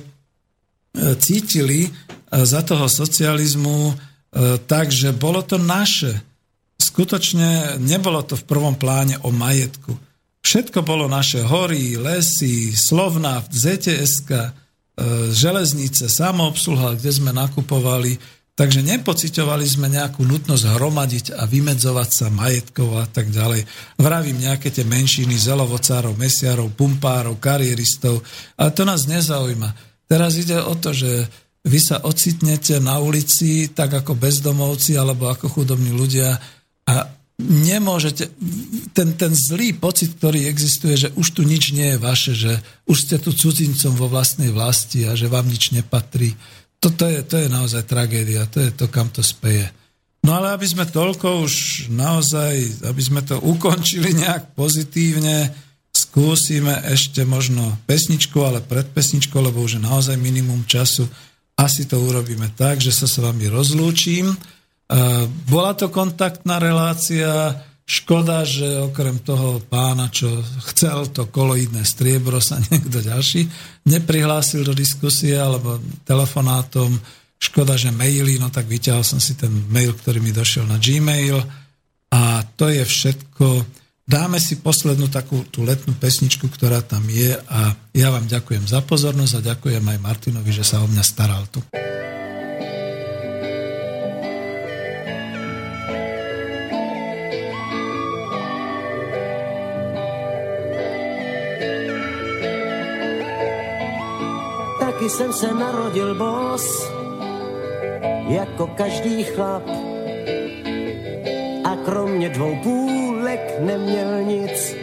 cítili za toho socializmu tak, že bolo to naše. Skutočne nebolo to v prvom pláne o majetku. Všetko bolo naše, hory, lesy, Slovnaft, zet té eska, železnice, samoobsluha, kde sme nakupovali. Takže nepociťovali sme nejakú nutnosť hromadiť a vymedzovať sa majetkovo a tak ďalej. Vravím nejaké tie menšiny zelovocárov, mesiarov, pumpárov, karieristov, ale to nás nezaujíma. Teraz ide o to, že vy sa ocitnete na ulici tak ako bezdomovci alebo ako chudobní ľudia a nemôžete, ten, ten zlý pocit, ktorý existuje, že už tu nič nie je vaše, že už ste tu cudzincom vo vlastnej vlasti a že vám nič nepatrí. Toto je, to je naozaj tragédia, to je to, kam to speje. No ale aby sme toľko už naozaj, aby sme to ukončili nejak pozitívne, skúsime ešte možno pesničku, ale pred pesničkou, lebo už je naozaj minimum času. Asi to urobíme tak, že sa s vami rozlúčim. Bola to kontaktná relácia, škoda, že okrem toho pána, čo chcel to koloidné striebro, sa niekto ďalší neprihlásil do diskusie alebo telefonátom. Škoda, že maily, no tak vyťahol som si ten mail, ktorý mi došiel na Gmail a to je všetko. Dáme si poslednú takú tú letnú pesničku, ktorá tam je a ja vám ďakujem za pozornosť a ďakujem aj Martinovi, že sa o mňa staral tu. Taky jsem se narodil bos, jako každý chlap. A kromě dvou půlek neměl nic.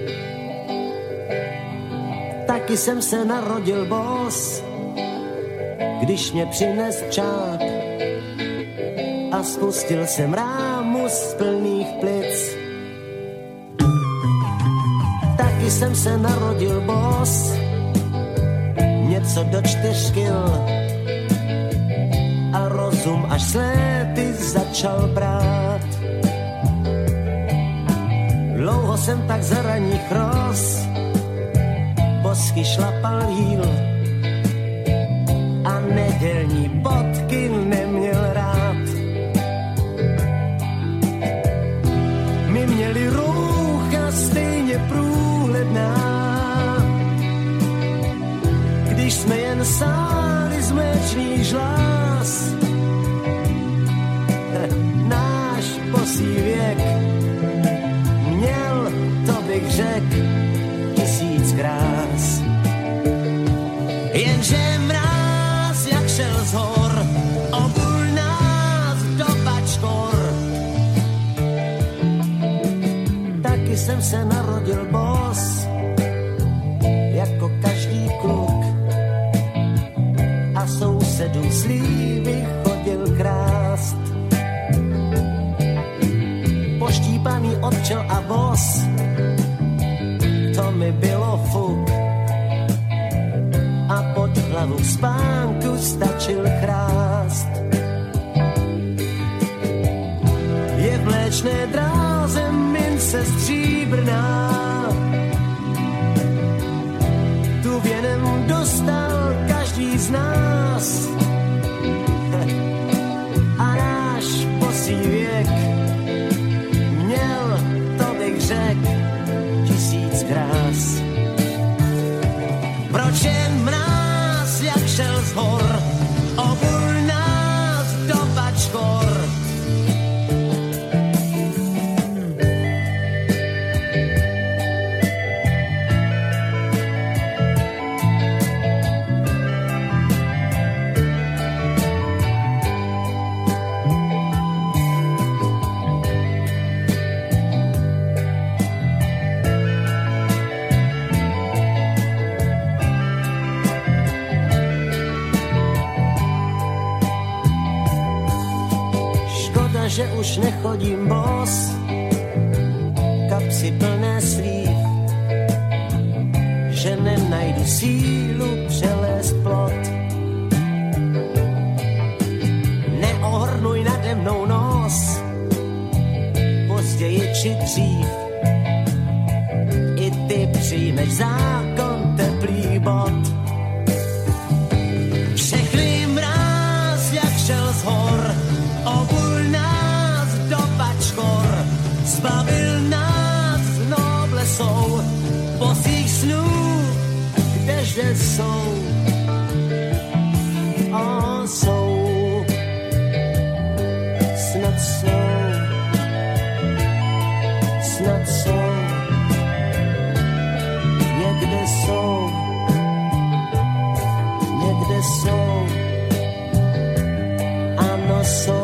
Taky jsem se narodil bos, když mě přines čáp. A spustil jsem rámu z plných plic. Taky jsem se narodil bos, něco do čtyř kil a rozum až sléty začal brát. Dlouho jsem tak za raních roz bosky šlapal jíl a nedělní bodky neměl rád. My měli roucha stejně průhledná, když jsme jen sáli z mléčných žláz. Náš bosý věk měl, to bych řekl, tisíc krás. Jenže mráz, jak šel z hor, obul nás do bačkor. Taky jsem se narodil bos, jako každý kluk. A sousedů slívy chodil krást. Poštípaný od čel a bos, to mi bylo fuk. A pod hlavu v spánku stačil chrást. Je v mléčné dráze mince stříbrná, tu věnem dostal každý z nás. A náš bosý věk měl, to bych řekl, Možná, že už nechodím bos, kapsy plné slív, že nenajdu sílu přelézt plot. Neohrnuj nade mnou nos, později či dřív, i ty přijmeš zákon teplý bod. Všechny mráz, jak šel z hor, obul nás do pačkor, zbavil nás noblesou, bosých snů, kdeže jsou, o, jsou, snad jsou, snad jsou, někde jsou, někde jsou, ano jsou.